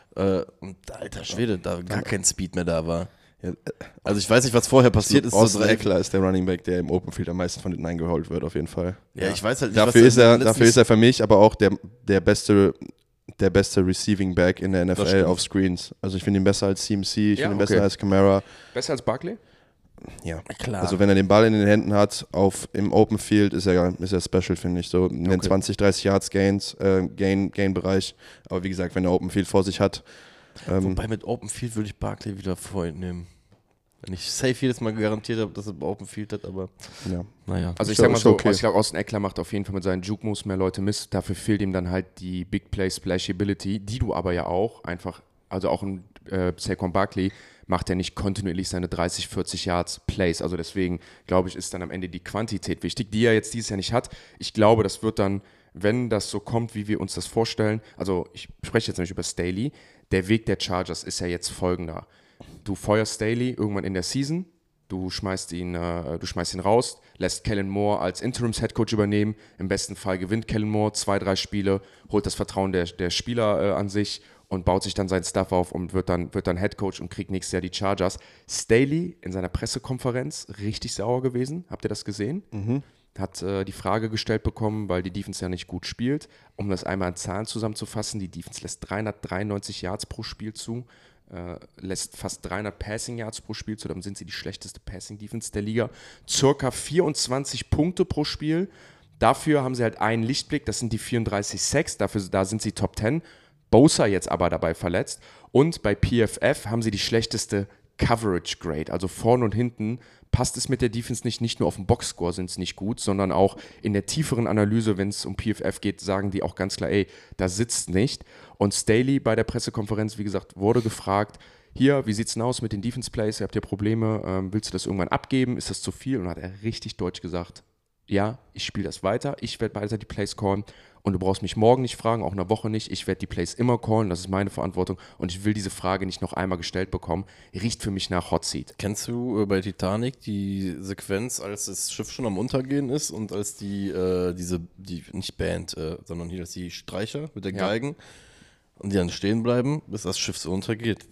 Und alter Schwede, da gar kein Speed mehr da war. Also ich weiß nicht, was vorher passiert ist. Austin so Eckler ist der Running Back, der im Open Field am meisten von hinten eingeholt wird, auf jeden Fall. Ja, ja. Ich weiß halt nicht, dafür was ist er, dafür ist er für mich aber auch der, der beste der beste Receiving Back in der N F L auf Screens. Also ich finde ihn besser als C M C, ich ja, finde ihn okay. besser als Kamara. Besser als Barkley? Ja, klar. Also wenn er den Ball in den Händen hat, auf, im Open Field, ist er, ist er special, finde ich. So in den okay. zwanzig, dreißig Yards Gains, äh, Gain, Gain-Bereich. Aber wie gesagt, wenn er Open Field vor sich hat. Ähm, Wobei mit Open Field würde ich Barkley wieder vornehmen. Wenn ich safe jedes Mal garantiert habe, dass er Open Field hat, aber ja. naja. Also ich sag mal so, okay. also ich glaube, Austin Eckler macht auf jeden Fall mit seinen Juke-Moves mehr Leute Mist. Dafür fehlt ihm dann halt die Big Play Splashability, die du aber ja auch einfach, also auch ein äh, Saquon Barkley macht ja nicht kontinuierlich seine dreißig, vierzig Yards Plays. Also deswegen, glaube ich, ist dann am Ende die Quantität wichtig, die er jetzt dieses Jahr nicht hat. Ich glaube, das wird dann, wenn das so kommt, wie wir uns das vorstellen, also ich spreche jetzt nämlich über Staley, der Weg der Chargers ist ja jetzt folgender. Du feuerst Staley irgendwann in der Season, du schmeißt ihn, äh, du schmeißt ihn raus, lässt Kellen Moore als Interims-Headcoach übernehmen, im besten Fall gewinnt Kellen Moore zwei, drei Spiele, holt das Vertrauen der, der Spieler äh, an sich und baut sich dann seinen Stuff auf und wird dann, wird dann Headcoach und kriegt nächstes Jahr die Chargers. Staley in seiner Pressekonferenz richtig sauer gewesen, habt ihr das gesehen? Mhm. Hat äh, die Frage gestellt bekommen, weil die Defense ja nicht gut spielt, um das einmal in Zahlen zusammenzufassen, die Defense lässt dreihundertdreiundneunzig Yards pro Spiel zu, äh, lässt fast dreihundert Passing Yards pro Spiel zu, dann sind sie die schlechteste Passing Defense der Liga, circa vierundzwanzig Punkte pro Spiel, dafür haben sie halt einen Lichtblick, das sind die vierunddreißig Sacks, dafür, da sind sie Top zehn, Bosa jetzt aber dabei verletzt und bei P F F haben sie die schlechteste Coverage Grade, also vorne und hinten passt es mit der Defense nicht, nicht nur auf dem Boxscore sind es nicht gut, sondern auch in der tieferen Analyse, wenn es um P F F geht, sagen die auch ganz klar, ey, da sitzt nicht. Und Staley bei der Pressekonferenz, wie gesagt, wurde gefragt, hier, wie sieht's denn aus mit den Defense Plays, ihr habt ja Probleme, ähm, willst du das irgendwann abgeben, ist das zu viel? Und dann hat er richtig deutsch gesagt, ja, ich spiele das weiter, ich werde weiter die Plays callen und du brauchst mich morgen nicht fragen, auch in einer Woche nicht, ich werde die Plays immer callen, das ist meine Verantwortung und ich will diese Frage nicht noch einmal gestellt bekommen. Riecht für mich nach Hot Seat. Kennst du äh, bei Titanic die Sequenz, als das Schiff schon am Untergehen ist und als die, äh, diese, die, nicht Band, äh, sondern hier, dass die Streicher mit der Geigen ja. und die dann stehen bleiben, bis das Schiff so untergeht?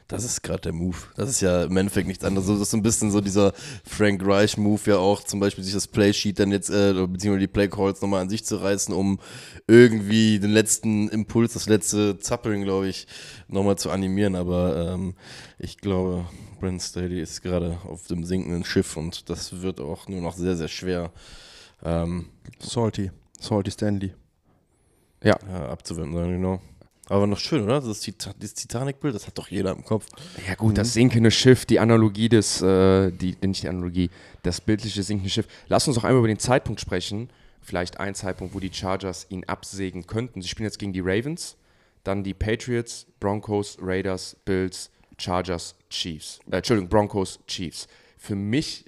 Das ist gerade der Move. Das ist ja im Endeffekt nichts anderes. Das ist so ein bisschen so dieser Frank Reich-Move ja auch, zum Beispiel sich das Playsheet dann jetzt, äh, beziehungsweise die Playcalls nochmal an sich zu reißen, um irgendwie den letzten Impuls, das letzte Zappeln, glaube ich, nochmal zu animieren. Aber ähm, ich glaube, Brandon Staley ist gerade auf dem sinkenden Schiff und das wird auch nur noch sehr, sehr schwer ähm, Salty. Salty Stanley. Ja. ja, abzuwenden, genau. Aber noch schön, oder? Das, Tita- das Titanic-Bild, das hat doch jeder im Kopf. Ja gut, das sinkende Schiff, die Analogie des, äh, die, nicht die Analogie, das bildliche sinkende Schiff. Lass uns doch einmal über den Zeitpunkt sprechen. Vielleicht ein Zeitpunkt, wo die Chargers ihn absägen könnten. Sie spielen jetzt gegen die Ravens, dann die Patriots, Broncos, Raiders, Bills, Chargers, Chiefs. Äh, Entschuldigung, Broncos, Chiefs. Für mich...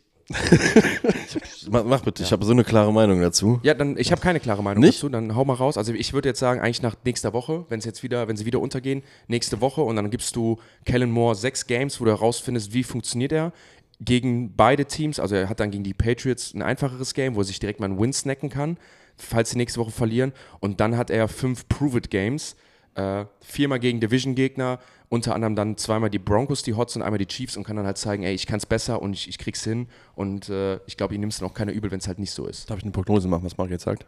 Mach, mach bitte, ja. Ich habe so eine klare Meinung dazu. Ja, dann ich habe keine klare Meinung Nicht? dazu, dann hau mal raus. Also ich würde jetzt sagen, eigentlich nach nächster Woche, wenn es jetzt wieder, wenn sie wieder untergehen, nächste Woche und dann gibst du Kellen Moore sechs Games, wo du herausfindest, wie funktioniert er gegen beide Teams. Also er hat dann gegen die Patriots ein einfacheres Game, wo er sich direkt mal einen Win snacken kann, falls sie nächste Woche verlieren. Und dann hat er fünf Prove-It-Games, äh, viermal gegen Division-Gegner, unter anderem dann zweimal die Broncos, die Hots und einmal die Chiefs und kann dann halt zeigen, ey, ich kann es besser und ich, ich krieg's hin und äh, ich glaube, ihr nimmt es dann auch keiner übel, wenn es halt nicht so ist. Darf ich eine Prognose machen, was Marc jetzt sagt?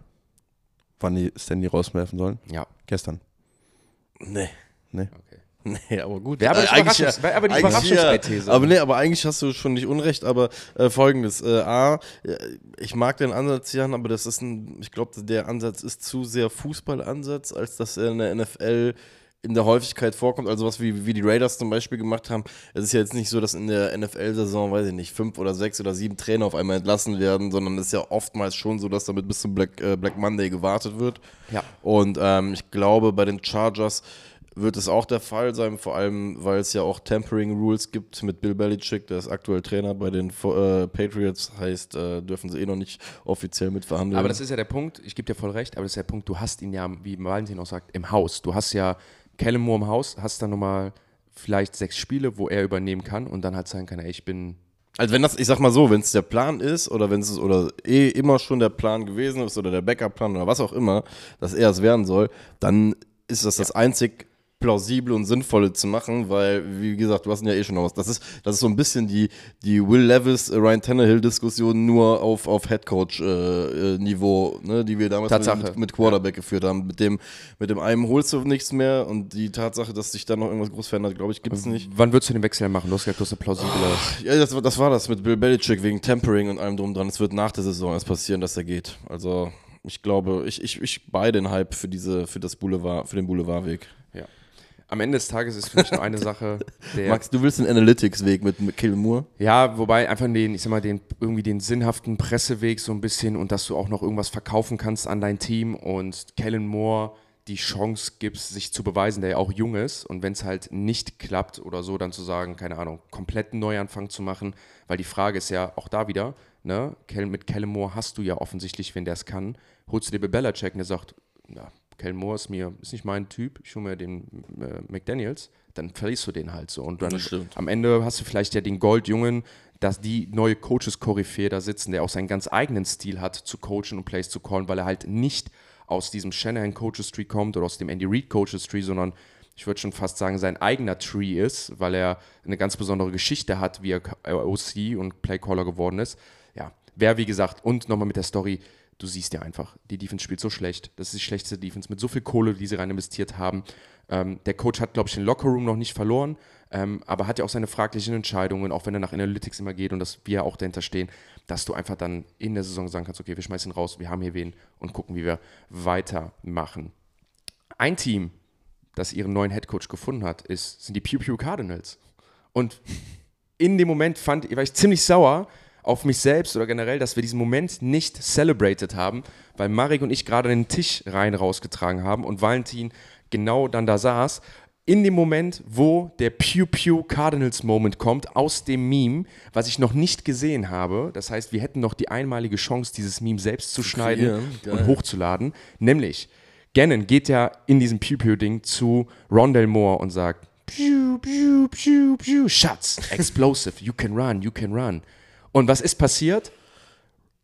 Wann die Stanley rauswerfen sollen? Ja. Gestern. Nee. Nee. Okay. Nee, aber gut. Wäre aber, Äh, die eigentlich Überraschungs- ja- wär aber die eigentlich Überraschungsthese. ja. Aber nee, aber eigentlich hast du schon nicht unrecht, aber äh, folgendes, äh, A, äh, ich mag den Ansatz, Jan, aber das ist ein, ich glaube, der Ansatz ist zu sehr Fußballansatz, als dass er in der N F L in der Häufigkeit vorkommt, also was wie, wie die Raiders zum Beispiel gemacht haben. Es ist ja jetzt nicht so, dass in der N F L-Saison, weiß ich nicht, fünf oder sechs oder sieben Trainer auf einmal entlassen werden, sondern es ist ja oftmals schon so, dass damit bis zum Black, äh, Black Monday gewartet wird. Ja. Und ähm, ich glaube, bei den Chargers wird es auch der Fall sein, vor allem, weil es ja auch Tampering Rules gibt mit Bill Belichick, der ist aktuell Trainer bei den äh, Patriots, heißt, äh, dürfen sie eh noch nicht offiziell mit verhandeln. Aber das ist ja der Punkt, ich gebe dir voll recht, aber das ist ja der Punkt, du hast ihn ja, wie Valentin auch sagt, im Haus. Du hast ja Kellen Moore im Haus, hast dann nochmal vielleicht sechs Spiele, wo er übernehmen kann und dann halt sagen kann, ey, ich bin... Also wenn das, ich sag mal so, wenn es der Plan ist oder wenn es oder eh immer schon der Plan gewesen ist oder der Backup-Plan oder was auch immer, dass er es werden soll, dann ist das das einzig plausible und sinnvolle zu machen, weil, wie gesagt, du hast ihn ja eh schon noch was. Das ist, das ist so ein bisschen die, die Will Levis, Ryan Tannehill-Diskussion nur auf, auf Headcoach-Niveau, äh, ne, die wir damals mit, mit Quarterback ja. geführt haben. Mit dem, mit dem einen holst du nichts mehr und die Tatsache, dass sich da noch irgendwas groß verändert, glaube ich, gibt es nicht. Wann würdest du den Wechsel machen? Du hast gesagt, du hast eine plausible... Oh, ja, das, das war das mit Bill Belichick wegen Tempering und allem drum dran. Es wird nach der Saison erst passieren, dass er geht. Also ich glaube, ich, ich, ich buy den Hype für, diese, für, das Boulevard, für den Boulevardweg. Ja. Am Ende des Tages ist für mich nur eine Sache, der... Max, du willst den Analytics-Weg mit, mit Kellen Moore? Ja, wobei einfach den, ich sag mal, den, irgendwie den sinnhaften Presseweg so ein bisschen und dass du auch noch irgendwas verkaufen kannst an dein Team und Kellen Moore die Chance gibst, sich zu beweisen, der ja auch jung ist und wenn es halt nicht klappt oder so, dann zu sagen, keine Ahnung, kompletten Neuanfang zu machen, weil die Frage ist ja auch da wieder, ne, mit Kellen Moore hast du ja offensichtlich, wenn der es kann, holst du dir Bill Belichick und der sagt, ja, Kellen Moore ist mir, ist nicht mein Typ, ich hole mir den äh, McDaniels, dann verlierst du den halt so. Und dann am Ende hast du vielleicht ja den Goldjungen, dass die neue Coaches-Koryphäe da sitzen, der auch seinen ganz eigenen Stil hat, zu coachen und Plays zu callen, weil er halt nicht aus diesem Shanahan-Coaches-Tree kommt oder aus dem Andy Reid-Coaches-Tree, sondern ich würde schon fast sagen, sein eigener Tree ist, weil er eine ganz besondere Geschichte hat, wie er O C und Playcaller geworden ist. Ja, wer wie gesagt, und nochmal mit der Story, du siehst ja einfach, die Defense spielt so schlecht. Das ist die schlechteste Defense mit so viel Kohle, die sie rein investiert haben. Ähm, der Coach hat, glaube ich, den Lockerroom noch nicht verloren, ähm, aber hat ja auch seine fraglichen Entscheidungen, auch wenn er nach Analytics immer geht und dass wir auch dahinter stehen, dass du einfach dann in der Saison sagen kannst, okay, wir schmeißen ihn raus, wir haben hier wen und gucken, wie wir weitermachen. Ein Team, das ihren neuen Headcoach gefunden hat, ist, sind die Pew Pew Cardinals. Und in dem Moment fand, war ich ziemlich sauer auf mich selbst oder generell, dass wir diesen Moment nicht celebrated haben, weil Marek und ich gerade den Tisch rein rausgetragen haben und Valentin genau dann da saß. In dem Moment, wo der Pew Pew Cardinals Moment kommt aus dem Meme, was ich noch nicht gesehen habe, das heißt, wir hätten noch die einmalige Chance, dieses Meme selbst zu schneiden Geil. und hochzuladen, nämlich Gannon geht ja in diesem Pew Pew Ding zu Rondale Moore und sagt Pew Pew Pew Pew Shots, explosive, you can run, you can run. Und was ist passiert?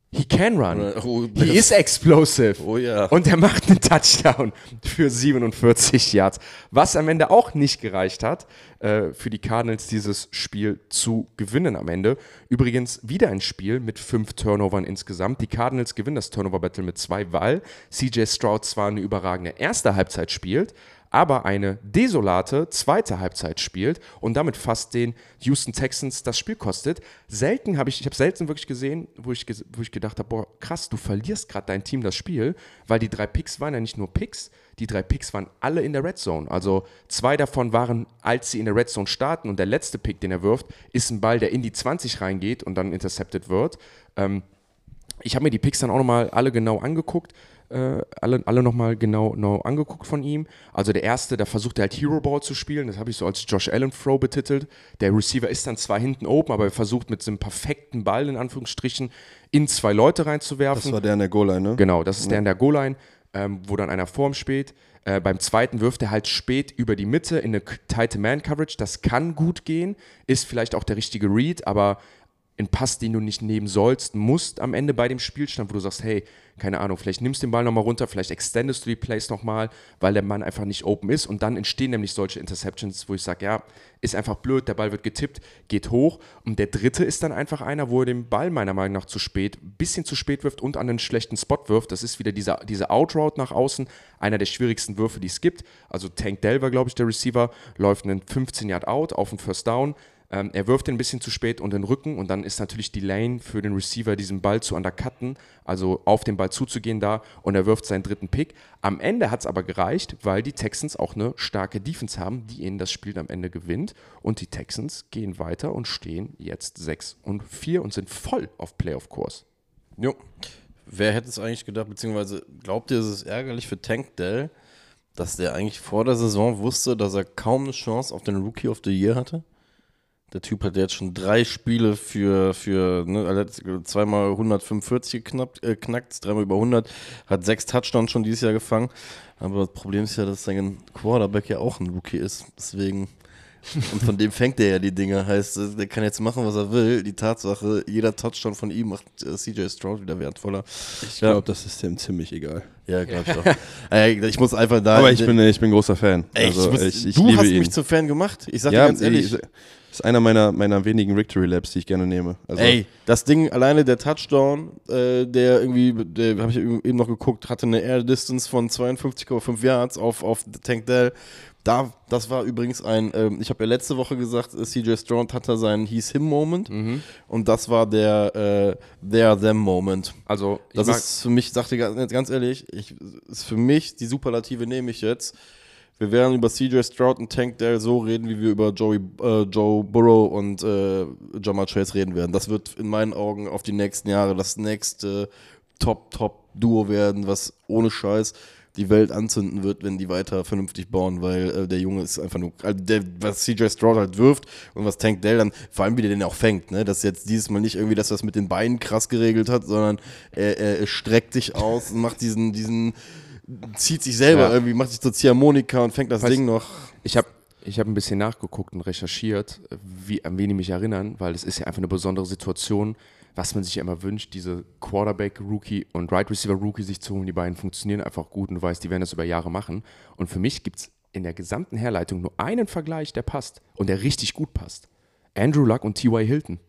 He can run. Oder- oh, He is explosive. Oh ja. Und er macht einen Touchdown für siebenundvierzig Yards. Was am Ende auch nicht gereicht hat, äh, für die Cardinals dieses Spiel zu gewinnen am Ende. Übrigens wieder ein Spiel mit fünf Turnovern insgesamt. Die Cardinals gewinnen das Turnover-Battle mit zwei, weil C J Stroud zwar eine überragende erste Halbzeit spielt, aber eine desolate zweite Halbzeit spielt und damit fast den Houston Texans das Spiel kostet. Selten habe ich, ich habe selten wirklich gesehen, wo ich, wo ich gedacht habe, boah, krass, du verlierst gerade dein Team das Spiel, weil die drei Picks waren ja nicht nur Picks, die drei Picks waren alle in der Red Zone. Also zwei davon waren, als sie in der Red Zone starten, und der letzte Pick, den er wirft, ist ein Ball, der in die zwanzig reingeht und dann intercepted wird. Ähm, ich habe mir die Picks dann auch nochmal alle genau angeguckt. Äh, alle, alle nochmal genau, genau angeguckt von ihm. Also der erste, da versucht er halt Hero Ball zu spielen, das habe ich so als Josh Allen Throw betitelt. Der Receiver ist dann zwar hinten oben, aber er versucht mit so einem perfekten Ball in Anführungsstrichen in zwei Leute reinzuwerfen. Das war der in der Goal-Line, ne? Genau, das ist ja. der in der Goal-Line, ähm, wo dann einer vor ihm steht. Äh, beim zweiten wirft er halt spät über die Mitte in eine tight Man-Coverage. Das kann gut gehen, ist vielleicht auch der richtige Read, aber ein Pass, den du nicht nehmen sollst, musst am Ende bei dem Spielstand, wo du sagst, hey, keine Ahnung, vielleicht nimmst du den Ball nochmal runter, vielleicht extendest du die Plays nochmal, weil der Mann einfach nicht open ist, und dann entstehen nämlich solche Interceptions, wo ich sage, ja, ist einfach blöd, der Ball wird getippt, geht hoch, und der dritte ist dann einfach einer, wo er den Ball meiner Meinung nach zu spät, ein bisschen zu spät wirft und an einen schlechten Spot wirft. Das ist wieder dieser, diese Outroute nach außen, einer der schwierigsten Würfe, die es gibt. Also Tank Dell war, glaube ich, der Receiver, läuft einen fünfzehn Yard Out auf den First Down. Ähm, er wirft den ein bisschen zu spät und den Rücken, und dann ist natürlich die Lane für den Receiver, diesen Ball zu undercutten, also auf den Ball zuzugehen da, und er wirft seinen dritten Pick. Am Ende hat es aber gereicht, weil die Texans auch eine starke Defense haben, die ihnen das Spiel am Ende gewinnt, und die Texans gehen weiter und stehen jetzt sechs und vier und sind voll auf Playoff-Kurs. Jo. Wer hätte es eigentlich gedacht, beziehungsweise glaubt ihr, es ist ärgerlich für Tank Dell, dass der eigentlich vor der Saison wusste, dass er kaum eine Chance auf den Rookie of the Year hatte? Der Typ hat jetzt schon drei Spiele für, für ne, zweimal hundertfünfundvierzig geknackt, äh, knackt, dreimal über hundert, hat sechs Touchdowns schon dieses Jahr gefangen. Aber das Problem ist ja, dass sein Quarterback ja auch ein Rookie ist. Deswegen, und von dem fängt der ja die Dinger. Heißt, der kann jetzt machen, was er will. Die Tatsache, jeder Touchdown von ihm macht äh, C J Stroud wieder wertvoller. Ich ja. glaube, das ist dem ziemlich egal. Ja, glaube ich auch. äh, ich muss einfach da. Aber ich bin, ich bin großer Fan. Ey, also, ich muss, ich, ich du liebe hast ihn. mich zum Fan gemacht. Ich sag ja, dir ganz ehrlich. Ich, das ist einer meiner, meiner wenigen Victory Laps, die ich gerne nehme. Also, Ey, das Ding, alleine der Touchdown, äh, der irgendwie, der habe ich eben noch geguckt, hatte eine Air Distance von zweiundfünfzig Komma fünf Yards auf, auf Tank Dell. Da, das war übrigens ein, ähm, ich habe ja letzte Woche gesagt, äh, C J Stroud hatte seinen He's-Him-Moment, mhm. und das war der äh, Their-Them-Moment. Also, ich das ist für mich, sagte ganz, ganz ehrlich, ich, ist für mich, die Superlative nehme ich jetzt. Wir werden über C J Stroud und Tank Dell so reden, wie wir über Joey, äh, Joe Burrow und äh, Ja'Marr Chase reden werden. Das wird in meinen Augen auf die nächsten Jahre das nächste Top-Top-Duo werden, was ohne Scheiß die Welt anzünden wird, wenn die weiter vernünftig bauen, weil äh, der Junge ist einfach nur, also der, was C J Stroud halt wirft und was Tank Dell dann, vor allem wie der den auch fängt, ne, dass jetzt dieses Mal nicht irgendwie, dass er das mit den Beinen krass geregelt hat, sondern er, er, er streckt sich aus und macht diesen, diesen zieht sich selber ja. irgendwie, macht sich zur Ziehharmonika und fängt das weißt, Ding noch. Ich habe ich hab ein bisschen nachgeguckt und recherchiert, wie, an wen die mich erinnern, weil es ist ja einfach eine besondere Situation, was man sich ja immer wünscht, diese Quarterback-Rookie und Right-Receiver-Rookie sich zu holen. Die beiden funktionieren einfach gut und du weißt, die werden das über Jahre machen. Und für mich gibt es in der gesamten Herleitung nur einen Vergleich, der passt und der richtig gut passt. Andrew Luck und T Y Hilton.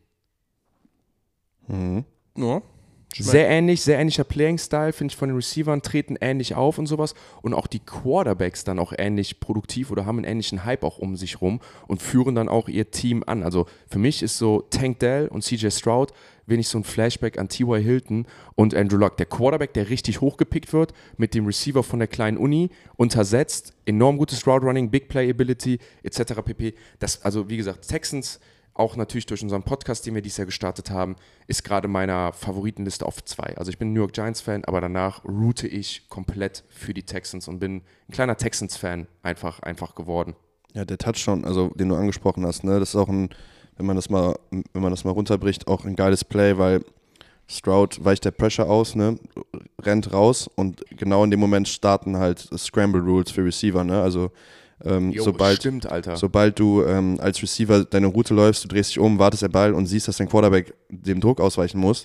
Mhm. Ja. Sehr ähnlich, sehr ähnlicher Playing-Style, finde ich, von den Receivern, treten ähnlich auf und sowas. Und auch die Quarterbacks dann auch ähnlich produktiv oder haben einen ähnlichen Hype auch um sich rum und führen dann auch ihr Team an. Also für mich ist so Tank Dell und C J Stroud wenig so ein Flashback an T Y Hilton und Andrew Luck. Der Quarterback, der richtig hochgepickt wird, mit dem Receiver von der kleinen Uni, untersetzt, enorm gutes Route-Running, Big Play-Ability et cetera pp. Das, also wie gesagt, Texans, auch natürlich durch unseren Podcast, den wir dieses Jahr gestartet haben, ist gerade meiner Favoritenliste auf zwei. Also ich bin ein New York Giants-Fan, aber danach route ich komplett für die Texans und bin ein kleiner Texans-Fan einfach, einfach geworden. Ja, der Touchdown, also den du angesprochen hast, ne, das ist auch ein, wenn man das mal, wenn man das mal runterbricht, auch ein geiles Play, weil Stroud weicht der Pressure aus, ne, rennt raus und genau in dem Moment starten halt Scramble Rules für Receiver, ne, also Ähm, jo, sobald, stimmt, Alter. sobald du ähm, als Receiver deine Route läufst, du drehst dich um, wartest der Ball und siehst, dass dein Quarterback dem Druck ausweichen muss,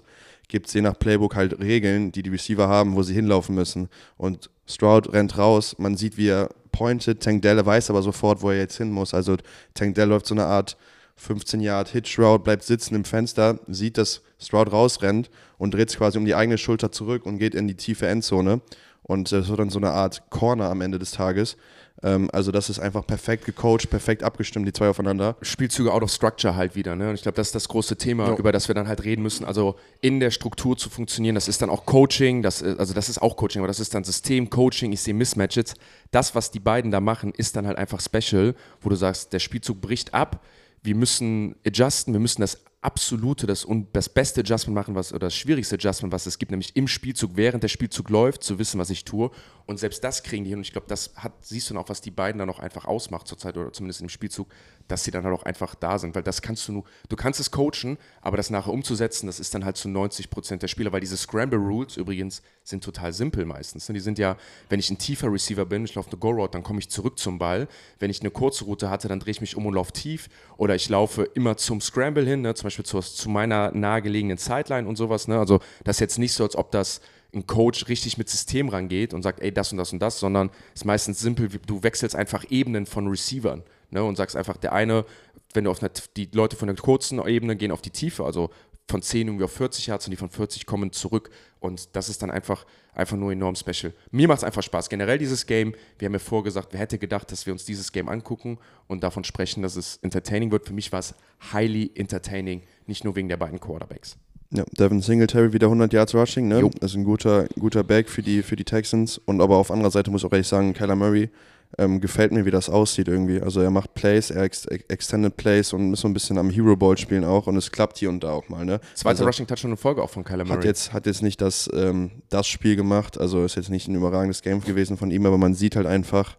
gibt es je nach Playbook halt Regeln, die die Receiver haben, wo sie hinlaufen müssen. Und Stroud rennt raus, man sieht, wie er pointet, Tank Dell weiß aber sofort, wo er jetzt hin muss. Also Tank Dell läuft so eine Art fünfzehn Yard Hitch Route, bleibt sitzen im Fenster, sieht, dass Stroud rausrennt und dreht sich quasi um die eigene Schulter zurück und geht in die tiefe Endzone. Und das wird dann so eine Art Corner am Ende des Tages. Ähm, also das ist einfach perfekt gecoacht, perfekt abgestimmt, die zwei aufeinander. Spielzüge out of structure halt wieder, ne? Und ich glaube, das ist das große Thema, ja. über das wir dann halt reden müssen. Also in der Struktur zu funktionieren, das ist dann auch Coaching, das, also das ist auch Coaching, aber das ist dann System, Coaching, ich sehe Mismatches. Das, was die beiden da machen, ist dann halt einfach special, wo du sagst, der Spielzug bricht ab, wir müssen adjusten, wir müssen das absolute, das, das beste Adjustment machen, was, oder das schwierigste Adjustment, was es gibt, nämlich im Spielzug, während der Spielzug läuft, zu wissen, was ich tue. Und selbst das kriegen die hin. Und ich glaube, das hat, siehst du dann auch, was die beiden dann auch einfach ausmacht zurzeit, oder zumindest im Spielzug, dass sie dann halt auch einfach da sind. Weil das kannst du nur, du kannst es coachen, aber das nachher umzusetzen, das ist dann halt zu neunzig Prozent der Spieler, weil diese Scramble Rules übrigens sind total simpel meistens. Die sind ja, wenn ich ein tiefer Receiver bin, ich laufe eine Go-Route, dann komme ich zurück zum Ball. Wenn ich eine kurze Route hatte, dann drehe ich mich um und laufe tief. Oder ich laufe immer zum Scramble hin, ne? Zum Beispiel zu, zu meiner nahegelegenen Sideline und sowas. Ne? Also das ist jetzt nicht so, als ob das ein Coach richtig mit System rangeht und sagt, ey, das und das und das, sondern es ist meistens simpel, du wechselst einfach Ebenen von Receivern, ne, und sagst einfach, der eine, wenn du auf eine, die Leute von der kurzen Ebene gehen auf die Tiefe, also von zehn irgendwie auf vierzig Yards und die von vierzig kommen zurück und das ist dann einfach, einfach nur enorm special. Mir macht es einfach Spaß. Generell dieses Game, wir haben ja vorgesagt, wer hätte gedacht, dass wir uns dieses Game angucken und davon sprechen, dass es entertaining wird. Für mich war es highly entertaining, nicht nur wegen der beiden Quarterbacks. Ja, Devin Singletary wieder hundert Yards Rushing, ne? Jo. Das ist ein guter, guter Back für die, für die Texans. Und aber auf anderer Seite muss ich auch ehrlich sagen, Kyler Murray ähm, gefällt mir, wie das aussieht irgendwie. Also er macht Plays, er ex- extended Plays und ist so ein bisschen am Hero Ball spielen auch und es klappt hier und da auch mal, ne? Zweite also, Rushing Touchdown in Folge auch von Kyler Murray. Hat jetzt, hat jetzt nicht das, ähm, das Spiel gemacht, also ist jetzt nicht ein überragendes Game gewesen von ihm, aber man sieht halt einfach,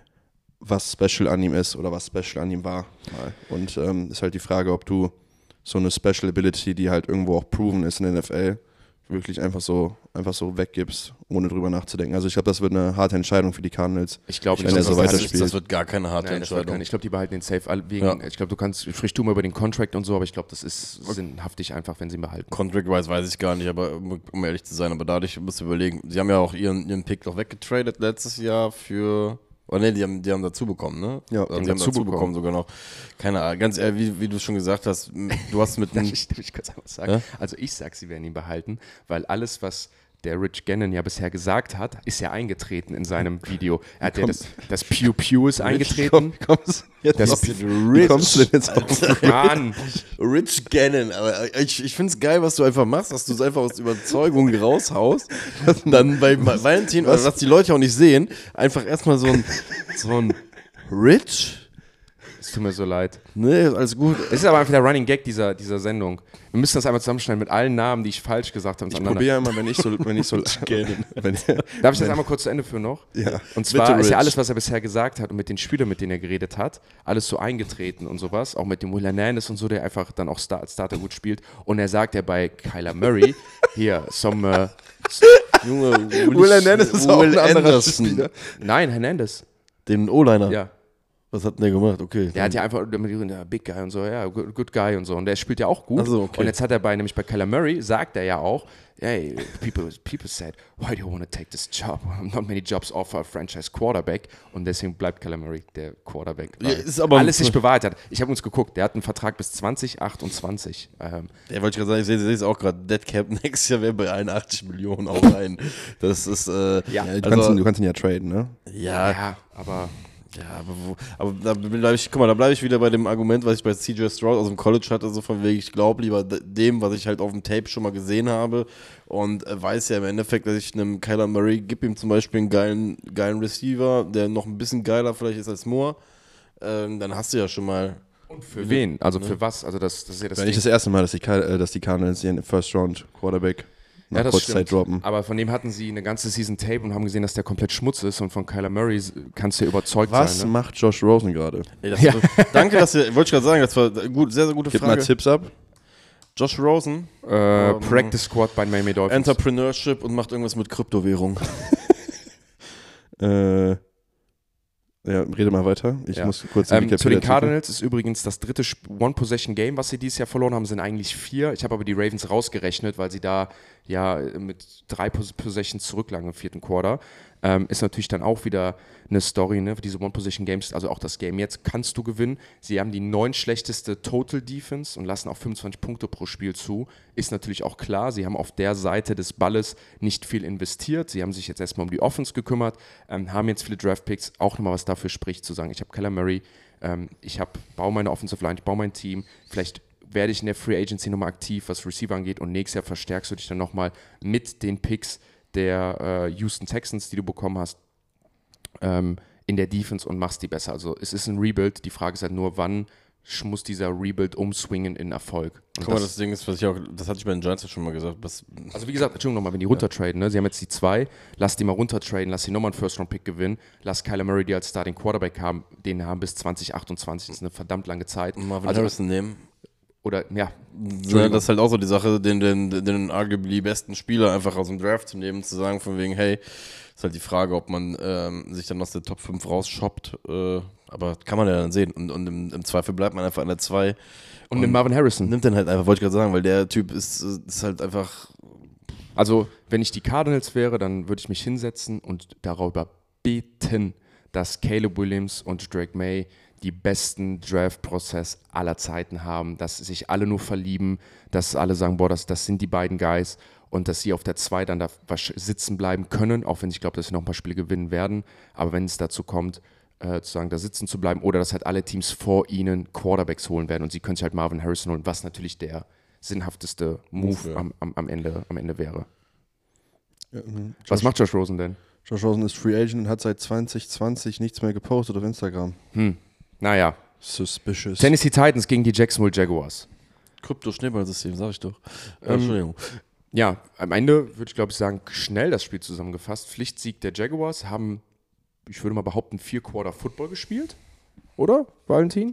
was special an ihm ist oder was special an ihm war. Mal. Und ähm, ist halt die Frage, ob du so eine Special Ability, die halt irgendwo auch proven ist in der N F L, wirklich einfach so, einfach so weggibst, ohne drüber nachzudenken. Also ich glaube, das wird eine harte Entscheidung für die Cardinals. Ich glaube, wenn er so weiterspielt. Das wird gar keine harte Nein, das wird Entscheidung. keine. Ich glaube, die behalten den Safe. Wegen, Ja. Ich glaube, du kannst, sprich du mal über den Contract und so, aber ich glaube, das ist sinnhaftig einfach, wenn sie ihn behalten. Contract-wise weiß ich gar nicht, aber um um ehrlich zu sein, aber dadurch musst du überlegen, sie haben ja auch ihren, ihren Pick noch weggetradet letztes Jahr für, oh ne, die haben, die haben dazu bekommen, ne? Ja, also die haben dazu bekommen sogar noch. Keine Ahnung, ganz ehrlich, wie, wie du schon gesagt hast, du hast mit Darf einem... ich, darf ich kurz was sagen? Ja? Also ich sag, sie werden ihn behalten, weil alles, was der Rich Gannon ja bisher gesagt hat, ist ja eingetreten in seinem Video. Er hat ja das, das Pew Pew ist eingetreten. Wie kommst, jetzt Das auf, Rich, wie kommst du denn jetzt auf? Mann, Rich Gannon, aber ich, ich finde es geil, was du einfach machst, dass du es einfach aus Überzeugung raushaust. Dann bei Valentin, oder was die Leute auch nicht sehen, einfach erstmal so ein, so ein Rich? es tut mir so leid. Nee, alles gut. Es ist aber einfach der Running Gag dieser, dieser Sendung. Wir müssen das einmal zusammenschneiden mit allen Namen, die ich falsch gesagt habe. Ich probiere ja immer, wenn ich so, wenn ich so, wenn, Darf ich das einmal kurz zu Ende führen noch? Ja. Und zwar Bitte, ist ja Rich. alles, was er bisher gesagt hat und mit den Spielern, mit denen er geredet hat, alles so eingetreten und sowas. Auch mit dem Will Hernandez und so, der einfach dann auch Star, als Starter gut spielt. Und er sagt ja bei Kyler Murray, hier, some, äh, Junge, Will Hernandez ist auch ein anderer Anderson. Spieler. nein, Hernandez. Den O-Liner. Ja. Was hat denn der gemacht? Okay. Der hat ja einfach mit ja, Big Guy und so, ja, good, good Guy und so. Und der spielt ja auch gut. Ach so, okay. Und jetzt hat er bei, nämlich bei Kyler Murray, sagt er ja auch, hey, people, people said, why do you want to take this job? Not many jobs offer a franchise quarterback. Und deswegen bleibt Kyler Murray der Quarterback. Ja, ist aber- alles sich bewahrheitet hat. Ich habe uns geguckt, der hat einen Vertrag bis zwanzig achtundzwanzig. Ähm, Der wollte ich gerade sagen, ich sehe sehe es auch gerade, Dead Cap nächstes Jahr wäre bei einundachtzig Millionen auch rein. Das ist, äh, Ja. Ja, du, also, kannst ihn, du kannst ihn ja traden, ne? ja, ja, aber ja, aber, wo, aber da bleibe ich, guck mal, da bleibe ich wieder bei dem Argument, was ich bei C J Stroud aus dem College hatte, so von wegen, ich glaube lieber dem, was ich halt auf dem Tape schon mal gesehen habe und äh, weiß ja im Endeffekt, dass ich einem Kyler Murray, gib ihm zum Beispiel einen geilen, geilen Receiver, der noch ein bisschen geiler vielleicht ist als Moore, ähm, dann hast du ja schon mal... und für wen? Also für was? Also das, das ist ja das Das ist Ding. nicht das erste Mal, dass die, Car- äh, dass die Cardinals ihren First Round Quarterback nach Ja, das Kurzzeit stimmt. droppen. Aber von dem hatten sie eine ganze Season Tape und haben gesehen, dass der komplett Schmutz ist. Und von Kyler Murray kannst du ja überzeugt Was sein. Ne? macht Josh Rosen gerade? Ey, das danke, dass ihr, wollte ich gerade sagen, das war gut, sehr, sehr gute Gib Frage. mal Tipps ab. Josh Rosen, Äh, Ähm, Practice Squad bei Miami Dolphins. Entrepreneurship und macht irgendwas mit Kryptowährung. Äh, Ja, rede mal weiter. Ich Ja. muss kurz ähm, Zu den Cardinals ist übrigens das dritte One-Possession-Game, was sie dieses Jahr verloren haben, sind eigentlich vier. Ich habe aber die Ravens rausgerechnet, weil sie da ja mit drei Possessions zurücklagen im vierten Quarter. Ähm, ist natürlich dann auch wieder eine Story, ne? Diese One-Possession-Games, also auch das Game jetzt kannst du gewinnen. Sie haben die neun schlechteste Total-Defense und lassen auch fünfundzwanzig Punkte pro Spiel zu. Ist natürlich auch klar, sie haben auf der Seite des Balles nicht viel investiert. Sie haben sich jetzt erstmal um die Offense gekümmert, ähm, haben jetzt viele Draft-Picks, auch nochmal was dafür spricht, zu sagen, ich habe Kyler Murray, ähm, ich hab, baue meine Offensive Line, ich baue mein Team, vielleicht werde ich in der Free Agency nochmal aktiv, was Receiver angeht, und nächstes Jahr verstärkst du dich dann nochmal mit den Picks der äh, Houston Texans, die du bekommen hast, ähm, in der Defense und machst die besser. Also es ist ein Rebuild, die Frage ist halt nur, wann muss dieser Rebuild umswingen in Erfolg. Und Guck mal, das Ding ist, was ich auch, das hatte ich bei den Giants ja schon mal gesagt. Was, also wie gesagt, Entschuldigung nochmal, wenn die runtertraden, ne? Sie haben jetzt die zwei, lass die mal runtertraden, lass die nochmal einen First-Round-Pick gewinnen, lass Kyler Murray, die als Starting Quarterback haben, den haben bis zwanzig achtundzwanzig, das ist eine verdammt lange Zeit. Marvin also, Harrison nehmen. Oder, ja. Ja, das ist halt auch so die Sache, den, den, den arguably besten Spieler einfach aus dem Draft zu nehmen, zu sagen von wegen, hey, ist halt die Frage, ob man ähm, sich dann aus der Top fünf rausshoppt, äh, aber kann man ja dann sehen. Und, und im, im Zweifel bleibt man einfach an der zwei. Und, und nimmt Marvin Harrison. Nimmt den halt einfach, wollte ich gerade sagen, weil der Typ ist, ist halt einfach... Also, wenn ich die Cardinals wäre, dann würde ich mich hinsetzen und darüber beten, dass Caleb Williams und Drake May die besten Draft-Prozess aller Zeiten haben, dass sich alle nur verlieben, dass alle sagen, boah, das, das sind die beiden Guys und dass sie auf der zwei dann da sitzen bleiben können, auch wenn ich glaube, dass sie noch ein paar Spiele gewinnen werden, aber wenn es dazu kommt, äh, zu sagen, da sitzen zu bleiben oder dass halt alle Teams vor ihnen Quarterbacks holen werden und sie können sich halt Marvin Harrison holen, was natürlich der sinnhafteste Move, Move ja. am, am, am, Ende, am Ende wäre. Ja, was macht Josh Rosen denn? Josh Rosen ist Free Agent und hat seit zwanzig zwanzig nichts mehr gepostet auf Instagram. Hm. Naja. Suspicious. Tennessee Titans gegen die Jacksonville Jaguars. Krypto-Schneeballsystem, sag ich doch. Ähm, Entschuldigung. Ja, am Ende würde ich glaube ich sagen, schnell das Spiel zusammengefasst. Pflichtsieg der Jaguars, haben, ich würde mal behaupten, vier Quarter Football gespielt. Oder, Valentin?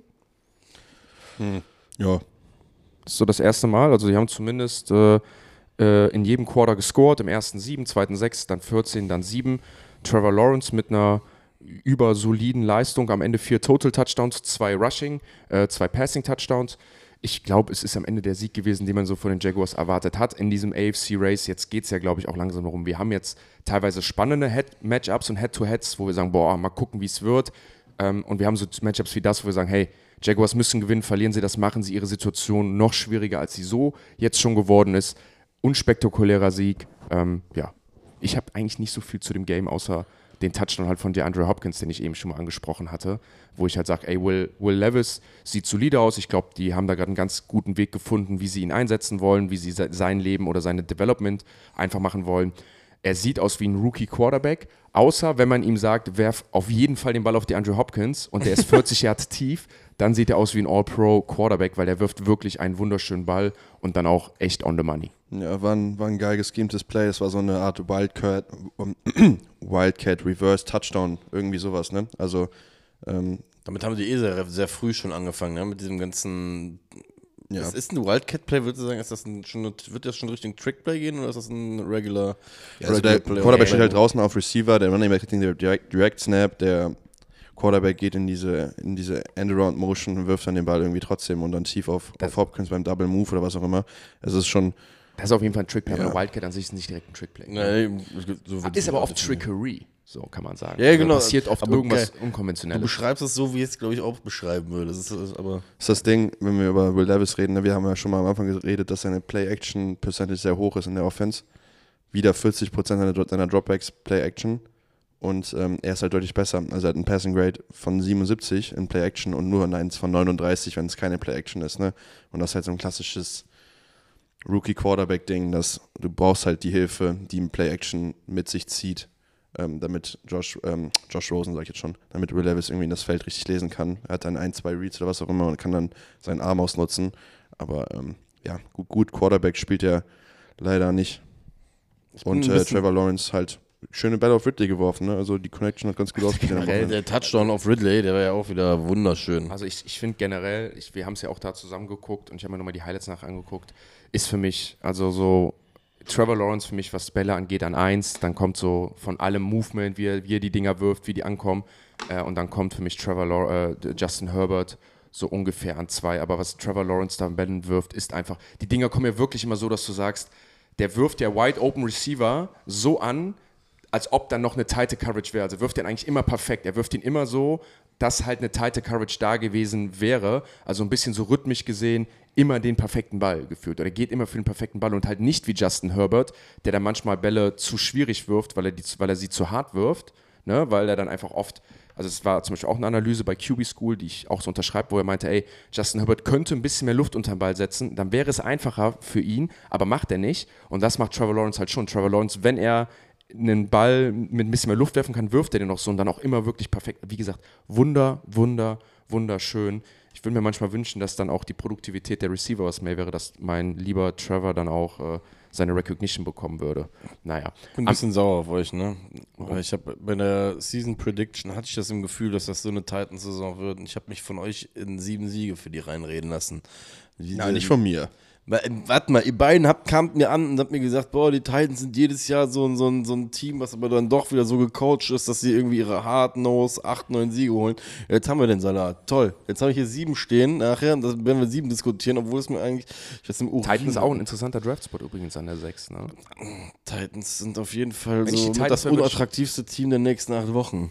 Hm. Ja. Das ist so das erste Mal. Also sie haben zumindest äh, äh, in jedem Quarter gescored. Im ersten sieben, zweiten sechs, dann vierzehn, dann sieben. Trevor Lawrence mit einer über soliden Leistung, am Ende vier Total Touchdowns, zwei Rushing, äh, zwei Passing Touchdowns. Ich glaube, es ist am Ende der Sieg gewesen, den man so von den Jaguars erwartet hat in diesem A F C-Race. Jetzt geht es ja, glaube ich, auch langsam darum. Wir haben jetzt teilweise spannende Head- Matchups und Head-to-Heads, wo wir sagen, boah, mal gucken, wie es wird. Ähm, und wir haben so Matchups wie das, wo wir sagen, hey, Jaguars müssen gewinnen, verlieren sie das, machen sie ihre Situation noch schwieriger, als sie so jetzt schon geworden ist. Unspektakulärer Sieg. Ähm, ja, ich habe eigentlich nicht so viel zu dem Game, außer den Touchdown halt von DeAndre Hopkins, den ich eben schon mal angesprochen hatte, wo ich halt sage, ey, Will, Will Levis sieht solide aus. Ich glaube, die haben da gerade einen ganz guten Weg gefunden, wie sie ihn einsetzen wollen, wie sie se- sein Leben oder seine Development einfach machen wollen. Er sieht aus wie ein Rookie-Quarterback, außer wenn man ihm sagt, werf auf jeden Fall den Ball auf DeAndre Hopkins und der ist vierzig Yards tief, dann sieht er aus wie ein All-Pro-Quarterback, weil der wirft wirklich einen wunderschönen Ball und dann auch echt on the money. Ja, war ein, war ein geil geschemtes Play. Es war so eine Art Wildcat, um, Wildcat Reverse Touchdown, irgendwie sowas, ne? Also ähm, damit haben die eh sehr, sehr früh schon angefangen, ne? Mit diesem ganzen. Ja. Das ist ein Wildcat-Play, würdest du sagen, ist das ein, schon, wird das schon Richtung Trick-Play gehen oder ist das ein Regular, ja, also regular der Play? Quarterback steht halt draußen auf Receiver, der Running Back kriegt den Direct, Direct Snap, der Quarterback geht in diese, in diese End-Around-Motion und wirft dann den Ball irgendwie trotzdem und dann tief auf, auf Hopkins beim Double Move oder was auch immer. Es ist schon. Das ist auf jeden Fall ein Trickplay, Ja. aber Wildcat an sich ist nicht direkt ein Trickplay. Nee, so Ist aber oft Trickery, so kann man sagen. Ja, genau. Also passiert oft Aber irgendwas geil. Unkonventionelles. Du beschreibst es so, wie ich es, glaube ich, auch beschreiben würde. Das ist, das ist aber Das ist das Ding, wenn wir über Will Levis reden, ne, wir haben ja schon mal am Anfang geredet, dass seine Play-Action-Percentage sehr hoch ist in der Offense. Wieder vierzig Prozent seiner, seiner Dropbacks Play-Action und ähm, er ist halt deutlich besser. Also er hat einen Passing Grade von siebenundsiebzig in Play-Action und nur eins von neununddreißig, wenn es keine Play-Action ist. Ne? Und das ist halt so ein klassisches Rookie-Quarterback-Ding, dass du brauchst halt die Hilfe, die ein Play-Action mit sich zieht, ähm, damit Josh, ähm, Josh Rosen, sag ich jetzt schon, damit Will Levis irgendwie in das Feld richtig lesen kann. Er hat dann ein, zwei Reads oder was auch immer und kann dann seinen Arm ausnutzen. Aber ähm, ja, gut, gut, Quarterback spielt er leider nicht. Und äh, Trevor Lawrence halt schöne Bälle auf Ridley geworfen, ne? Also die Connection hat ganz gut ausgesehen. generell der Touchdown auf Ridley, der war ja auch wieder wunderschön. Also ich, ich finde generell, ich, wir haben es ja auch da zusammen geguckt und ich habe mir nochmal die Highlights nach angeguckt, ist für mich, also so Trevor Lawrence für mich, was Bälle angeht, an eins. Dann kommt so von allem Movement, wie er, wie er die Dinger wirft, wie die ankommen. Äh, und dann kommt für mich Trevor Law- äh, Justin Herbert so ungefähr an zwei. Aber was Trevor Lawrence da an Bällen wirft, ist einfach, die Dinger kommen ja wirklich immer so, dass du sagst, der wirft ja Wide Open Receiver so an, als ob dann noch eine tighte Coverage wäre. Also wirft den eigentlich immer perfekt. Er wirft ihn immer so, dass halt eine tighte Coverage da gewesen wäre. Also ein bisschen so rhythmisch gesehen, immer den perfekten Ball geführt. Oder geht immer für den perfekten Ball und halt nicht wie Justin Herbert, der dann manchmal Bälle zu schwierig wirft, weil er, die, weil er sie zu hart wirft. Ne? Weil er dann einfach oft, also es war zum Beispiel auch eine Analyse bei Q B School, die ich auch so unterschreibe, wo er meinte, ey, Justin Herbert könnte ein bisschen mehr Luft unter den Ball setzen, dann wäre es einfacher für ihn, aber macht er nicht. Und das macht Trevor Lawrence halt schon. Trevor Lawrence, wenn er einen Ball mit ein bisschen mehr Luft werfen kann, wirft er den noch so und dann auch immer wirklich perfekt. Wie gesagt, wunder, wunder, wunderschön. Ich würde mir manchmal wünschen, dass dann auch die Produktivität der Receiver was mehr wäre, dass mein lieber Trevor dann auch äh, seine Recognition bekommen würde. Naja. Ich bin ein bisschen Am- sauer auf euch, ne? Weil ich habe bei der Season Prediction hatte ich das im Gefühl, dass das so eine Titans-Saison wird und ich habe mich von euch in sieben Siege für die reinreden lassen. Diese, Nein, nicht von mir. Warte mal, ihr beiden habt, kamt mir an und habt mir gesagt, boah, die Titans sind jedes Jahr so, ein- so, ein- so ein Team, was aber dann doch wieder so gecoacht ist, dass sie irgendwie ihre Hard-Nose acht, neun Siege holen. Jetzt haben wir den Salat. Toll. Jetzt habe ich hier sieben stehen. Nachher das werden wir sieben diskutieren, obwohl es mir eigentlich... Ich weiß, im Titans ist auch ein interessanter Draftspot übrigens an der sechs. Ne? Titans sind auf jeden Fall Wenn so mit das unattraktivste Team der nächsten acht Wochen.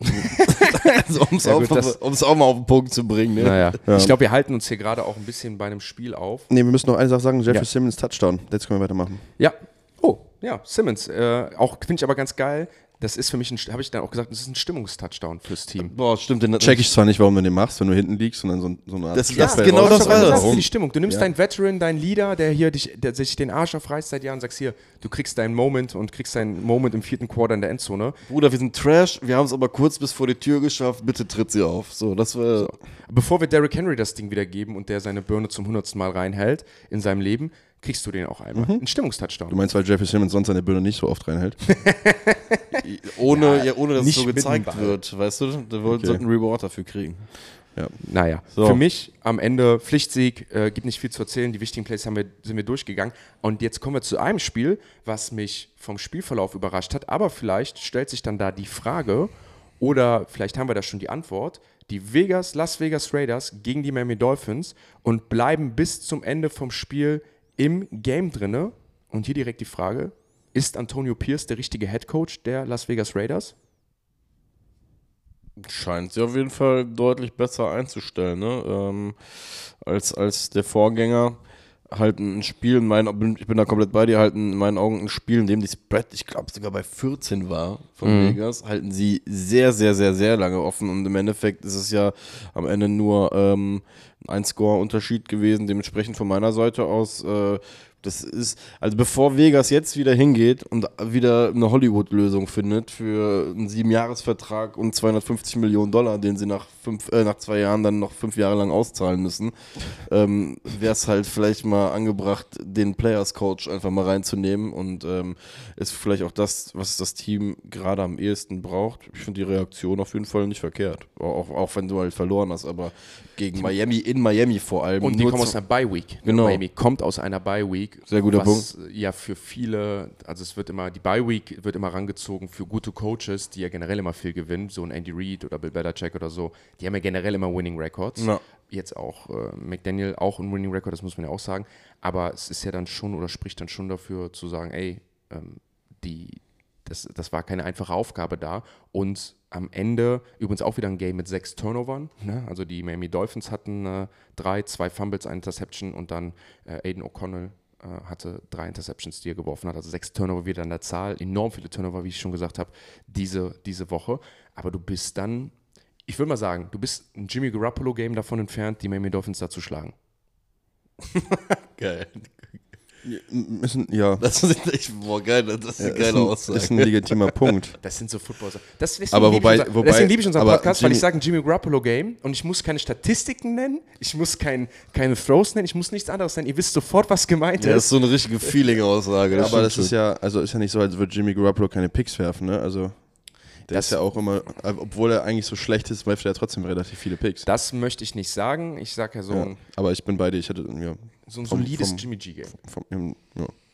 also, um es Ja, auch, gut, das- auch mal auf den Punkt zu bringen. Ne? Naja. Ja. Ich glaube, wir halten uns hier gerade auch ein bisschen bei einem Spiel auf. Nee, wir müssen noch eine Sache sagen, Jeffrey Ja. Simmons Touchdown. Jetzt können wir weitermachen. Ja. Oh, ja, Simmons. Äh, auch finde ich aber ganz geil. Das ist für mich, habe ich dann auch gesagt, das ist ein Stimmungstouchdown fürs Team. Boah, stimmt. Den Check ich zwar nicht, warum du den machst, wenn du hinten liegst und dann so, so eine Art Das- Schlagfeld das- genau raus- das ist war doch das. interessant für die Stimmung. Du nimmst Ja. deinen Veteran, deinen Leader, der hier dich, der sich den Arsch aufreißt seit Jahren, und sagst hier, du kriegst deinen Moment und kriegst deinen Moment im vierten Quarter in der Endzone. Bruder, wir sind Trash, wir haben es aber kurz bis vor die Tür geschafft, bitte tritt sie auf. So, das war... Bevor wir Derrick Henry das Ding wieder geben und der seine Birne zum hundertsten Mal reinhält in seinem Leben, kriegst du den auch einmal. Mhm. Ein Stimmungstouchdown. Du meinst, weil Jeffrey Simmons sonst seine Birne nicht so oft reinhält? Ohne, Ja, ja, ohne dass es nicht so mit dem gezeigt Ball. wird, weißt du? Da wollten Okay. sollten einen Reward dafür kriegen. Ja. Naja, So. für mich am Ende Pflichtsieg, äh, gibt nicht viel zu erzählen. Die wichtigen Plays haben wir, sind wir durchgegangen. Und jetzt kommen wir zu einem Spiel, was mich vom Spielverlauf überrascht hat. Aber vielleicht stellt sich dann da die Frage, oder vielleicht haben wir da schon die Antwort, die Vegas, Las Vegas Raiders gegen die Miami Dolphins und bleiben bis zum Ende vom Spiel im Game drinne. Und hier direkt die Frage, ist Antonio Pierce der richtige Headcoach der Las Vegas Raiders? Scheint sie auf jeden Fall deutlich besser einzustellen, ne? ähm, als, als der Vorgänger. Halt ein Spiel, in meinen, ich bin da komplett bei dir, halt in meinen Augen ein Spiel, in dem die Spread, ich glaube sogar bei vierzehn war von Mhm. Vegas, halten sie sehr, sehr, sehr, sehr lange offen und im Endeffekt ist es ja am Ende nur ähm, ein Score-Unterschied gewesen, dementsprechend von meiner Seite aus, äh, das ist, also bevor Vegas jetzt wieder hingeht und wieder eine Hollywood-Lösung findet für einen Siebenjahresvertrag und zweihundertfünfzig Millionen Dollar, den sie nach, fünf, äh, nach zwei Jahren dann noch fünf Jahre lang auszahlen müssen, ähm, wäre es halt vielleicht mal angebracht, den Players-Coach einfach mal reinzunehmen und ähm, ist vielleicht auch das, was das Team gerade am ehesten braucht. Ich finde die Reaktion auf jeden Fall nicht verkehrt, auch, auch wenn du halt verloren hast, aber gegen Miami, in Miami vor allem. Und die Nur kommen zu- aus einer Bye-Week. Genau. Miami kommt aus einer Bye-Week. Sehr guter was ja für viele, also es wird immer, die Bye-Week wird immer rangezogen für gute Coaches, die ja generell immer viel gewinnen, so ein Andy Reid oder Bill Belichick oder so, die haben ja generell immer Winning Records. Ja. Jetzt auch äh, McDaniel, auch ein Winning Record, das muss man ja auch sagen, aber es ist ja dann schon oder spricht dann schon dafür zu sagen, ey, ähm, die, das, das war keine einfache Aufgabe da und am Ende übrigens auch wieder ein Game mit sechs Turnovern. Ne? Also die Miami Dolphins hatten äh, drei, zwei Fumbles, eine Interception und dann äh, Aiden O'Connell äh, hatte drei Interceptions, die er geworfen hat. Also sechs Turnover wieder an der Zahl. Enorm viele Turnover, wie ich schon gesagt habe, diese, diese Woche. Aber du bist dann, ich würde mal sagen, du bist ein Jimmy Garoppolo-Game davon entfernt, die Miami Dolphins da zu schlagen. Geil. Müssen, ja. Das ist echt, boah, geil, das ist eine Ja, geile ist, ein, Aussage. ist ein legitimer Punkt. Das sind so Football. Das, deswegen Aber liebe wobei- ich unser, wobei- deswegen liebe ich unseren aber Podcast, weil Jimmy- ich sage ein Jimmy Garoppolo-Game und ich muss keine Statistiken nennen, ich muss kein, keine Throws nennen, ich muss nichts anderes nennen. Ihr wisst sofort, was gemeint Ja, das ist. ist so eine richtige Feeling-Aussage. Aber stimmt das ist schon. ja, also ist ja nicht so, als würde Jimmy Garoppolo keine Picks werfen, ne? Also der Das- ist ja auch immer, obwohl er eigentlich so schlecht ist, werft er ja trotzdem relativ viele Picks. Das möchte ich nicht sagen. Ich sage ja so Ja, ein, aber ich bin bei dir, ich hatte ja, so ein vom- solides vom- Jimmy G-Game. vom, ja.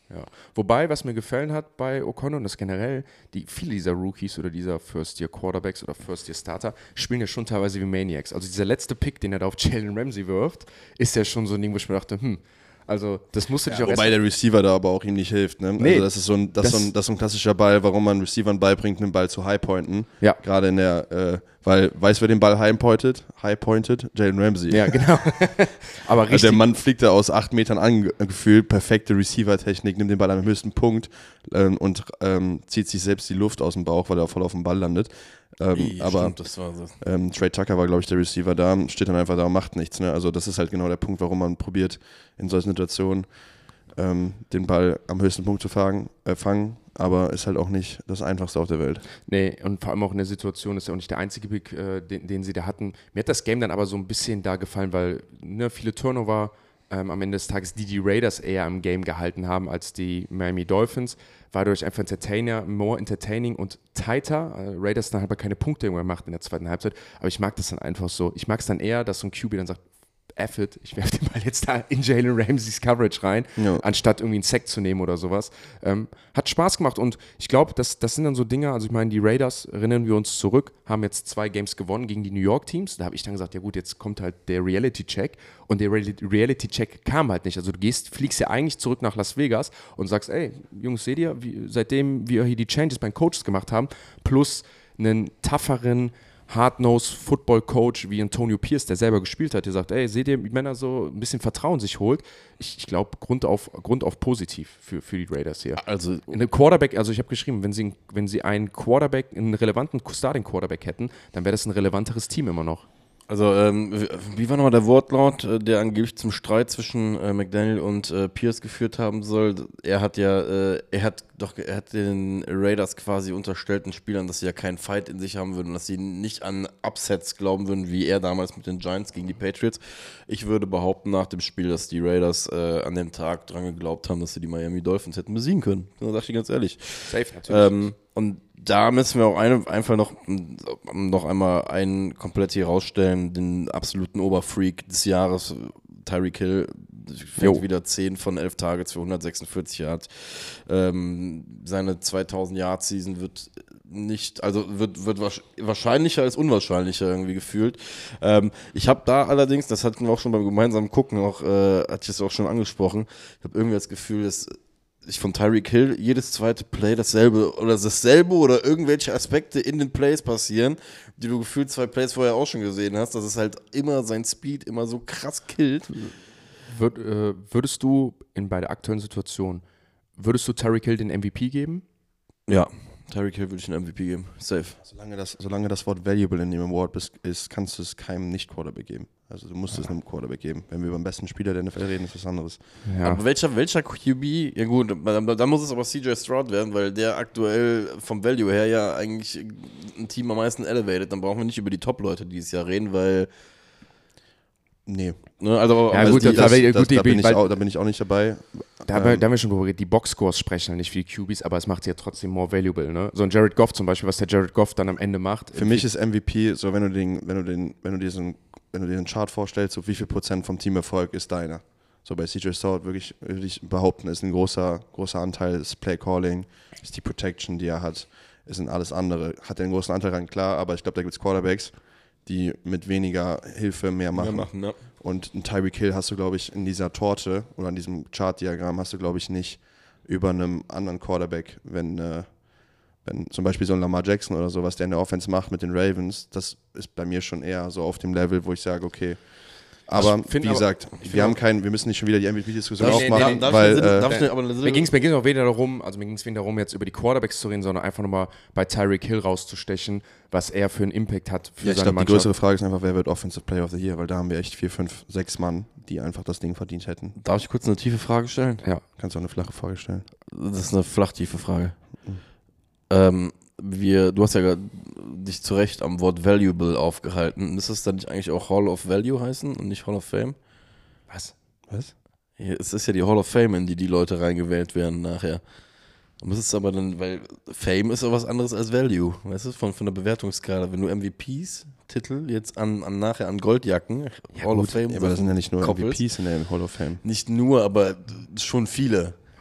Ja. Wobei, was mir gefallen hat bei O'Connell, und das generell, die, viele dieser Rookies oder dieser First-Year-Quarterbacks oder First-Year-Starter spielen ja schon teilweise wie Maniacs. Also dieser letzte Pick, den er da auf Jalen Ramsey wirft, ist ja schon so ein Ding, wo ich mir dachte, hm, also das musst du dich Ja, auch wobei der Receiver da aber auch ihm nicht hilft. Ne? Nee, also das ist so ein, das, das, so ein, das ist so ein klassischer Ball, warum man Receivern beibringt, den Ball zu highpointen. Ja. Gerade in der, äh, weil, weißt du, wer den Ball highpointet? Highpointet? Jalen Ramsey. Ja, genau. Aber richtig. Also der Mann fliegt da aus acht Metern angefühlt, perfekte Receiver-Technik, nimmt den Ball am höchsten Punkt ähm, und ähm, zieht sich selbst die Luft aus dem Bauch, weil er voll auf den Ball landet. Ähm, Ii, aber stimmt, das war so. ähm, Trey Tucker war, glaube ich, der Receiver da, steht dann einfach da und macht nichts. Ne? Also das ist halt genau der Punkt, warum man probiert, in solchen Situationen ähm, den Ball am höchsten Punkt zu fangen, äh, fangen, aber ist halt auch nicht das Einfachste auf der Welt. Nee, und vor allem auch in der Situation ist ja auch nicht der einzige Pick, äh, den, den sie da hatten. Mir hat das Game dann aber so ein bisschen da gefallen, weil ne, viele Turnover ähm, am Ende des Tages, die die Raiders eher im Game gehalten haben als die Miami Dolphins, war dadurch einfach entertainer, more entertaining und tighter. Äh, Raiders dann aber keine Punkte irgendwann gemacht in der zweiten Halbzeit, aber ich mag das dann einfach so. Ich mag es dann eher, dass so ein Q B dann sagt, F it, ich werfe den Ball jetzt da in Jalen Ramseys Coverage rein, Ja. anstatt irgendwie einen Sack zu nehmen oder sowas. Ähm, hat Spaß gemacht und ich glaube, das, das sind dann so Dinge, also ich meine, die Raiders, erinnern wir uns zurück, haben jetzt zwei Games gewonnen gegen die New York Teams. Da habe ich dann gesagt, ja gut, jetzt kommt halt der Reality-Check und der Real- Reality-Check kam halt nicht. Also du gehst, fliegst ja eigentlich zurück nach Las Vegas und sagst, ey, Jungs, seht ihr, wie, seitdem wir hier die Changes bei den Coaches gemacht haben, plus einen tougheren Hard-Nose-Football-Coach wie Antonio Pierce, der selber gespielt hat, der sagt, ey, seht ihr, wie Männer so ein bisschen Vertrauen sich holt. Ich, ich glaube, Grund auf, Grund auf positiv für, für die Raiders hier. Also, In einem Quarterback, also ich habe geschrieben, wenn sie, wenn sie einen Quarterback, einen relevanten Starting-Quarterback hätten, dann wäre das ein relevanteres Team immer noch. Also, ähm, wie- wie war nochmal der Wortlaut, äh, der angeblich zum Streit zwischen äh, McDaniel und äh, Pierce geführt haben soll? Er hat ja, äh, er hat doch, er hat den Raiders quasi unterstellt, den Spielern, dass sie ja keinen Fight in sich haben würden, dass sie nicht an Upsets glauben würden, wie er damals mit den Giants gegen die Patriots. Ich würde behaupten nach dem Spiel, dass die Raiders äh, an dem Tag dran geglaubt haben, dass sie die Miami Dolphins hätten besiegen können. Da sag ich dir ganz ehrlich. Safe, natürlich. Ähm, und da müssen wir auch eine, einfach noch, noch einmal einen komplett hier rausstellen, den absoluten Oberfreak des Jahres, Tyreek Hill, fängt Jo. wieder zehn von elf Targets für hundertsechsundvierzig Yards. Ähm, seine zweitausend-Yard-Season wird nicht, also wird, wird wasch- wahrscheinlicher als unwahrscheinlicher irgendwie gefühlt. Ähm, ich habe da allerdings, das hatten wir auch schon beim gemeinsamen Gucken, auch, äh, hatte ich es auch schon angesprochen, ich habe irgendwie das Gefühl, dass ich von Tyreek Hill jedes zweite Play dasselbe oder dasselbe oder irgendwelche Aspekte in den Plays passieren, die du gefühlt zwei Plays vorher auch schon gesehen hast, dass es halt immer sein Speed immer so krass killt. Würd, äh, würdest du in bei der aktuellen Situation, würdest du Tyreek Hill den M V P geben? Ja, Tyreek Hill würde ich einen M V P geben. Safe. Solange das, solange das Wort valuable in dem Award ist, ist kannst du es keinem Nicht-Quarterback geben. Also du musst es einem Quarterback geben. Wenn wir über den besten Spieler der N F L reden, ist was anderes. Ja. Aber welcher, welcher Q B, ja gut, da, da muss es aber C J Stroud werden, weil der aktuell vom Value her ja eigentlich ein Team am meisten elevated. Dann brauchen wir nicht über die Top-Leute dieses Jahr reden, weil, Nee. ne, also, Ja, also gut, die, das- das, gut, das, die- da, bin ich weil- auch, da bin ich auch nicht dabei. Da haben, wir, Ähm, da haben wir schon drüber geredet, die Boxscores sprechen halt nicht für die Q Bs, aber es macht sie ja trotzdem more valuable. Ne? So ein Jared Goff zum Beispiel, was der Jared Goff dann am Ende macht. Für mich ist M V P so, wenn du den, wenn du den, wenn du diesen, wenn du dir einen Chart vorstellst, so wie viel Prozent vom Teamerfolg ist deiner. So bei C J Stroud wirklich, würde ich behaupten, ist ein großer, großer Anteil, ist Play Calling, ist die Protection, die er hat, ist in alles andere. Hat er einen großen Anteil ran, klar, aber ich glaube, da gibt es Quarterbacks, die mit weniger Hilfe mehr machen. machen ja. Und ein Tyreek Hill hast du, glaube ich, in dieser Torte oder an diesem Chart-Diagramm hast du, glaube ich, nicht über einem anderen Quarterback, wenn, äh, wenn zum Beispiel so ein Lamar Jackson oder sowas, der in der Offense macht mit den Ravens, das ist bei mir schon eher so auf dem Level, wo ich sage, okay. Aber Ich find wie aber- gesagt, ich find wir haben auch- keinen, wir müssen nicht schon wieder die M V P-Diskussion Nee, nee, aufmachen, nee, darf weil ich, äh, darf ich, aber Mir ging es mir ging's auch weder darum, also mir ging es weder darum, jetzt über die Quarterbacks zu reden, sondern einfach nochmal bei Tyreek Hill rauszustechen, was er für einen Impact hat für ja, ich seine glaube, die Mannschaft. größere Frage ist einfach, wer wird Offensive Player of the Year, weil da haben wir echt vier, fünf, sechs Mann, die einfach das Ding verdient hätten. Darf ich kurz eine tiefe Frage stellen? Ja. Kannst du auch eine flache Frage stellen? Das ist eine flachtiefe Frage. Ähm, wir, du hast ja gerade dich zu Recht am Wort valuable aufgehalten. Müsste es dann nicht eigentlich auch Hall of Value heißen und nicht Hall of Fame? Was? Was? Ja, es ist ja die Hall of Fame, in die die Leute reingewählt werden nachher. Da muss es aber dann, weil Fame ist ja was anderes als Value, weißt du, von, von der Bewertungsskala. Wenn du M V Ps, Titel, jetzt an, an nachher an Goldjacken, Hall of Fame, Ja, aber das sind ja nicht nur koppelst. M V Ps in der Hall of Fame. Nicht nur, aber schon viele.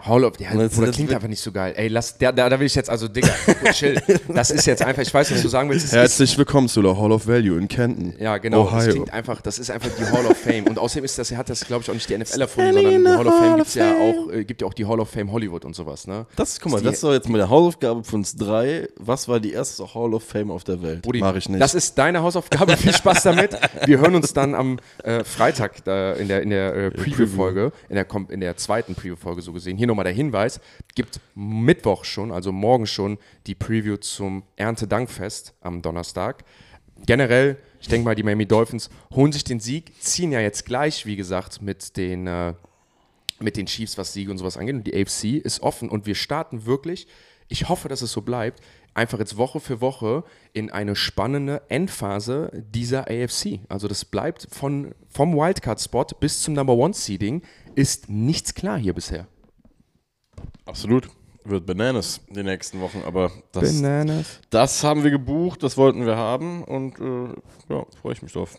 Hall of, ja, Das- Bruder, das klingt wird- einfach nicht so geil. Ey, lass, da, da, da will ich jetzt, also, Digga, chill. Das ist jetzt einfach, ich weiß nicht, was du sagen willst. Es ist, Herzlich willkommen zu der Hall of Value in Kenton. ja, genau, das Ohio. klingt einfach, das ist einfach die Hall of Fame. Und außerdem ist das, hat das, glaube ich, auch nicht die N F L erfunden, sondern die Hall of Fame gibt's ja auch, äh, gibt ja auch die Hall of Fame Hollywood und sowas, ne? Das, guck mal, die- das ist doch jetzt mal eine Hausaufgabe von uns drei. Was war die erste Hall of Fame auf der Welt? Brudi, Mach ich nicht. Das ist deine Hausaufgabe. Viel Spaß damit. Wir hören uns dann am äh, Freitag da in der, in der äh, Preview-Folge, in der, Kom- in der zweiten Preview-Folge so gesehen. Hier nochmal der Hinweis, gibt Mittwoch schon, also morgen schon, die Preview zum Erntedankfest am Donnerstag. Generell, ich denke mal, die Miami Dolphins holen sich den Sieg, ziehen ja jetzt gleich, wie gesagt, mit den, äh, mit den Chiefs, was Siege und sowas angeht. Und die A F C ist offen und wir starten wirklich, ich hoffe, dass es so bleibt, einfach jetzt Woche für Woche in eine spannende Endphase dieser A F C. Also das bleibt von, vom Wildcard-Spot bis zum Number One Seeding ist nichts klar hier bisher. Absolut. Wird Bananas die nächsten Wochen, aber das, Bananas. das haben wir gebucht, das wollten wir haben und äh, ja, freue ich mich drauf.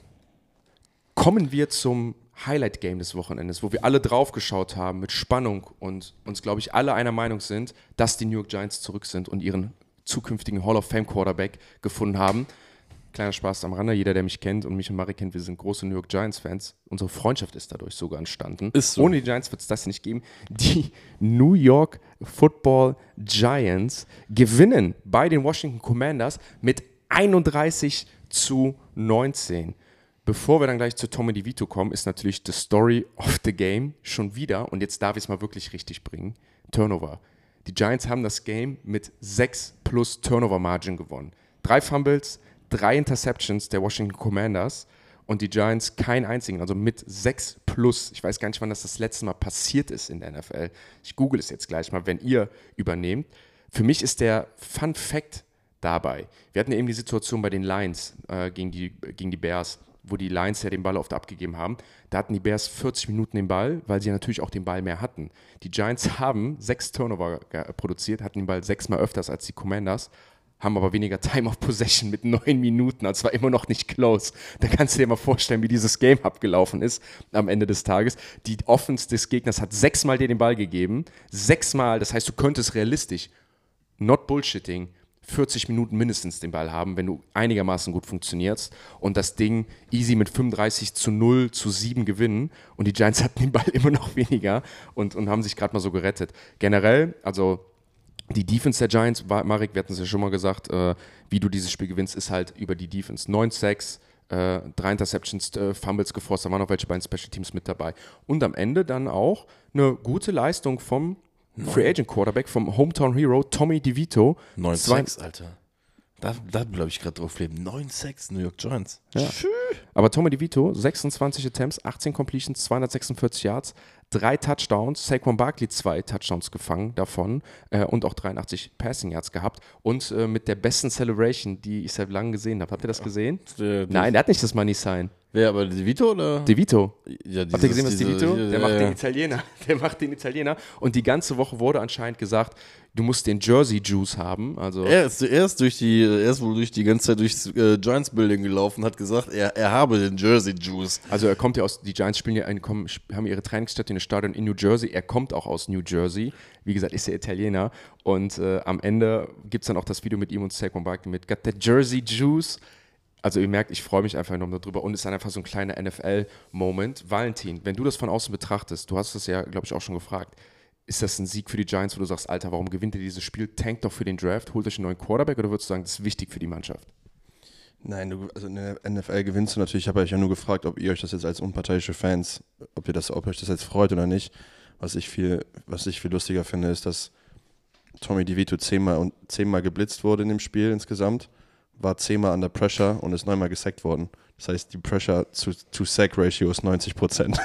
Kommen wir zum Highlight-Game des Wochenendes, wo wir alle drauf geschaut haben mit Spannung und uns, glaube ich, alle einer Meinung sind, dass die New York Giants zurück sind und ihren zukünftigen Hall of Fame Quarterback gefunden haben. Kleiner Spaß am Rande, jeder, der mich kennt und mich und Mari kennt, wir sind große New York Giants-Fans. Unsere Freundschaft ist dadurch sogar entstanden. Ist so. Ohne die Giants wird es das nicht geben. Die New York Football Giants gewinnen bei den Washington Commanders mit einunddreißig zu neunzehn. Bevor wir dann gleich zu Tommy DeVito kommen, ist natürlich the Story of the Game schon wieder, und jetzt darf ich es mal wirklich richtig bringen, Turnover. Die Giants haben das Game mit sechs plus Turnover Margin gewonnen. Drei Fumbles, drei Interceptions der Washington Commanders und die Giants keinen einzigen, also mit sechs plus. Ich weiß gar nicht, wann das das letzte Mal passiert ist in der N F L. Ich google es jetzt gleich mal, wenn ihr übernehmt. Für mich ist der Fun Fact dabei. Wir hatten ja eben die Situation bei den Lions äh, gegen, die, gegen die Bears, wo die Lions ja den Ball oft abgegeben haben. Da hatten die Bears vierzig Minuten den Ball, weil sie ja natürlich auch den Ball mehr hatten. Die Giants haben sechs Turnover ge- produziert, hatten den Ball sechsmal öfters als die Commanders, haben aber weniger Time of Possession mit neun Minuten. Also es war immer noch nicht close. Da kannst du dir mal vorstellen, wie dieses Game abgelaufen ist am Ende des Tages. Die Offense des Gegners hat sechsmal dir den Ball gegeben. Sechsmal, das heißt, du könntest realistisch, not bullshitting, vierzig Minuten mindestens den Ball haben, wenn du einigermaßen gut funktionierst und das Ding easy mit fünfunddreißig zu null zu sieben gewinnen und die Giants hatten den Ball immer noch weniger und, und haben sich gerade mal so gerettet. Generell, also die Defense der Giants, war, Marek, wir hatten es ja schon mal gesagt, äh, wie du dieses Spiel gewinnst, ist halt über die Defense. Neun Sacks, äh, drei Interceptions, äh, Fumbles geforst, da waren auch welche bei den Special Teams mit dabei. Und am Ende dann auch eine gute Leistung vom Free Agent Quarterback, vom Hometown Hero Tommy DeVito. Neun Zwei- Sacks, Alter. Da, da glaube ich gerade drauf leben. Neun Sacks, New York Giants. Ja. Aber Tommy DeVito, sechsundzwanzig Attempts, achtzehn Completions, zweihundertsechsundvierzig Yards, drei Touchdowns, Saquon Barkley zwei Touchdowns gefangen davon äh, und auch dreiundachtzig Passing Yards gehabt und äh, mit der besten Celebration, die ich seit langem gesehen habe. Habt ihr das gesehen? Der, Nein, der hat nicht das Money Sign. Wer, aber DeVito oder? DeVito. Ja, Habt ihr gesehen, was diese- DeVito? diese- Der ja, macht ja. den Italiener. Der macht den Italiener. Und die ganze Woche wurde anscheinend gesagt, du musst den Jersey Juice haben. Also Er ist zuerst durch die, er ist wohl durch die ganze Zeit durchs äh, Giants Building gelaufen, hat gesagt, er, er habe den Jersey Juice. Also er kommt ja aus, die Giants spielen ja, ein, kommen, haben ihre Trainingsstätte in einem Stadion in New Jersey. Er kommt auch aus New Jersey. Wie gesagt, ist er Italiener. Und äh, am Ende gibt es dann auch das Video mit ihm und Saquon Barkley mit Got that Jersey Juice. Also ihr merkt, ich freue mich einfach enorm darüber. Und es ist dann einfach so ein kleiner N F L-Moment. Valentin, wenn du das von außen betrachtest, du hast das ja, glaube ich, auch schon gefragt, ist das ein Sieg für die Giants, wo du sagst, Alter, warum gewinnt ihr dieses Spiel? Tankt doch für den Draft, holt euch einen neuen Quarterback, oder würdest du sagen, das ist wichtig für die Mannschaft? Nein, du, also in der N F L gewinnst du natürlich. Ich habe euch ja nur gefragt, ob ihr euch das jetzt als unparteiische Fans, ob ihr das, ob euch das jetzt freut oder nicht. Was ich viel, was ich viel lustiger finde, ist, dass Tommy DeVito zehnmal und zehnmal geblitzt wurde in dem Spiel insgesamt, war zehnmal under pressure und ist neunmal gesackt worden. Das heißt, die Pressure zu, to Sack Ratio ist neunzig Prozent.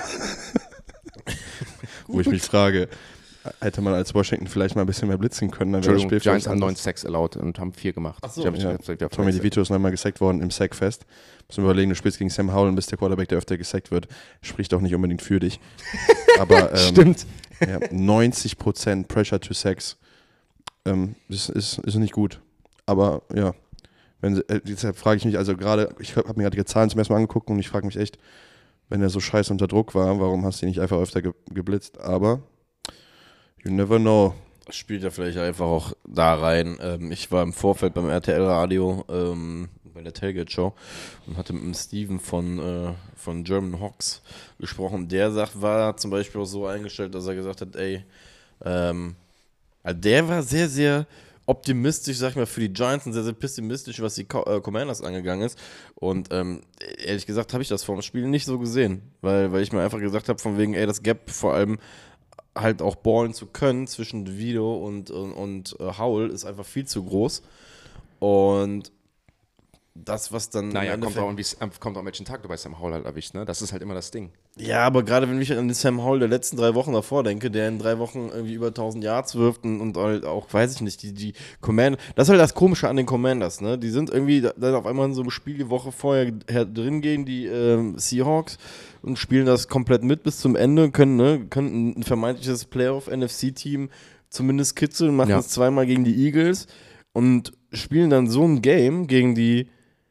Wo ich mich frage, hätte man als Washington vielleicht mal ein bisschen mehr blitzen können, dann wäre das Entschuldigung, Spiel die Giants vielleicht haben neun anders. Sacks allowed und haben vier gemacht. Ach so, Ich hab mich Ja, jetzt wieder Tommy verwechselt. DeVito ist neunmal gesackt worden im Sackfest. Muss man überlegen, du spielst gegen Sam Howell und bist der Quarterback, der öfter gesackt wird. Spricht auch nicht unbedingt für dich. Aber ähm, Stimmt. ja, neunzig Prozent Pressure to Sacks ähm, ist, ist, ist nicht gut. Aber ja, wenn, sie- äh, deshalb frage ich mich, also gerade, ich habe mir gerade die Zahlen zum ersten Mal angeguckt und ich frage mich echt, wenn er so scheiße unter Druck war, warum hast du ihn nicht einfach öfter ge geblitzt? Aber You never know. Spielt ja vielleicht einfach auch da rein. Ähm, ich war im Vorfeld beim R T L-Radio ähm, bei der Tailgate-Show und hatte mit dem Steven von, äh, von German Hawks gesprochen. Der sagt, war zum Beispiel auch so eingestellt, dass er gesagt hat, ey, ähm, also der war sehr, sehr optimistisch, sag ich mal, für die Giants und sehr, sehr pessimistisch, was die Co- äh, Commanders angegangen ist. Und ähm, ehrlich gesagt habe ich das vor dem Spiel nicht so gesehen, weil, weil ich mir einfach gesagt habe, von wegen, ey, das Gap vor allem halt auch ballen zu können zwischen DeVito und, und, und äh, Howell ist einfach viel zu groß. Und das, was dann. Naja, im kommt Endeffekt- auch, an, wie's- ähm, kommt auch an welchen Tag du bei Sam Howell halt erwischt, ne? Das ist halt immer das Ding. Ja, aber gerade wenn ich an den Sam Howell der letzten drei Wochen davor denke, der in drei Wochen irgendwie über tausend Yards wirft und, und halt auch, weiß ich nicht, die, die Commander, das ist halt das Komische an den Commanders, ne? Die sind irgendwie da- dann auf einmal in so einem Spiel die Woche vorher her- drin gegen die ähm, Seahawks und spielen das komplett mit bis zum Ende, können, ne, können ein vermeintliches Playoff-N F C-Team zumindest kitzeln, machen Ja. es zweimal gegen die Eagles und spielen dann so ein Game gegen die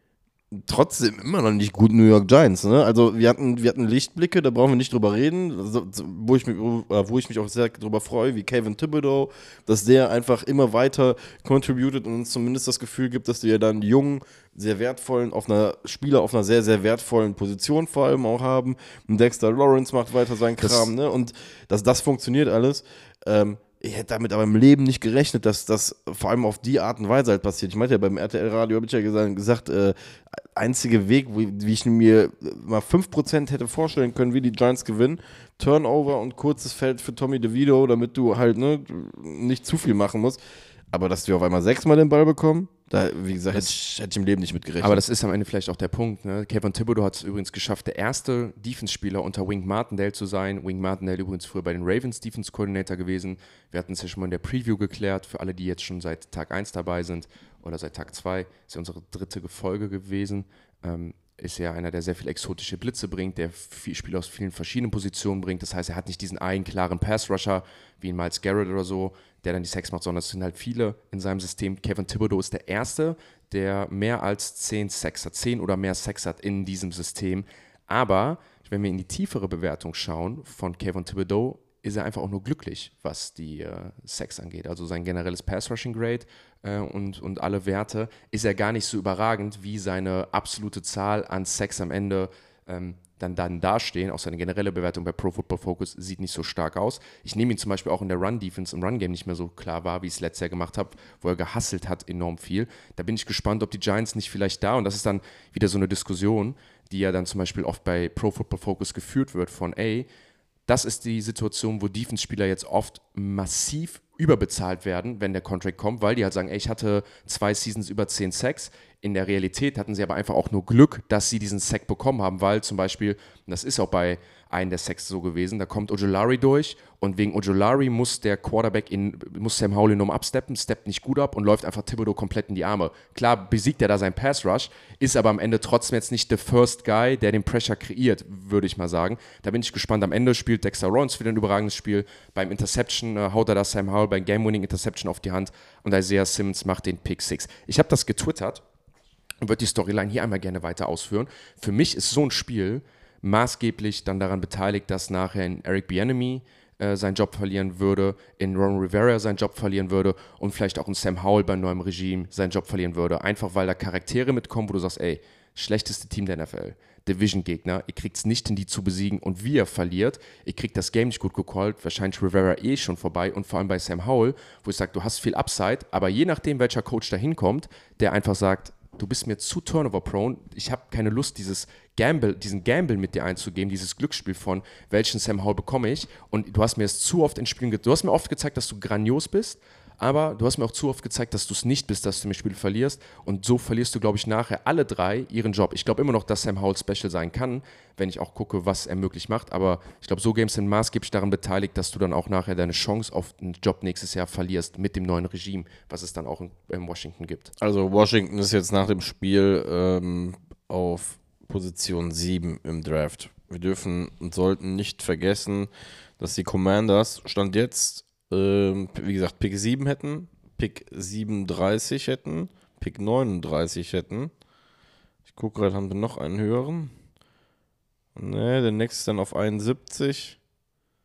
trotzdem immer noch nicht gut New York Giants, ne? Also wir hatten, wir hatten Lichtblicke, da brauchen wir nicht drüber reden, also, wo, ich mich, wo ich mich auch sehr drüber freue, wie Kevin Thibodeau, dass der einfach immer weiter contributed und uns zumindest das Gefühl gibt, dass wir dann einen jungen, sehr wertvollen, auf einer Spieler auf einer sehr, sehr wertvollen Position vor allem auch haben. Und Dexter Lawrence macht weiter seinen Das- Kram, ne? Und dass das funktioniert alles. Ähm, ich hätte damit aber im Leben nicht gerechnet, dass das vor allem auf die Art und Weise halt passiert. Ich meinte ja, beim R T L-Radio habe ich ja gesagt, gesagt äh, einzige Weg, wie, wie ich mir mal fünf Prozent hätte vorstellen können, wie die Giants gewinnen, Turnover und kurzes Feld für Tommy DeVito, damit du halt ne, nicht zu viel machen musst. Aber dass wir auf einmal sechsmal den Ball bekommen, da, wie gesagt, hätte ich, hätte ich im Leben nicht mitgerechnet. Aber das ist am Ende vielleicht auch der Punkt. Ne? Kevin Thibodeau hat es übrigens geschafft, der erste Defense-Spieler unter Wink Martindale zu sein. Wink Martindale übrigens früher bei den Ravens Defense-Coordinator gewesen. Wir hatten es ja schon mal in der Preview geklärt, für alle, die jetzt schon seit Tag eins dabei sind oder seit Tag zwei, ist ja unsere dritte Folge gewesen. Ähm, ist ja einer, der sehr viel exotische Blitze bringt, der viel Spieler aus vielen verschiedenen Positionen bringt. Das heißt, er hat nicht diesen einen klaren Pass-Rusher wie ein Miles Garrett oder so, der dann die Sacks macht, sondern es sind halt viele in seinem System. Kevin Thibodeau ist der Erste, der mehr als zehn Sacks hat, zehn oder mehr Sacks hat in diesem System. Aber wenn wir in die tiefere Bewertung schauen von Kevin Thibodeau, ist er einfach auch nur glücklich, was die äh, Sacks angeht. Also sein generelles Pass-Rushing-Grade äh, und, und alle Werte ist er gar nicht so überragend, wie seine absolute Zahl an Sacks am Ende ähm, dann, dann dastehen. Auch seine generelle Bewertung bei Pro Football Focus sieht nicht so stark aus. Ich nehme ihn zum Beispiel auch in der Run-Defense, im Run-Game nicht mehr so klar wahr, wie ich es letztes Jahr gemacht habe, wo er gehustelt hat enorm viel. Da bin ich gespannt, ob die Giants nicht vielleicht da, und das ist dann wieder so eine Diskussion, die ja dann zum Beispiel oft bei Pro Football Focus geführt wird von, ey, das ist die Situation, wo Defense-Spieler jetzt oft massiv überbezahlt werden, wenn der Contract kommt, weil die halt sagen, ey, ich hatte zwei Seasons über zehn Sacks. In der Realität hatten sie aber einfach auch nur Glück, dass sie diesen Sack bekommen haben, weil zum Beispiel, und das ist auch bei einem der Sacks so gewesen, da kommt Ojulari durch und wegen Ojulari muss der Quarterback, in, muss Sam Howell enorm absteppen, steppt nicht gut ab und läuft einfach Thibodeau komplett in die Arme. Klar besiegt er da seinen Pass-Rush, ist aber am Ende trotzdem jetzt nicht der First Guy, der den Pressure kreiert, würde ich mal sagen. Da bin ich gespannt. Am Ende spielt Dexter Lawrence wieder ein überragendes Spiel. Beim Interception äh, haut er da Sam Howell beim Game-Winning Interception auf die Hand und Isaiah Simmons macht den Pick Six. Ich habe das getwittert und würde die Storyline hier einmal gerne weiter ausführen. Für mich ist so ein Spiel maßgeblich dann daran beteiligt, dass nachher in Eric Bieniemy äh, seinen Job verlieren würde, in Ron Rivera seinen Job verlieren würde und vielleicht auch in Sam Howell beim neuen Regime seinen Job verlieren würde. Einfach weil da Charaktere mitkommen, wo du sagst, ey, schlechteste Team der N F L, Division-Gegner, ihr kriegt es nicht hin, die zu besiegen, und wie ihr verliert, ihr kriegt das Game nicht gut gecallt, wahrscheinlich Rivera eh schon vorbei, und vor allem bei Sam Howell, wo ich sage, du hast viel Upside, aber je nachdem, welcher Coach da hinkommt, der einfach sagt, du bist mir zu turnover-prone, ich habe keine Lust, dieses Gamble, diesen Gamble mit dir einzugeben, dieses Glücksspiel von, welchen Sam Howell bekomme ich, und du hast mir es zu oft in Spielen gezeigt, du hast mir oft gezeigt, dass du grandios bist, aber du hast mir auch zu oft gezeigt, dass du es nicht bist, dass du mir Spiel verlierst, und so verlierst du, glaube ich, nachher alle drei ihren Job. Ich glaube immer noch, dass Sam Howell special sein kann, wenn ich auch gucke, was er möglich macht, aber ich glaube, so Games sind maßgeblich daran beteiligt, dass du dann auch nachher deine Chance auf einen Job nächstes Jahr verlierst mit dem neuen Regime, was es dann auch in, in Washington gibt. Also Washington ist jetzt nach dem Spiel ähm, auf Position sieben im Draft. Wir dürfen und sollten nicht vergessen, dass die Commanders Stand jetzt, ähm, wie gesagt, Pick sieben hätten, Pick siebenunddreißig hätten, Pick neununddreißig hätten. Ich gucke gerade, haben wir noch einen höheren? Ne, der nächste dann auf einundsiebzig.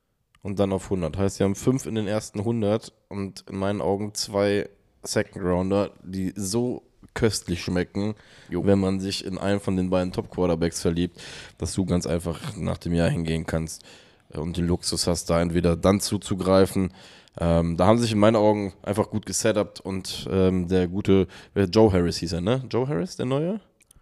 und dann auf hundert. Heißt, sie haben fünf in den ersten hundert und in meinen Augen zwei Second Rounder, die so köstlich schmecken, jo. wenn man sich in einen von den beiden Top-Quarterbacks verliebt, dass du ganz einfach nach dem Jahr hingehen kannst und den Luxus hast, da entweder dann zuzugreifen. Ähm, da haben sich in meinen Augen einfach gut gesetupt und ähm, der gute Joe Harris hieß er, ne? Joe Harris, der Neue?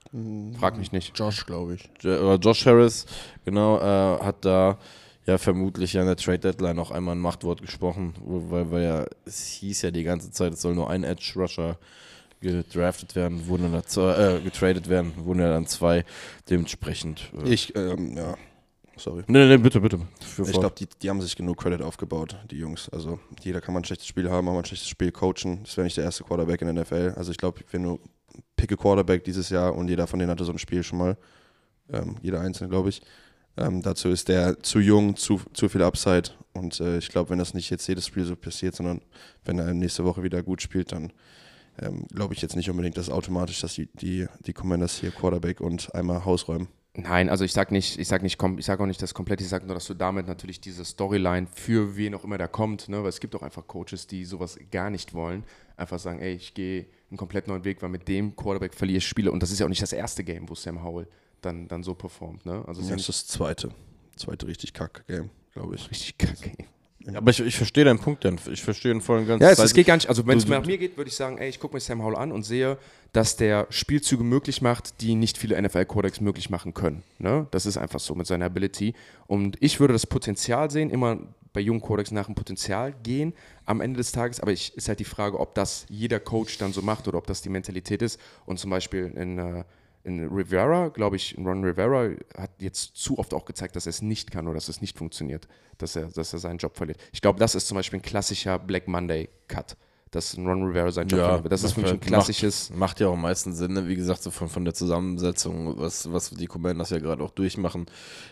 Frag mich nicht. Josh, glaube ich. Oder Josh Harris, genau, äh, hat da ja vermutlich ja in der Trade-Deadline auch einmal ein Machtwort gesprochen, weil, weil ja, es hieß ja die ganze Zeit, es soll nur ein Edge-Rusher gedraftet werden, wurden dann zwei, äh, getradet werden, wurden ja dann zwei, dementsprechend. Äh ich, ähm, ja, sorry. Nee, nee, bitte, bitte. Für ich glaube, die, die haben sich genug Credit aufgebaut, die Jungs. Also jeder kann mal ein schlechtes Spiel haben, auch mal ein schlechtes Spiel coachen. Das wäre nicht der erste Quarterback in der N F L. Also ich glaube, wenn du picke Quarterback dieses Jahr und jeder von denen hatte so ein Spiel schon mal, ähm, jeder einzelne, glaube ich. Ähm, dazu ist der zu jung, zu, zu viel Upside und äh, ich glaube, wenn das nicht jetzt jedes Spiel so passiert, sondern wenn er nächste Woche wieder gut spielt, dann ähm, glaube ich jetzt nicht unbedingt, dass automatisch, dass die, die, die Commanders hier Quarterback und einmal Haus räumen. Nein, also ich sag nicht, ich sag nicht, ich sag auch nicht das komplett, ich sag nur, dass du damit natürlich diese Storyline für wen auch immer da kommt, ne, weil es gibt auch einfach Coaches, die sowas gar nicht wollen, einfach sagen, ey, ich gehe einen komplett neuen Weg, weil mit dem Quarterback verliere ich Spiele und das ist ja auch nicht das erste Game, wo Sam Howell dann, dann so performt, ne? Also ja, ja, das ist das zweite, zweite richtig Kack-Game, glaube ich. Richtig Kack-Game. Ja, aber ich, ich verstehe deinen Punkt, denn ich verstehe den voll und ganz. Ja, es, es geht gar nicht, also wenn es nach mir geht, würde ich sagen, ey, ich gucke mir Sam Howell an und sehe, dass der Spielzüge möglich macht, die nicht viele N F L-Quarterbacks möglich machen können. Ne? Das ist einfach so mit seiner Ability. Und ich würde das Potenzial sehen, immer bei jungen Quarterbacks nach dem Potenzial gehen am Ende des Tages, aber ich, ist halt die Frage, ob das jeder Coach dann so macht oder ob das die Mentalität ist. Und zum Beispiel in äh, In Rivera, glaube ich, Ron Rivera hat jetzt zu oft auch gezeigt, dass er es nicht kann oder dass es nicht funktioniert, dass er, dass er seinen Job verliert. Ich glaube, das ist zum Beispiel ein klassischer Black Monday-Cut, dass Ron Rivera seinen Job ja, verliert. Das ist für mich ein klassisches... Macht, macht ja auch am meisten Sinn, ne? Wie gesagt, so von, von der Zusammensetzung, was, was die Commanders ja gerade auch durchmachen.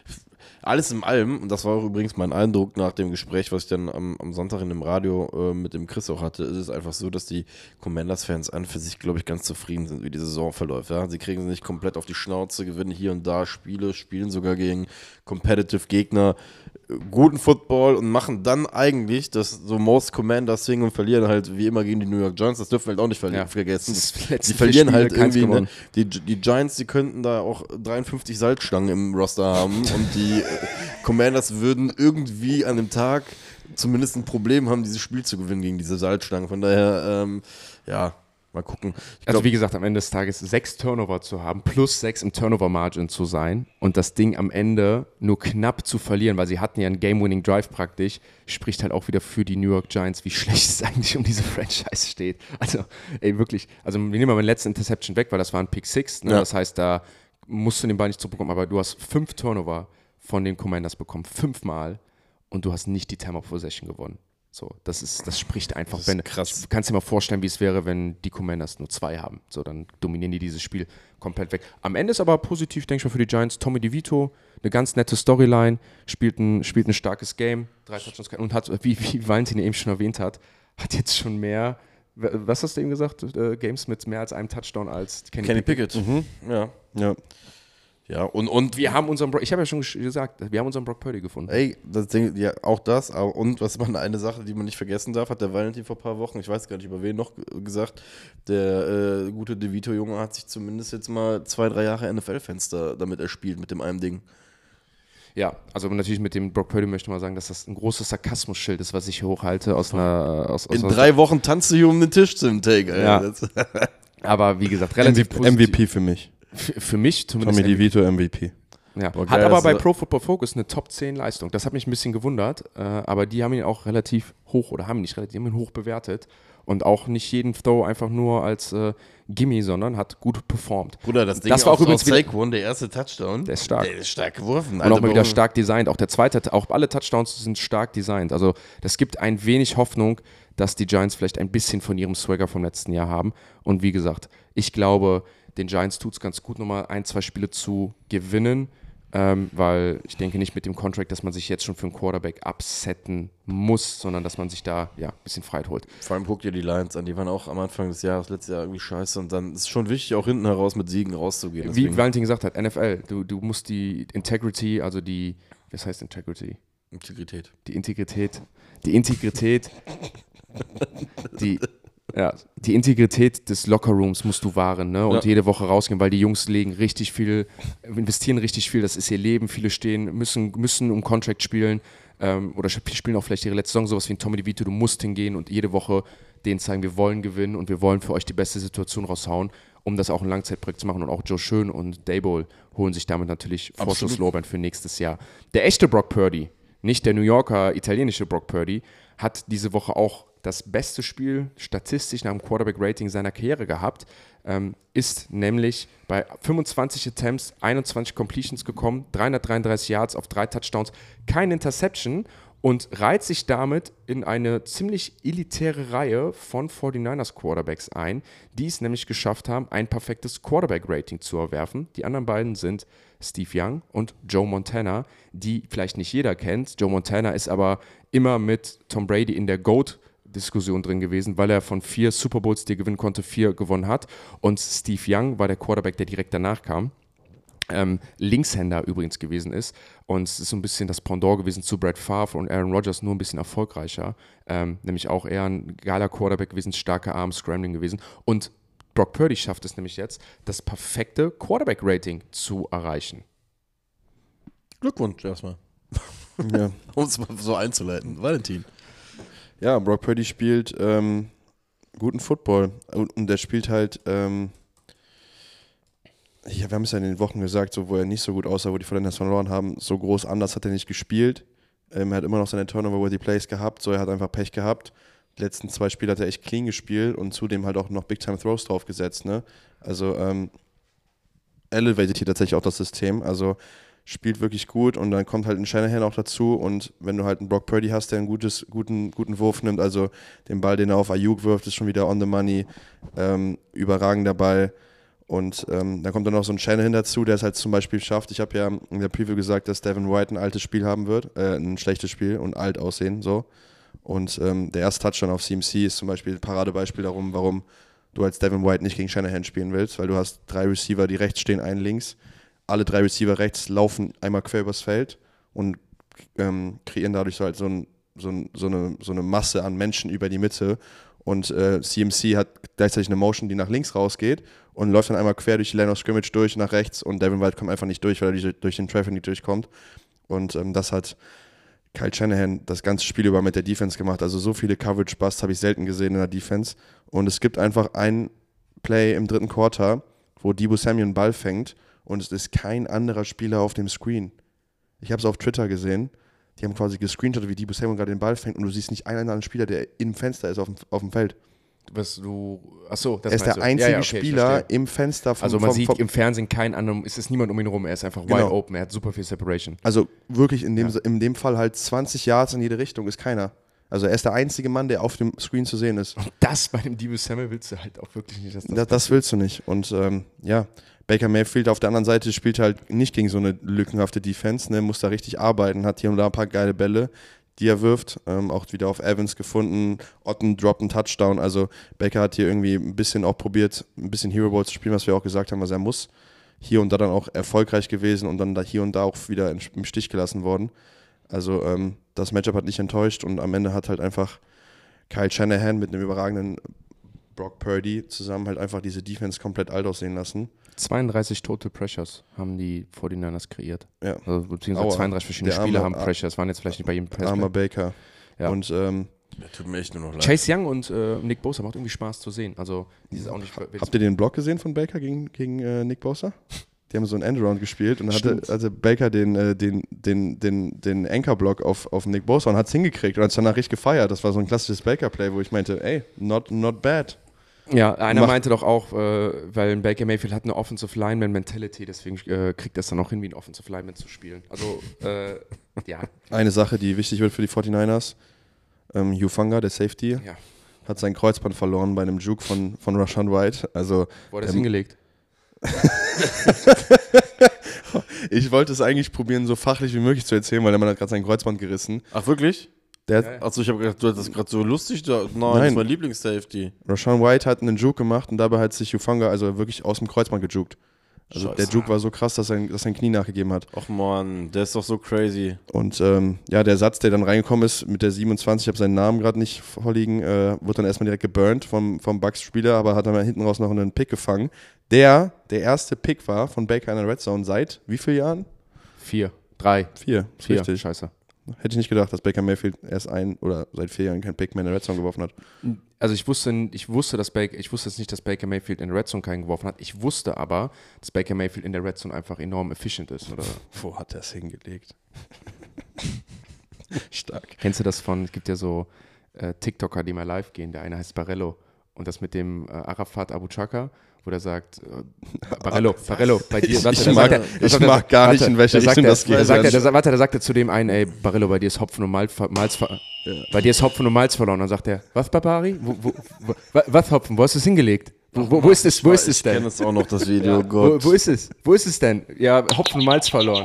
Alles in allem, und das war auch übrigens mein Eindruck nach dem Gespräch, was ich dann am, am Sonntag in dem Radio äh, mit dem Chris auch hatte, ist es einfach so, dass die Commanders-Fans an für sich, glaube ich, ganz zufrieden sind, wie die Saison verläuft. Ja? Sie kriegen sie nicht komplett auf die Schnauze, gewinnen hier und da Spiele, spielen sogar gegen competitive Gegner, äh, guten Football und machen dann eigentlich das so Most Commanders Thing und verlieren halt wie immer gegen die New York Giants. Das dürfen wir halt auch nicht ver- ja. vergessen. Die verlieren Spiele halt irgendwie, ne? die, die Giants, die könnten da auch dreiundfünfzig Salzstangen im Roster haben und die Commanders würden irgendwie an dem Tag zumindest ein Problem haben, dieses Spiel zu gewinnen gegen diese Salzstangen. Von daher, ähm, ja, mal gucken. Ich also wie gesagt, am Ende des Tages sechs Turnover zu haben, plus sechs im Turnover-Margin zu sein und das Ding am Ende nur knapp zu verlieren, weil sie hatten ja einen Game-Winning-Drive praktisch, spricht halt auch wieder für die New York Giants, wie schlecht es eigentlich um diese Franchise steht. Also, ey, wirklich, also wir nehmen mal meine letzte Interception weg, weil das war ein Pick Six, ne? Ja. Das heißt, da musst du den Ball nicht zurückbekommen, aber du hast fünf Turnover von den Commanders bekommen, fünfmal und du hast nicht die Time of Possession gewonnen. So, das ist, das spricht einfach, das wenn, krass. Du kannst dir mal vorstellen, wie es wäre, wenn die Commanders nur zwei haben. So, dann dominieren die dieses Spiel komplett weg. Am Ende ist aber positiv, denke ich mal, für die Giants, Tommy DeVito, eine ganz nette Storyline, spielt ein, spielt ein starkes Game, drei Touchdowns und hat, wie, wie Valentin eben schon erwähnt hat, hat jetzt schon mehr, was hast du eben gesagt, äh, Games mit mehr als einem Touchdown als Kenny, Kenny Pickett. Pickett. Mhm. Ja, ja. Ja, und, und wir haben unseren Brock, ich habe ja schon gesagt, wir haben unseren Brock Purdy gefunden. Ey, das Ding, ja, auch das, und was man eine Sache, die man nicht vergessen darf, hat der Valentin vor ein paar Wochen, ich weiß gar nicht über wen noch gesagt, der äh, gute DeVito-Junge hat sich zumindest jetzt mal zwei, drei Jahre N F L-Fenster damit erspielt, mit dem einen Ding. Ja, also natürlich mit dem Brock Purdy möchte ich mal sagen, dass das ein großes Sarkasmus-Schild ist, was ich hier hochhalte aus einer... Aus, aus In aus drei Wochen tanzt du hier um den Tisch zum Take, ey. Ja. Aber wie gesagt, relativ positiv. M V P für mich. Für, für mich zumindest. Tommy DeVito M V P. Ja. Boah, hat aber bei Pro Football Focus eine Top zehn Leistung. Das hat mich ein bisschen gewundert, äh, aber die haben ihn auch relativ hoch, oder haben ihn nicht relativ, die haben ihn hoch bewertet und auch nicht jeden Throw einfach nur als äh, Gimme, sondern hat gut performt. Bruder, das Ding das war auch übrigens Saquon, der erste Touchdown. Der ist stark. Der ist stark geworfen. Und Alter, auch mal wieder stark designt. Auch der zweite, auch alle Touchdowns sind stark designt. Also das gibt ein wenig Hoffnung, dass die Giants vielleicht ein bisschen von ihrem Swagger vom letzten Jahr haben. Und wie gesagt, ich glaube, den Giants tut es ganz gut, nochmal ein, zwei Spiele zu gewinnen, ähm, weil ich denke nicht mit dem Contract, dass man sich jetzt schon für einen Quarterback upsetten muss, sondern dass man sich da ja, ein bisschen Freiheit holt. Vor allem guck dir die Lions an, die waren auch am Anfang des Jahres, letztes Jahr irgendwie scheiße und dann ist es schon wichtig, auch hinten heraus mit Siegen rauszugehen. Deswegen. Wie Valentin gesagt hat, N F L, du, du musst die Integrity, also die, was heißt Integrity? Integrität. Die Integrität. Die Integrität. die, ja, die Integrität des Lockerrooms musst du wahren, ne? Und ja. jede Woche rausgehen, weil die Jungs legen richtig viel, investieren richtig viel, das ist ihr Leben. Viele stehen, müssen, müssen um Contract spielen ähm, oder spielen auch vielleicht ihre letzte Saison, sowas wie ein Tommy DeVito, du musst hingehen und jede Woche denen zeigen, wir wollen gewinnen und wir wollen für euch die beste Situation raushauen, um das auch ein Langzeitprojekt zu machen. Und auch Joe Schön und Daboll holen sich damit natürlich Vorschusslorbeeren für nächstes Jahr. Der echte Brock Purdy, nicht der New Yorker, italienische Brock Purdy, hat diese Woche auch das beste Spiel statistisch nach dem Quarterback-Rating seiner Karriere gehabt, ähm, ist nämlich bei fünfundzwanzig Attempts, einundzwanzig Completions gekommen, dreihundertdreiunddreißig Yards auf drei Touchdowns, keine Interception und reiht sich damit in eine ziemlich elitäre Reihe von forty-niners Quarterbacks ein, die es nämlich geschafft haben, ein perfektes Quarterback-Rating zu erwerfen. Die anderen beiden sind Steve Young und Joe Montana, die vielleicht nicht jeder kennt. Joe Montana ist aber immer mit Tom Brady in der GOAT-Diskussion drin gewesen, weil er von vier Super Bowls, die er gewinnen konnte, vier gewonnen hat. Und Steve Young war der Quarterback, der direkt danach kam. Ähm, Linkshänder übrigens gewesen ist und es ist so ein bisschen das Pendant gewesen zu Brett Favre und Aaron Rodgers, nur ein bisschen erfolgreicher, ähm, nämlich auch eher ein geiler Quarterback gewesen, starker Arm, Scrambling gewesen und Brock Purdy schafft es nämlich jetzt, das perfekte Quarterback-Rating zu erreichen. Glückwunsch erstmal. Ja. Um es mal so einzuleiten. Valentin. Ja, Brock Purdy spielt ähm, guten Football und, und der spielt halt ähm, ja, wir haben es ja in den Wochen gesagt, so, wo er nicht so gut aussah, wo die Fortinanders verloren haben, so groß anders hat er nicht gespielt. Ähm, er hat immer noch seine Turnover-Worthy Plays gehabt, so er hat einfach Pech gehabt. Die letzten zwei Spiele hat er echt clean gespielt und zudem halt auch noch Big-Time-Throws draufgesetzt. Ne? Also ähm, elevated hier tatsächlich auch das System, also spielt wirklich gut und dann kommt halt ein Shanahan auch dazu und wenn du halt einen Brock Purdy hast, der einen gutes, guten, guten Wurf nimmt, also den Ball, den er auf Ayuk wirft, ist schon wieder on the money, ähm, überragender Ball. Und ähm, dann kommt dann noch so ein Shanahan dazu, der es halt zum Beispiel schafft. Ich habe ja in der Preview gesagt, dass Devin White ein altes Spiel haben wird, äh, ein schlechtes Spiel und alt aussehen, so. Und ähm, der erste Touchdown auf C M C ist zum Beispiel ein Paradebeispiel darum, warum du als Devin White nicht gegen Shanahan spielen willst, weil du hast drei Receiver, die rechts stehen, einen links. Alle drei Receiver rechts laufen einmal quer übers Feld und ähm, kreieren dadurch so halt so, ein, so, ein, so, eine, so eine Masse an Menschen über die Mitte. Und äh, C M C hat gleichzeitig eine Motion, die nach links rausgeht und läuft dann einmal quer durch die Line of Scrimmage durch nach rechts und Devin White kommt einfach nicht durch, weil er durch den Traffic nicht durchkommt. Und ähm, das hat Kyle Shanahan das ganze Spiel über mit der Defense gemacht. Also so viele Coverage-Busts habe ich selten gesehen in der Defense. Und es gibt einfach ein Play im dritten Quarter, wo Deebo Samuel einen Ball fängt und es ist kein anderer Spieler auf dem Screen. Ich habe es auf Twitter gesehen. Die haben quasi gescreenshottet, wie Deebo Samuel gerade den Ball fängt und du siehst nicht einen anderen Spieler, der im Fenster ist auf dem, auf dem Feld. Was du, achso, das Er ist der du. einzige ja, ja, okay, Spieler im Fenster vom Also man vom, sieht vom, im Fernsehen keinen anderen, es ist niemand um ihn herum, er ist einfach Genau. wide open, er hat super viel Separation. Also wirklich in dem, Ja. in dem Fall halt zwanzig Yards in jede Richtung, ist keiner. Also er ist der einzige Mann, der auf dem Screen zu sehen ist. Das bei dem Deebo Samuel willst du halt auch wirklich nicht, dass das Das, das willst du nicht. Und ähm, ja, Baker Mayfield auf der anderen Seite spielt halt nicht gegen so eine lückenhafte Defense, ne, muss da richtig arbeiten, hat hier und da ein paar geile Bälle, die er wirft, ähm, auch wieder auf Evans gefunden, Otten droppt einen Touchdown, also Baker hat hier irgendwie ein bisschen auch probiert, ein bisschen Hero Ball zu spielen, was wir auch gesagt haben, was er muss, hier und da dann auch erfolgreich gewesen und dann da hier und da auch wieder im Stich gelassen worden, also ähm, das Matchup hat nicht enttäuscht und am Ende hat halt einfach Kyle Shanahan mit einem überragenden Brock Purdy zusammen halt einfach diese Defense komplett alt aussehen lassen. zweiunddreißig Total Pressures haben die forty-niners kreiert. Ja. Also, beziehungsweise Aua. zweiunddreißig verschiedene Der Spieler arme- haben Pressures, waren jetzt vielleicht nicht bei jedem Press. Armer Baker. Ja. Und ähm, Der tut mir echt nur noch leid. Chase Young und äh, Nick Bosa macht irgendwie Spaß zu sehen. Also, die ist auch nicht. habt ihr den Block gesehen von Baker gegen, gegen äh, Nick Bosa? Die haben so einen Endaround gespielt und dann hatte, Stimmt. hatte Baker den, äh, den, den, den, den Anchor-Block auf, auf Nick Bosa und hat es hingekriegt und hat es danach richtig gefeiert. Das war so ein klassisches Baker-Play, wo ich meinte, ey, not, not bad. Ja, einer Macht- meinte doch auch, äh, weil Baker Mayfield hat eine Offensive Lineman-Mentality, deswegen äh, kriegt er es dann auch hin, wie ein Offensive Lineman zu spielen. Also, äh, ja. Eine Sache, die wichtig wird für die forty-niners, ähm, Hufanga, der Safety, ja. hat sein Kreuzband verloren bei einem Juke von, von Rashawn White. Also, Wo hat er es ähm, hingelegt? ich wollte es eigentlich probieren, so fachlich wie möglich zu erzählen, weil der Mann hat gerade sein Kreuzband gerissen. Ach, wirklich? Der hat, Ja, ja. Achso, ich habe gedacht, du hattest das gerade so lustig. Da, nein, das Nein. ist mein Lieblings-Safety. Rashawn White hat einen Juke gemacht und dabei hat sich Hufanga also wirklich aus dem Kreuzband gejuckt. Also Scheiße. der Juke war so krass, dass sein, dass sein Knie nachgegeben hat. Och man, der ist doch so crazy. Und ähm, ja, der Satz, der dann reingekommen ist mit der siebenundzwanzig, ich habe seinen Namen gerade nicht vorliegen, äh, wurde dann erstmal direkt geburnt vom, vom Bucks-Spieler, aber hat dann mal hinten raus noch einen Pick gefangen. Der der erste Pick war von Baker in der Red Zone seit wie vielen Jahren? Vier, drei, Vier. Ist vier. Richtig. Scheiße. Hätte ich nicht gedacht, dass Baker Mayfield erst ein oder seit vier Jahren keinen Pick mehr in der Red Zone geworfen hat. Also ich wusste, ich wusste, dass Baker, ich wusste jetzt nicht, dass Baker Mayfield in der Red Zone keinen geworfen hat. Ich wusste aber, dass Baker Mayfield in der Red Zone einfach enorm efficient ist. Oder? Wo hat er es hingelegt? Stark. Kennst du das von, es gibt ja so äh, TikToker, die mal live gehen. Der eine heißt Barello. Und das mit dem äh, Arafat Abu Chaka, wo der sagt, äh, Barello, Barello, bei dir. Ich, warte, ich, der mag, sagt er- ich warte, mag gar warte, nicht, in welche da sagt Richtung er- das geht. Da sagt er, der, sagt- warte, da sagt er zu dem einen, ey, Barello, bei dir ist Hopfen und Malz, Malz ver- bei dir ist Hopfen und Malz verloren. Dann sagt er, was, Barbari? Wo, wo, wo, wa- was Hopfen? Wo hast du es hingelegt? Wo, wo, wo ist es, wo ist es Ich kenne denn? es auch noch, das Video, Ja, Gott. wo, wo ist es? Wo ist es denn? Ja, Hopfen und Malz verloren.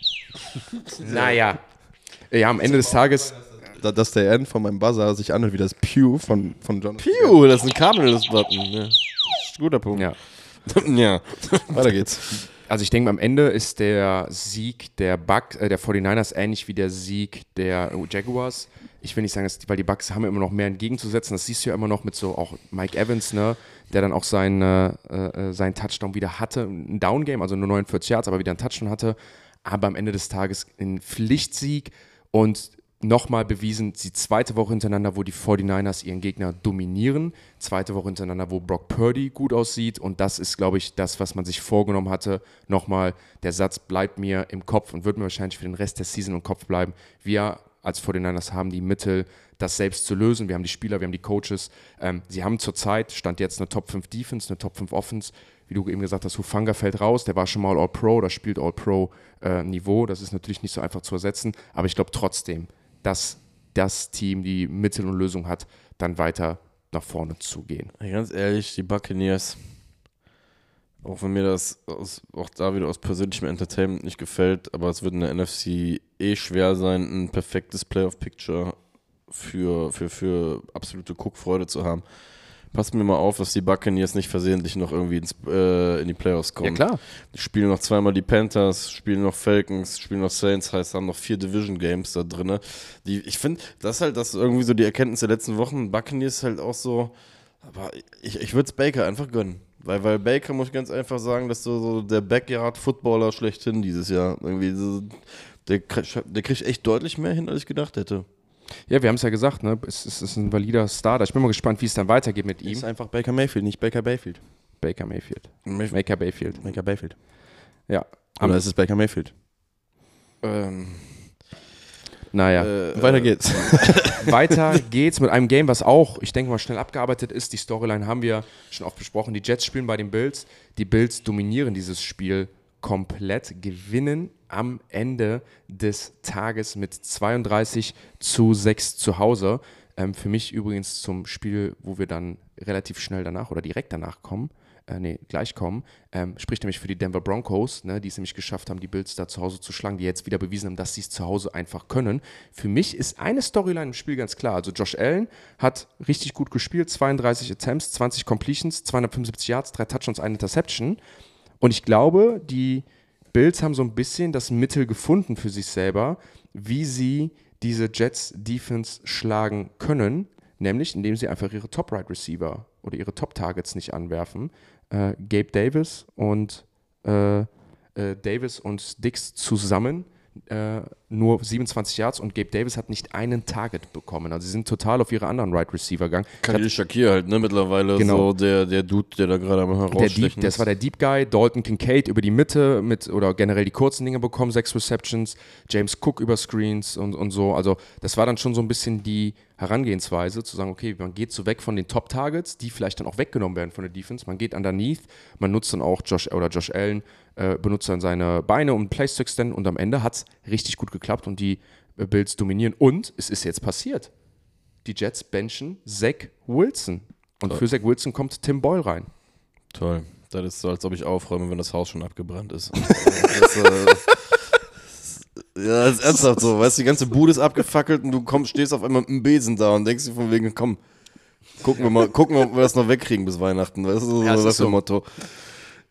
Naja. Ja, am Ende des Tages, Da- Dass der End von meinem Buzzer sich anhört wie das Pew von, von John. Piu, das ist ein Cardinals-Button. Ja. Guter Punkt. ja. ja. Weiter geht's. Also ich denke, am Ende ist der Sieg der Bucks, äh, der forty-niners ähnlich wie der Sieg der Jaguars. Ich will nicht sagen, dass, weil die Bucks haben ja immer noch mehr entgegenzusetzen. Das siehst du ja immer noch mit so auch Mike Evans, ne, der dann auch seinen, äh, äh, seinen Touchdown wieder hatte. Ein Downgame, also nur neunundvierzig Yards, aber wieder einen Touchdown hatte. Aber am Ende des Tages ein Pflichtsieg und nochmal bewiesen, die zweite Woche hintereinander, wo die forty-niners ihren Gegner dominieren. Zweite Woche hintereinander, wo Brock Purdy gut aussieht. Und das ist, glaube ich, das, was man sich vorgenommen hatte. Nochmal, der Satz bleibt mir im Kopf und wird mir wahrscheinlich für den Rest der Season im Kopf bleiben. Wir als forty-niners haben die Mittel, das selbst zu lösen. Wir haben die Spieler, wir haben die Coaches. Ähm, sie haben zurzeit, stand jetzt eine Top fünf Defense, eine Top fünf Offense. Wie du eben gesagt hast, Hufanga fällt raus, der war schon mal All-Pro, das spielt All-Pro-Niveau. Äh, das ist natürlich nicht so einfach zu ersetzen. Aber ich glaube trotzdem, dass das Team die Mittel und Lösung hat, dann weiter nach vorne zu gehen. Ey, ganz ehrlich, die Buccaneers, auch wenn mir das aus, auch da wieder aus persönlichem Entertainment nicht gefällt, aber es wird in der N F C eh schwer sein, ein perfektes Playoff-Picture für, für, für absolute Guckfreude zu haben. Passt mir mal auf, dass die Buccaneers nicht versehentlich noch irgendwie ins, äh, in die Playoffs kommen. Ja, klar. Die spielen noch zweimal die Panthers, spielen noch Falcons, spielen noch Saints, heißt, haben noch vier Division-Games da drin. Die, ich finde, das ist halt das irgendwie so die Erkenntnis der letzten Wochen. Buccaneers halt auch so, aber ich, ich würde es Baker einfach gönnen. Weil, weil Baker, muss ich ganz einfach sagen, dass so, so der Backyard-Footballer schlechthin dieses Jahr. Irgendwie so, der, krieg- der kriegt echt deutlich mehr hin, als ich gedacht hätte. Ja, wir haben es ja gesagt, ne? Es, es ist ein valider Starter. Ich bin mal gespannt, wie es dann weitergeht mit ihm. Ist einfach Baker Mayfield, nicht Baker Bayfield. Baker Mayfield. Mayf- Baker Bayfield. Baker Bayfield. Ja. Oder ist es Baker Mayfield? Ähm, Naja. äh, Weiter geht's. Weiter geht's mit einem Game, was auch, ich denke mal, schnell abgearbeitet ist. Die Storyline haben wir schon oft besprochen. Die Jets spielen bei den Bills. Die Bills dominieren dieses Spiel komplett, gewinnen am Ende des Tages mit zweiunddreißig zu sechs zu Hause. Ähm, für mich übrigens zum Spiel, wo wir dann relativ schnell danach oder direkt danach kommen, äh, nee, gleich kommen, ähm, spricht nämlich für die Denver Broncos, ne, die es nämlich geschafft haben, die Bills da zu Hause zu schlagen, die jetzt wieder bewiesen haben, dass sie es zu Hause einfach können. Für mich ist eine Storyline im Spiel ganz klar. Also Josh Allen hat richtig gut gespielt, zweiunddreißig Attempts, zwanzig Completions, zweihundertfünfundsiebzig Yards, drei Touchdowns, eine Interception. Und ich glaube, die Bills haben so ein bisschen das Mittel gefunden für sich selber, wie sie diese Jets-Defense schlagen können, nämlich indem sie einfach ihre Top-Right-Receiver oder ihre Top-Targets nicht anwerfen. Äh, Gabe Davis und äh, äh, Davis und Dix zusammen äh, nur siebenundzwanzig Yards und Gabe Davis hat nicht einen Target bekommen. Also sie sind total auf ihre anderen Right-Receiver gegangen. Khalil Shakir halt, ne, mittlerweile Genau. so der, der Dude, der da gerade am Der herausstechen Deep, das war der Deep Guy, Dalton Kincaid über die Mitte mit oder generell die kurzen Dinge bekommen, sechs Receptions, James Cook über Screens und, und so. Also das war dann schon so ein bisschen die Herangehensweise, zu sagen, okay, man geht so weg von den Top-Targets, die vielleicht dann auch weggenommen werden von der Defense. Man geht underneath, man nutzt dann auch Josh oder Josh Allen, äh, benutzt dann seine Beine, um Plays zu extenden und am Ende hat es richtig gut geklappt und die äh, Bills dominieren. Und es ist jetzt passiert. Die Jets benchen Zach Wilson. Und für Zach Wilson kommt Tim Boyle rein. Toll. Das ist so, als ob ich aufräume, wenn das Haus schon abgebrannt ist. das, äh, ja, das ist ernsthaft so. Weißt du, die ganze Bude ist abgefackelt und du kommst, stehst auf einmal mit dem Besen da und denkst dir von wegen, komm, gucken wir mal, gucken, ob wir das noch wegkriegen bis Weihnachten. Weißt du, so Ja, es das ist so. Motto.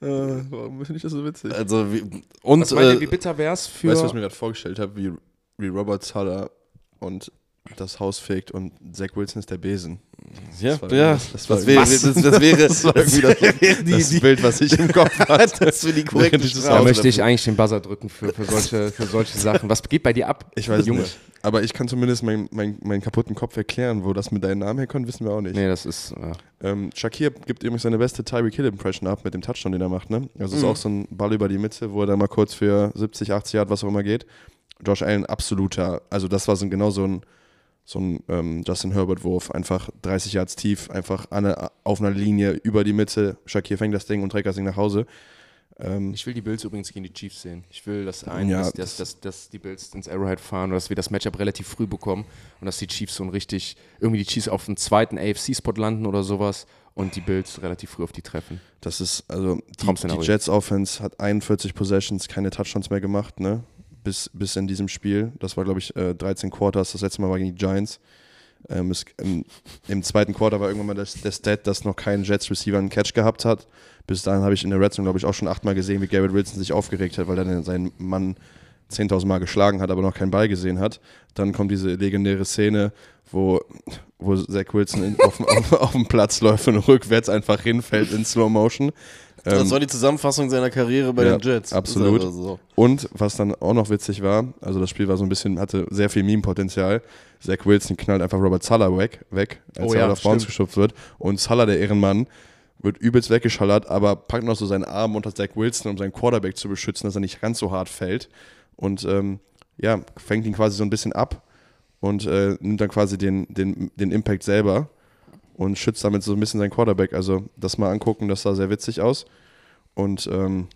Äh, warum finde ich das so witzig? Also, wie, und. Was meint ihr, äh, wie bitter wär's für... Weißt du, was ich mir gerade vorgestellt habe? Wie, wie Robert Sala und das Haus fegt und Zach Wilson ist der Besen. Ja, Das war ja, das- das, das war wäre, was? das, das wäre, Das war das irgendwie das- wäre die, das die, Bild, was ich im Kopf hatte. das für die korrekte Während ich das Da Strafe. möchte ich eigentlich den Buzzer drücken für, für, solche, für solche Sachen. Was geht bei dir ab? Ich weiß Junge? nicht. Aber ich kann zumindest meinen mein, mein kaputten Kopf erklären. Wo das mit deinem Namen herkommt, wissen wir auch nicht. Nee, das ist... Äh, Ähm, Shakir gibt übrigens seine beste Tyreek Hill Impression ab mit dem Touchdown, den er macht. Ne? Also es ist auch so ein Ball über die Mitte, wo er dann mal kurz für siebzig, achtzig Yard, was auch immer geht. Josh Allen, absoluter, also das war so, genau so ein, so ein ähm, Justin Herbert-Wurf, einfach dreißig Yards tief, einfach an eine, auf einer Linie über die Mitte. Shakir fängt das Ding und trägt das Ding nach Hause. Ähm, Ich will die Bills übrigens gegen die Chiefs sehen. Ich will, dass, ein, Ja, dass, dass, dass, dass die Bills ins Arrowhead fahren oder dass wir das Matchup relativ früh bekommen und dass die Chiefs so ein richtig, irgendwie die Chiefs auf dem zweiten A F C-Spot landen oder sowas und die Bills relativ früh auf die treffen. Das ist, also die, Traum-Szenario. die Jets Offense hat einundvierzig Possessions, keine Touchdowns mehr gemacht, ne? Bis, bis in diesem Spiel. Das war, glaube ich, äh, dreizehn Quarters. Das letzte Mal war gegen die Giants. Ähm, es, im, Im zweiten Quarter war irgendwann mal das, der Stat, dass noch kein Jets-Receiver einen Catch gehabt hat. Bis dahin habe ich in der Red Zone, glaube ich, auch schon achtmal gesehen, wie Garrett Wilson sich aufgeregt hat, weil er seinen Mann zehntausend Mal geschlagen hat, aber noch keinen Ball gesehen hat. Dann kommt diese legendäre Szene, wo, wo Zach Wilson in, auf, auf, auf dem Platz läuft und rückwärts einfach hinfällt in Slow Motion. Das Ähm, war die Zusammenfassung seiner Karriere bei ja, den Jets. absolut. Ist also so. Und was dann auch noch witzig war, also das Spiel war so ein bisschen, hatte sehr viel Meme-Potenzial. Zach Wilson knallt einfach Robert Saleh weg, weg als Oh er ja, auf Browns stimmt. geschubst wird. Und Saleh, der Ehrenmann, wird übelst weggeschallert, aber packt noch so seinen Arm unter Zach Wilson, um seinen Quarterback zu beschützen, dass er nicht ganz so hart fällt. Und ähm, ja, fängt ihn quasi so ein bisschen ab und äh, nimmt dann quasi den, den, den Impact selber und schützt damit so ein bisschen seinen Quarterback. Also das mal angucken, das sah sehr witzig aus. Und ähm,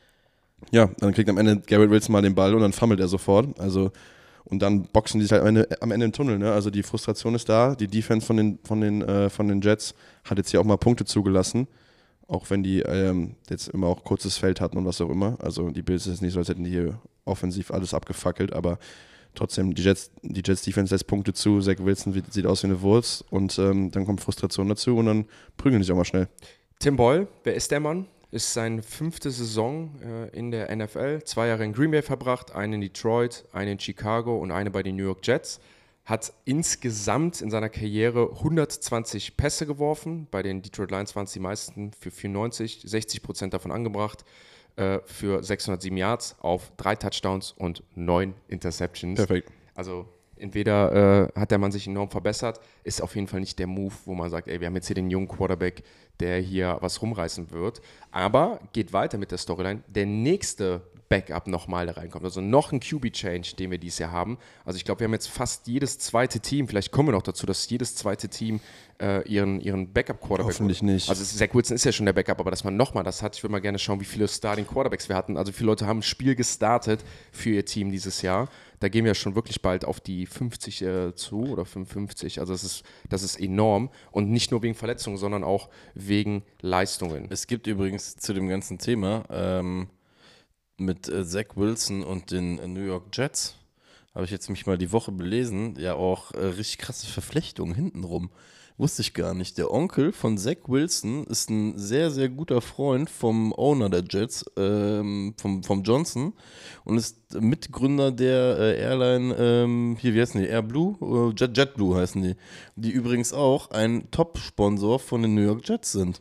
ja, dann kriegt am Ende Garrett Wilson mal den Ball und dann fummelt er sofort. Also, und dann boxen die sich halt am Ende, am Ende im Tunnel. Ne? Also die Frustration ist da. Die Defense von den, von, den, äh, von den Jets hat jetzt hier auch mal Punkte zugelassen. Auch wenn die ähm, jetzt immer auch kurzes Feld hatten und was auch immer. Also die Bills ist jetzt nicht so, als hätten die hier offensiv alles abgefackelt, aber trotzdem, die Jets, die Jets Defense lässt Punkte zu. Zach Wilson sieht, sieht aus wie eine Wurst und ähm, dann kommt Frustration dazu und dann prügeln die sich auch mal schnell. Tim Boyle, wer ist der Mann? Ist seine fünfte Saison äh, in der N F L. Zwei Jahre in Green Bay verbracht, eine in Detroit, eine in Chicago und eine bei den New York Jets. Hat insgesamt in seiner Karriere hundertzwanzig Pässe geworfen. Bei den Detroit Lions waren es die meisten für vierundneunzig, sechzig Prozent davon angebracht. Äh, für sechshundertsieben Yards auf drei Touchdowns und neun Interceptions. Perfekt. Also entweder äh, hat der Mann sich enorm verbessert, ist auf jeden Fall nicht der Move, wo man sagt, ey, wir haben jetzt hier den jungen Quarterback, der hier was rumreißen wird. Aber geht weiter mit der Storyline. Der nächste Backup nochmal da reinkommt. Also noch ein Q B-Change, den wir dieses Jahr haben. Also ich glaube, wir haben jetzt fast jedes zweite Team, vielleicht kommen wir noch dazu, dass jedes zweite Team äh, ihren, ihren Backup-Quarterback... Hoffentlich nicht. Also Zach Wilson ist ja schon der Backup, aber dass man nochmal das hat, ich würde mal gerne schauen, wie viele Starting-Quarterbacks wir hatten. Also viele Leute haben ein Spiel gestartet für ihr Team dieses Jahr. Da gehen wir schon wirklich bald auf die fünfzig äh, zu oder fünfundfünfzig. Also das ist, das ist enorm. Und nicht nur wegen Verletzungen, sondern auch wegen Leistungen. Es gibt übrigens zu dem ganzen Thema ähm, mit äh, Zach Wilson und den äh, New York Jets, habe ich jetzt mich mal die Woche belesen, ja auch äh, richtig krasse Verflechtungen hintenrum. Wusste ich gar nicht. Der Onkel von Zach Wilson ist ein sehr, sehr guter Freund vom Owner der Jets, ähm, vom, vom Johnson, und ist Mitgründer der äh, Airline, ähm, hier, wie heißen die? Air Blue? Äh, Jet, JetBlue heißen die. Die übrigens auch ein Top-Sponsor von den New York Jets sind.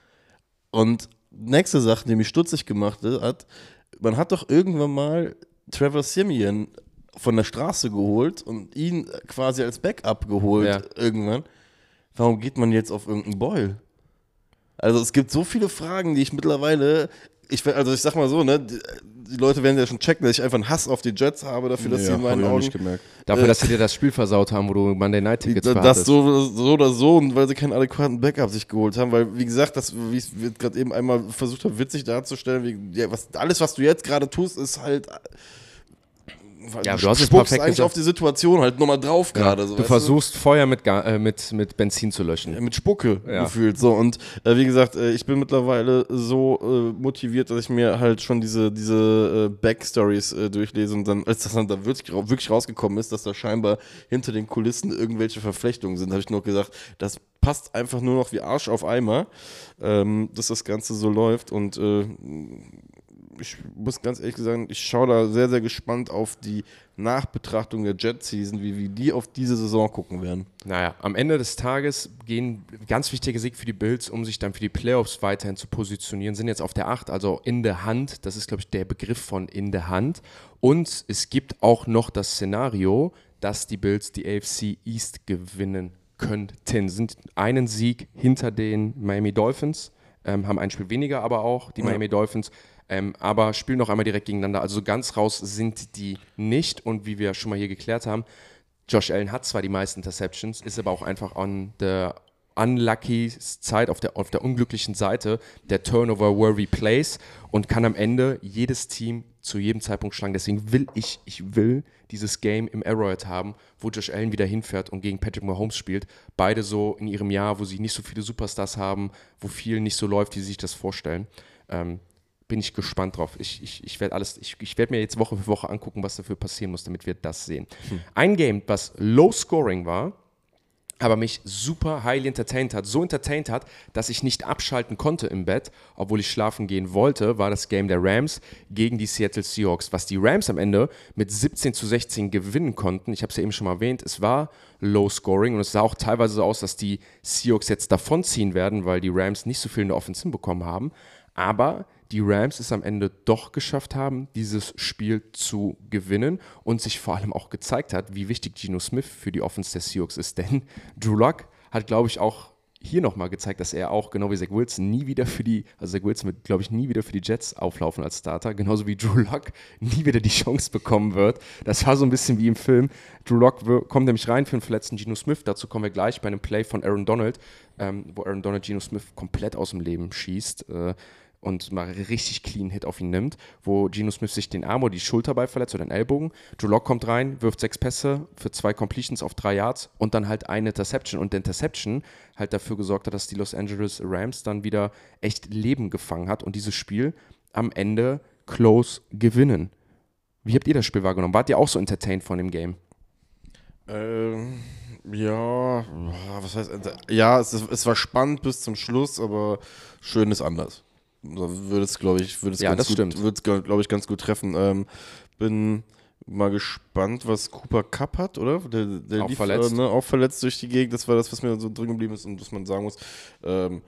Und nächste Sache, die mich stutzig gemacht hat, man hat doch irgendwann mal Trevor Siemian von der Straße geholt und ihn quasi als Backup geholt Ja. irgendwann. Warum geht man jetzt auf irgendeinen Boyle? Also es gibt so viele Fragen, die ich mittlerweile, ich, also ich sag mal so, ne, die, die Leute werden ja schon checken, dass ich einfach einen Hass auf die Jets habe dafür, dass sie in meinen hab ich auch Augen nicht gemerkt. Dafür, Äh, dass sie dir das Spiel versaut haben, wo du Monday Night Tickets das verhattest. so, so oder so, und weil sie keinen adäquaten Backup sich geholt haben, weil wie gesagt, das, wie ich gerade eben einmal versucht habe, witzig darzustellen, wie, ja, was, alles, was du jetzt gerade tust, ist halt Ja, du hast es spuckst perfekt eigentlich gesagt. auf die Situation halt nochmal drauf gerade. So, Du weißt versuchst Feuer mit, Ga- äh, mit, mit Benzin zu löschen. Ja, mit Spucke Ja. gefühlt. So, und äh, wie gesagt, äh, ich bin mittlerweile so äh, motiviert, dass ich mir halt schon diese, diese äh, Backstories äh, durchlese und dann, als das dann da wirklich, ra- wirklich rausgekommen ist, dass da scheinbar hinter den Kulissen irgendwelche Verflechtungen sind, habe ich nur gesagt, das passt einfach nur noch wie Arsch auf Eimer, ähm, dass das Ganze so läuft und äh, ich muss ganz ehrlich sagen, ich schaue da sehr, sehr gespannt auf die Nachbetrachtung der Jet-Season, wie, wie die auf diese Saison gucken werden. Naja, am Ende des Tages gehen ganz wichtige Sieg für die Bills, um sich dann für die Playoffs weiterhin zu positionieren, sind jetzt auf der acht, also in der Hand. Das ist, glaube ich, der Begriff von in der Hand. Und es gibt auch noch das Szenario, dass die Bills die A F C East gewinnen könnten. Sind einen Sieg hinter den Miami Dolphins, ähm, haben ein Spiel weniger, aber auch die Miami Dolphins. Ähm, aber spielen noch einmal direkt gegeneinander. Also ganz raus sind die nicht. Und wie wir schon mal hier geklärt haben, Josh Allen hat zwar die meisten Interceptions, ist aber auch einfach on the unlucky Side, auf der, auf der unglücklichen Seite der Turnover-worthy Plays und kann am Ende jedes Team zu jedem Zeitpunkt schlagen. Deswegen will ich, ich will dieses Game im Arrowhead haben, wo Josh Allen wieder hinfährt und gegen Patrick Mahomes spielt. Beide so in ihrem Jahr, wo sie nicht so viele Superstars haben, wo viel nicht so läuft, wie sie sich das vorstellen. Ähm, bin ich gespannt drauf. Ich, ich, ich werde alles, ich, ich werde mir jetzt Woche für Woche angucken, was dafür passieren muss, damit wir das sehen. Hm. Ein Game, was low scoring war, aber mich super highly entertained hat, so entertained hat, dass ich nicht abschalten konnte im Bett, obwohl ich schlafen gehen wollte, war das Game der Rams gegen die Seattle Seahawks, was die Rams am Ende mit siebzehn zu sechzehn gewinnen konnten. Ich habe es ja eben schon mal erwähnt, es war low scoring und es sah auch teilweise so aus, dass die Seahawks jetzt davonziehen werden, weil die Rams nicht so viel in der Offense hinbekommen haben, aber die Rams es am Ende doch geschafft haben, dieses Spiel zu gewinnen und sich vor allem auch gezeigt hat, wie wichtig Geno Smith für die Offense der Seahawks ist. Denn Drew Lock hat, glaube ich, auch hier nochmal gezeigt, dass er auch, genau wie Zach Wilson, nie wieder für die, also Zach Wilson wird, glaube ich, nie wieder für die Jets auflaufen als Starter, genauso wie Drew Lock nie wieder die Chance bekommen wird. Das war so ein bisschen wie im Film. Drew Lock kommt nämlich rein für einen verletzten Geno Smith, dazu kommen wir gleich bei einem Play von Aaron Donald, ähm, wo Aaron Donald Geno Smith komplett aus dem Leben schießt, äh, und mal richtig clean Hit auf ihn nimmt, wo Geno Smith sich den Arm oder die Schulter bei verletzt oder den Ellbogen. Drew Lock kommt rein, wirft sechs Pässe für zwei Completions auf drei Yards und dann halt eine Interception. Und der Interception halt dafür gesorgt hat, dass die Los Angeles Rams dann wieder echt Leben gefangen hat und dieses Spiel am Ende close gewinnen. Wie habt ihr das Spiel wahrgenommen? Wart ihr auch so entertained von dem Game? Ähm, ja, was heißt, ja, es, es war spannend bis zum Schluss, aber schön ist anders. Würde es, glaube ich, würde es Ja, ganz das gut, stimmt. würde es, glaube ich, ganz gut treffen. Ähm, bin mal gespannt, was Cooper Kupp hat, oder? Der, der Auch lief, verletzt. Äh, ne, auch verletzt durch die Gegend. Das war das, was mir so drin geblieben ist und was man sagen muss. Ähm,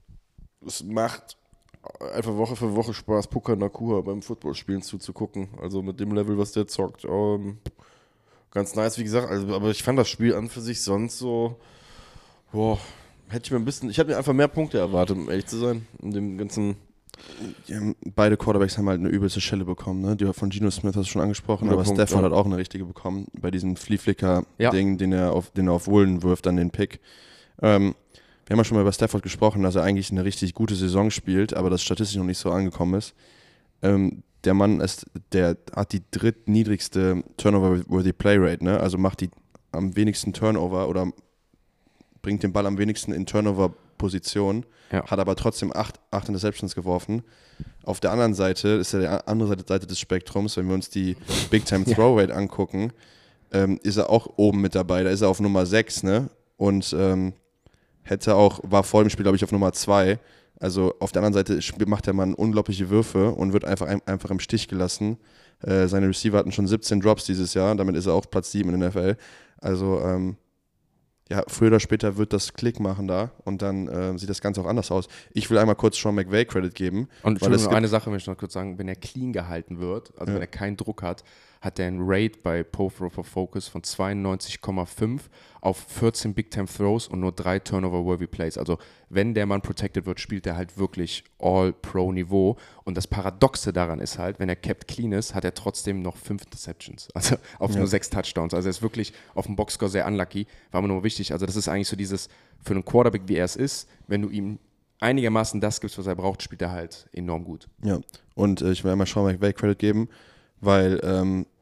es macht einfach Woche für Woche Spaß, Puka Nakua beim Footballspielen zuzugucken. Also mit dem Level, was der zockt. Ähm, ganz nice, wie gesagt. Also, aber ich fand das Spiel an für sich sonst so, boah, hätte ich mir ein bisschen, ich hätte mir einfach mehr Punkte erwartet, um ehrlich zu sein, in dem ganzen. Ja, beide Quarterbacks haben halt eine übelste Schelle bekommen, ne? Die von Geno Smith hast du schon angesprochen, aber Punkt, Stafford ja. hat auch eine richtige bekommen bei diesem Flea-Flicker-Ding, Ja. den er auf, den er auf Woolen wirft, dann den Pick. Ähm, wir haben ja schon mal über Stafford gesprochen, dass er eigentlich eine richtig gute Saison spielt, aber das statistisch noch nicht so angekommen ist. Ähm, der Mann ist, der hat die drittniedrigste Turnover-worthy Play-Rate, ne? Also macht die am wenigsten Turnover oder bringt den Ball am wenigsten in Turnover-Position. Ja. Hat aber trotzdem acht, acht Interceptions geworfen. Auf der anderen Seite ist ja die andere Seite, Seite des Spektrums, wenn wir uns die Big-Time-Throw-Rate angucken, ähm, ist er auch oben mit dabei. Da ist er auf Nummer sechs, ne? Und ähm, hätte auch, war vor dem Spiel, glaube ich, auf Nummer zwei. Also auf der anderen Seite sp- macht der Mann unglaubliche Würfe und wird einfach, ein- einfach im Stich gelassen. Äh, seine Receiver hatten schon siebzehn Drops dieses Jahr, damit ist er auch Platz sieben in der N F L. Also, ähm, ja, früher oder später wird das Klick machen da und dann äh, sieht das Ganze auch anders aus. Ich will einmal kurz Sean McVay Credit geben. Und weil es Entschuldigung, gibt, eine Sache möchte ich noch kurz sagen, wenn er clean gehalten wird, also Ja. wenn er keinen Druck hat, hat er einen Rate bei Pro Throw Focus von zweiundneunzig Komma fünf auf vierzehn Big Time Throws und nur drei Turnover-worthy Plays. Also wenn der Mann protected wird, spielt er halt wirklich All-Pro-Niveau. Und das Paradoxe daran ist halt, wenn er kept clean ist, hat er trotzdem noch fünf Interceptions, also auf Ja. nur sechs Touchdowns. Also er ist wirklich auf dem Boxscore sehr unlucky, war mir nur wichtig. Also das ist eigentlich so dieses, für einen Quarterback, wie er es ist, wenn du ihm einigermaßen das gibst, was er braucht, spielt er halt enorm gut. ja, und äh, ich will einmal Sean McVay Credit geben, weil ähm,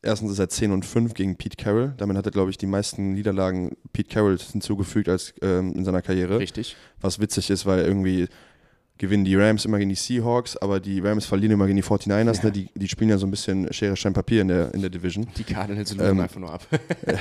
erstens ist er zehn und fünf gegen Pete Carroll. Damit hat er, glaube ich, die meisten Niederlagen Pete Carroll hinzugefügt als ähm, in seiner Karriere. Richtig. Was witzig ist, weil irgendwie gewinnen die Rams immer gegen die Seahawks, aber die Rams verlieren immer gegen die forty-niners. Ja. Ne? Die, die spielen ja so ein bisschen Schere, Stein, Papier in der, in der Division. Die Cardinals lösen Ähm, einfach nur ab.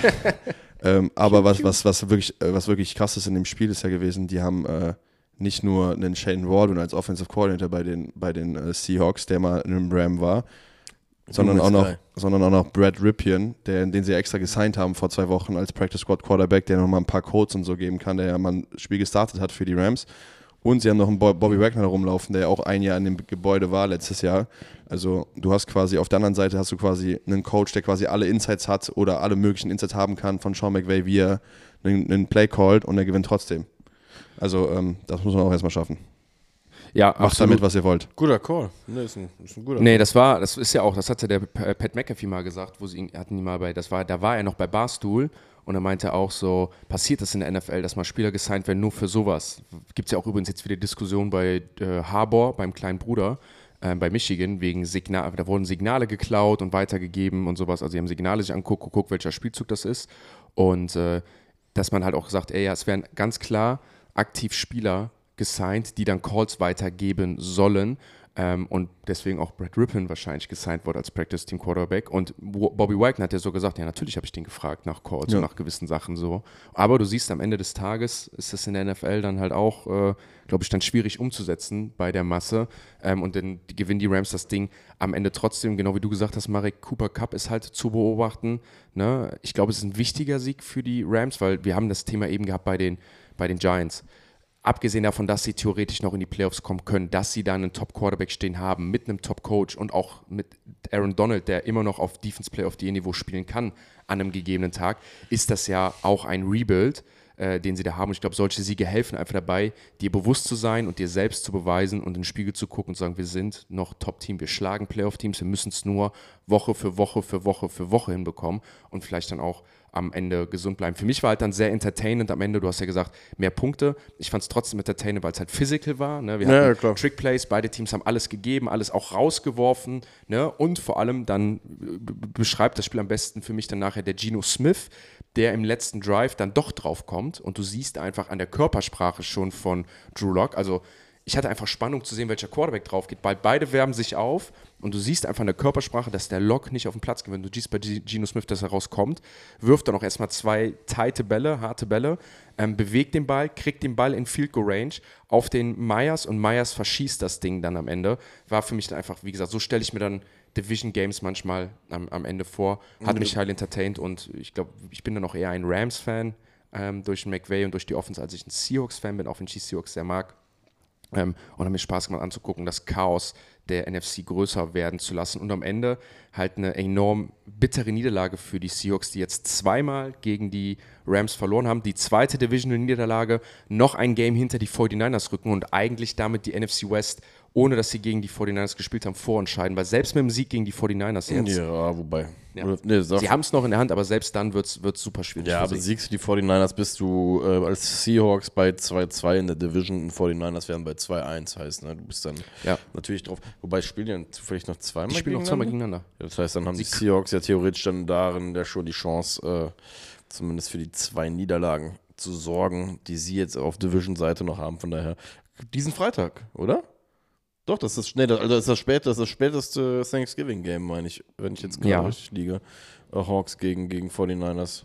ähm, aber was, was, was, wirklich, äh, was wirklich krass ist in dem Spiel ist ja gewesen, die haben äh, nicht nur einen Shane Waldron als Offensive Coordinator bei den, bei den äh, Seahawks, der mal in einem Ram war, sondern auch, noch, sondern auch noch Brad Ripien, der, den sie extra gesigned haben vor zwei Wochen als Practice Squad Quarterback, der nochmal ein paar Codes und so geben kann, der ja mal ein Spiel gestartet hat für die Rams. Und sie haben noch einen Bobby Wagner rumlaufen, der ja auch ein Jahr in dem Gebäude war letztes Jahr. Also du hast quasi, auf der anderen Seite hast du quasi einen Coach, der quasi alle Insights hat oder alle möglichen Insights haben kann von Sean McVay, wie er einen, einen Play callt und er gewinnt trotzdem. Also ähm, das muss man auch erstmal schaffen. Ja, Macht absolut. damit, was ihr wollt. Guter Call. Nee, ist ein, ist ein guter Nee, das war, das ist ja auch, das hatte der P- Pat McAfee mal gesagt, wo sie ihn, hatten ihn mal bei, das war, da war er noch bei Barstool und er meinte auch so, passiert das in der N F L, dass mal Spieler gesigned werden nur für sowas? Gibt es ja auch übrigens jetzt wieder Diskussionen bei äh, Harbour, beim kleinen Bruder, äh, bei Michigan, wegen Signal, da wurden Signale geklaut und weitergegeben und sowas, also sie haben Signale sich angeguckt, geguckt, welcher Spielzug das ist und äh, dass man halt auch gesagt, ey, ja, es werden ganz klar aktiv Spieler gesigned, die dann Calls weitergeben sollen. Ähm, und deswegen auch Brad Ripien wahrscheinlich gesigned wurde als Practice Team Quarterback. Und Bobby Wagner hat ja so gesagt, ja, natürlich habe ich den gefragt nach Calls Ja. und nach gewissen Sachen so. Aber du siehst, am Ende des Tages ist das in der N F L dann halt auch, äh, glaube ich, dann schwierig umzusetzen bei der Masse. Ähm, und dann gewinnen die Rams das Ding am Ende trotzdem, genau wie du gesagt hast, Marek, Cooper Kupp ist halt zu beobachten. Ne? Ich glaube, es ist ein wichtiger Sieg für die Rams, weil wir haben das Thema eben gehabt bei den, bei den Giants. Abgesehen davon, dass sie theoretisch noch in die Playoffs kommen können, dass sie da einen Top-Quarterback stehen haben, mit einem Top-Coach und auch mit Aaron Donald, der immer noch auf Defense Player of the Year Niveau spielen kann an einem gegebenen Tag, ist das ja auch ein Rebuild, äh, den sie da haben. Und ich glaube, solche Siege helfen einfach dabei, dir bewusst zu sein und dir selbst zu beweisen und in den Spiegel zu gucken und zu sagen, wir sind noch Top-Team, wir schlagen Playoff-Teams, wir müssen es nur Woche für Woche für Woche für Woche hinbekommen und vielleicht dann auch am Ende gesund bleiben. Für mich war halt dann sehr entertainend am Ende, du hast ja gesagt, mehr Punkte. Ich fand es trotzdem entertainend, weil es halt physical war. Ne? Wir Ja, hatten ja, klar. Trickplays, beide Teams haben alles gegeben, alles auch rausgeworfen. Ne? Und vor allem dann b- beschreibt das Spiel am besten für mich dann nachher der Geno Smith, der im letzten Drive dann doch drauf kommt und du siehst einfach an der Körpersprache schon von Drew Lock, also ich hatte einfach Spannung zu sehen, welcher Quarterback drauf geht, weil beide wärmen sich auf und du siehst einfach an der Körpersprache, dass der Lock nicht auf den Platz gewinnt. Du siehst bei G- Geno Smith, dass er rauskommt, wirft dann auch erstmal zwei tighte Bälle, harte Bälle, ähm, bewegt den Ball, kriegt den Ball in Field Goal Range auf den Myers und Myers verschießt das Ding dann am Ende. War für mich dann einfach, wie gesagt, so stelle ich mir dann Division Games manchmal am, am Ende vor. Hat mich halt entertained und ich glaube, ich bin dann auch eher ein Rams-Fan ähm, durch McVay und durch die Offense, als ich ein Seahawks-Fan bin, auch wenn ich die Seahawks sehr mag. Ähm, und hat mir Spaß gemacht anzugucken, das Chaos der N F C größer werden zu lassen. Und am Ende halt eine enorm bittere Niederlage für die Seahawks, die jetzt zweimal gegen die Rams verloren haben. Die zweite Divisional-Niederlage, noch ein Game hinter die forty-niners rücken und eigentlich damit die N F C West, ohne dass sie gegen die forty-niners gespielt haben, vorentscheiden. Weil selbst mit dem Sieg gegen die forty-niners jetzt, Ja, wobei. Ja. Oder, nee, sag, sie haben es noch in der Hand, aber selbst dann wird es super schwierig. ja, für aber sie. siegst du die forty-niners, bist du äh, als Seahawks bei zwei zwei in der Division und forty-niners werden bei zwei eins, heißt, ne? Du bist dann Ja. natürlich drauf. Wobei spielen die dann zufällig noch zweimal Die spielen noch zweimal gegeneinander. Ja, das heißt, dann haben die Seahawks ja theoretisch dann darin ja schon die Chance, äh, zumindest für die zwei Niederlagen zu sorgen, die sie jetzt auf Division-Seite noch haben. Von daher, diesen Freitag, oder? Doch, das ist, nee, das, also das ist das, spät, das ist das späteste Thanksgiving-Game, meine ich, wenn ich jetzt gerade Ja. richtig liege. Äh, Hawks gegen, gegen forty-niners.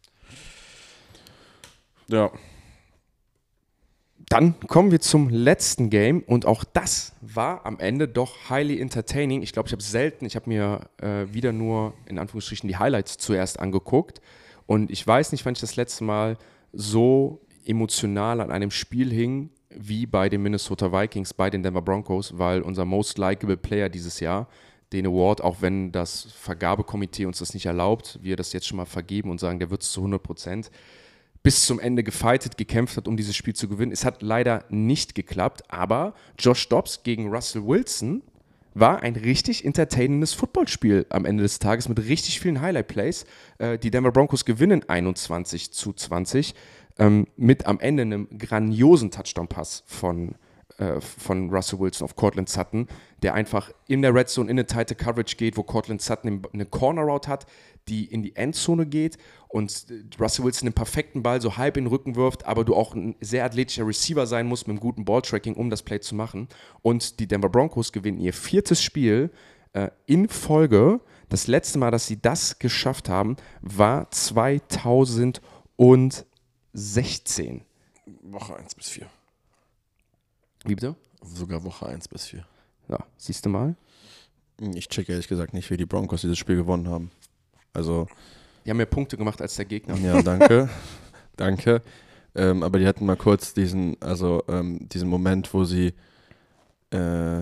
Ja. Dann kommen wir zum letzten Game und auch das war am Ende doch highly entertaining. Ich glaube, ich habe selten, ich habe mir äh, wieder nur in Anführungsstrichen die Highlights zuerst angeguckt und ich weiß nicht, wann ich das letzte Mal so emotional an einem Spiel hing wie bei den Minnesota Vikings, bei den Denver Broncos, weil unser Most Likeable Player dieses Jahr, den Award, auch wenn das Vergabekomitee uns das nicht erlaubt, wir das jetzt schon mal vergeben und sagen, der wird es zu hundert Prozent, bis zum Ende gefightet, gekämpft hat, um dieses Spiel zu gewinnen. Es hat leider nicht geklappt, aber Josh Dobbs gegen Russell Wilson war ein richtig entertainendes Footballspiel am Ende des Tages mit richtig vielen Highlight-Plays. Äh, die Denver Broncos gewinnen einundzwanzig zu zwanzig ähm, mit am Ende einem grandiosen Touchdown-Pass von äh, von Russell Wilson auf Courtland Sutton, der einfach in der Red Zone in eine tighte Coverage geht, wo Courtland Sutton eine Corner Route hat, die in die Endzone geht und Russell Wilson den perfekten Ball so halb in den Rücken wirft, aber du auch ein sehr athletischer Receiver sein musst mit einem guten Balltracking, um das Play zu machen. Und die Denver Broncos gewinnen ihr viertes Spiel äh, in Folge. Das letzte Mal, dass sie das geschafft haben, war zweitausendsechzehn. Woche eins bis vier. Wie bitte? Sogar Woche eins bis vier. Ja, siehst du mal. Ich checke ehrlich gesagt nicht, wie die Broncos dieses Spiel gewonnen haben. Also, Die haben mehr Punkte gemacht als der Gegner. ja, danke. danke. Ähm, aber die hatten mal kurz diesen, also ähm, diesen Moment, wo sie, äh,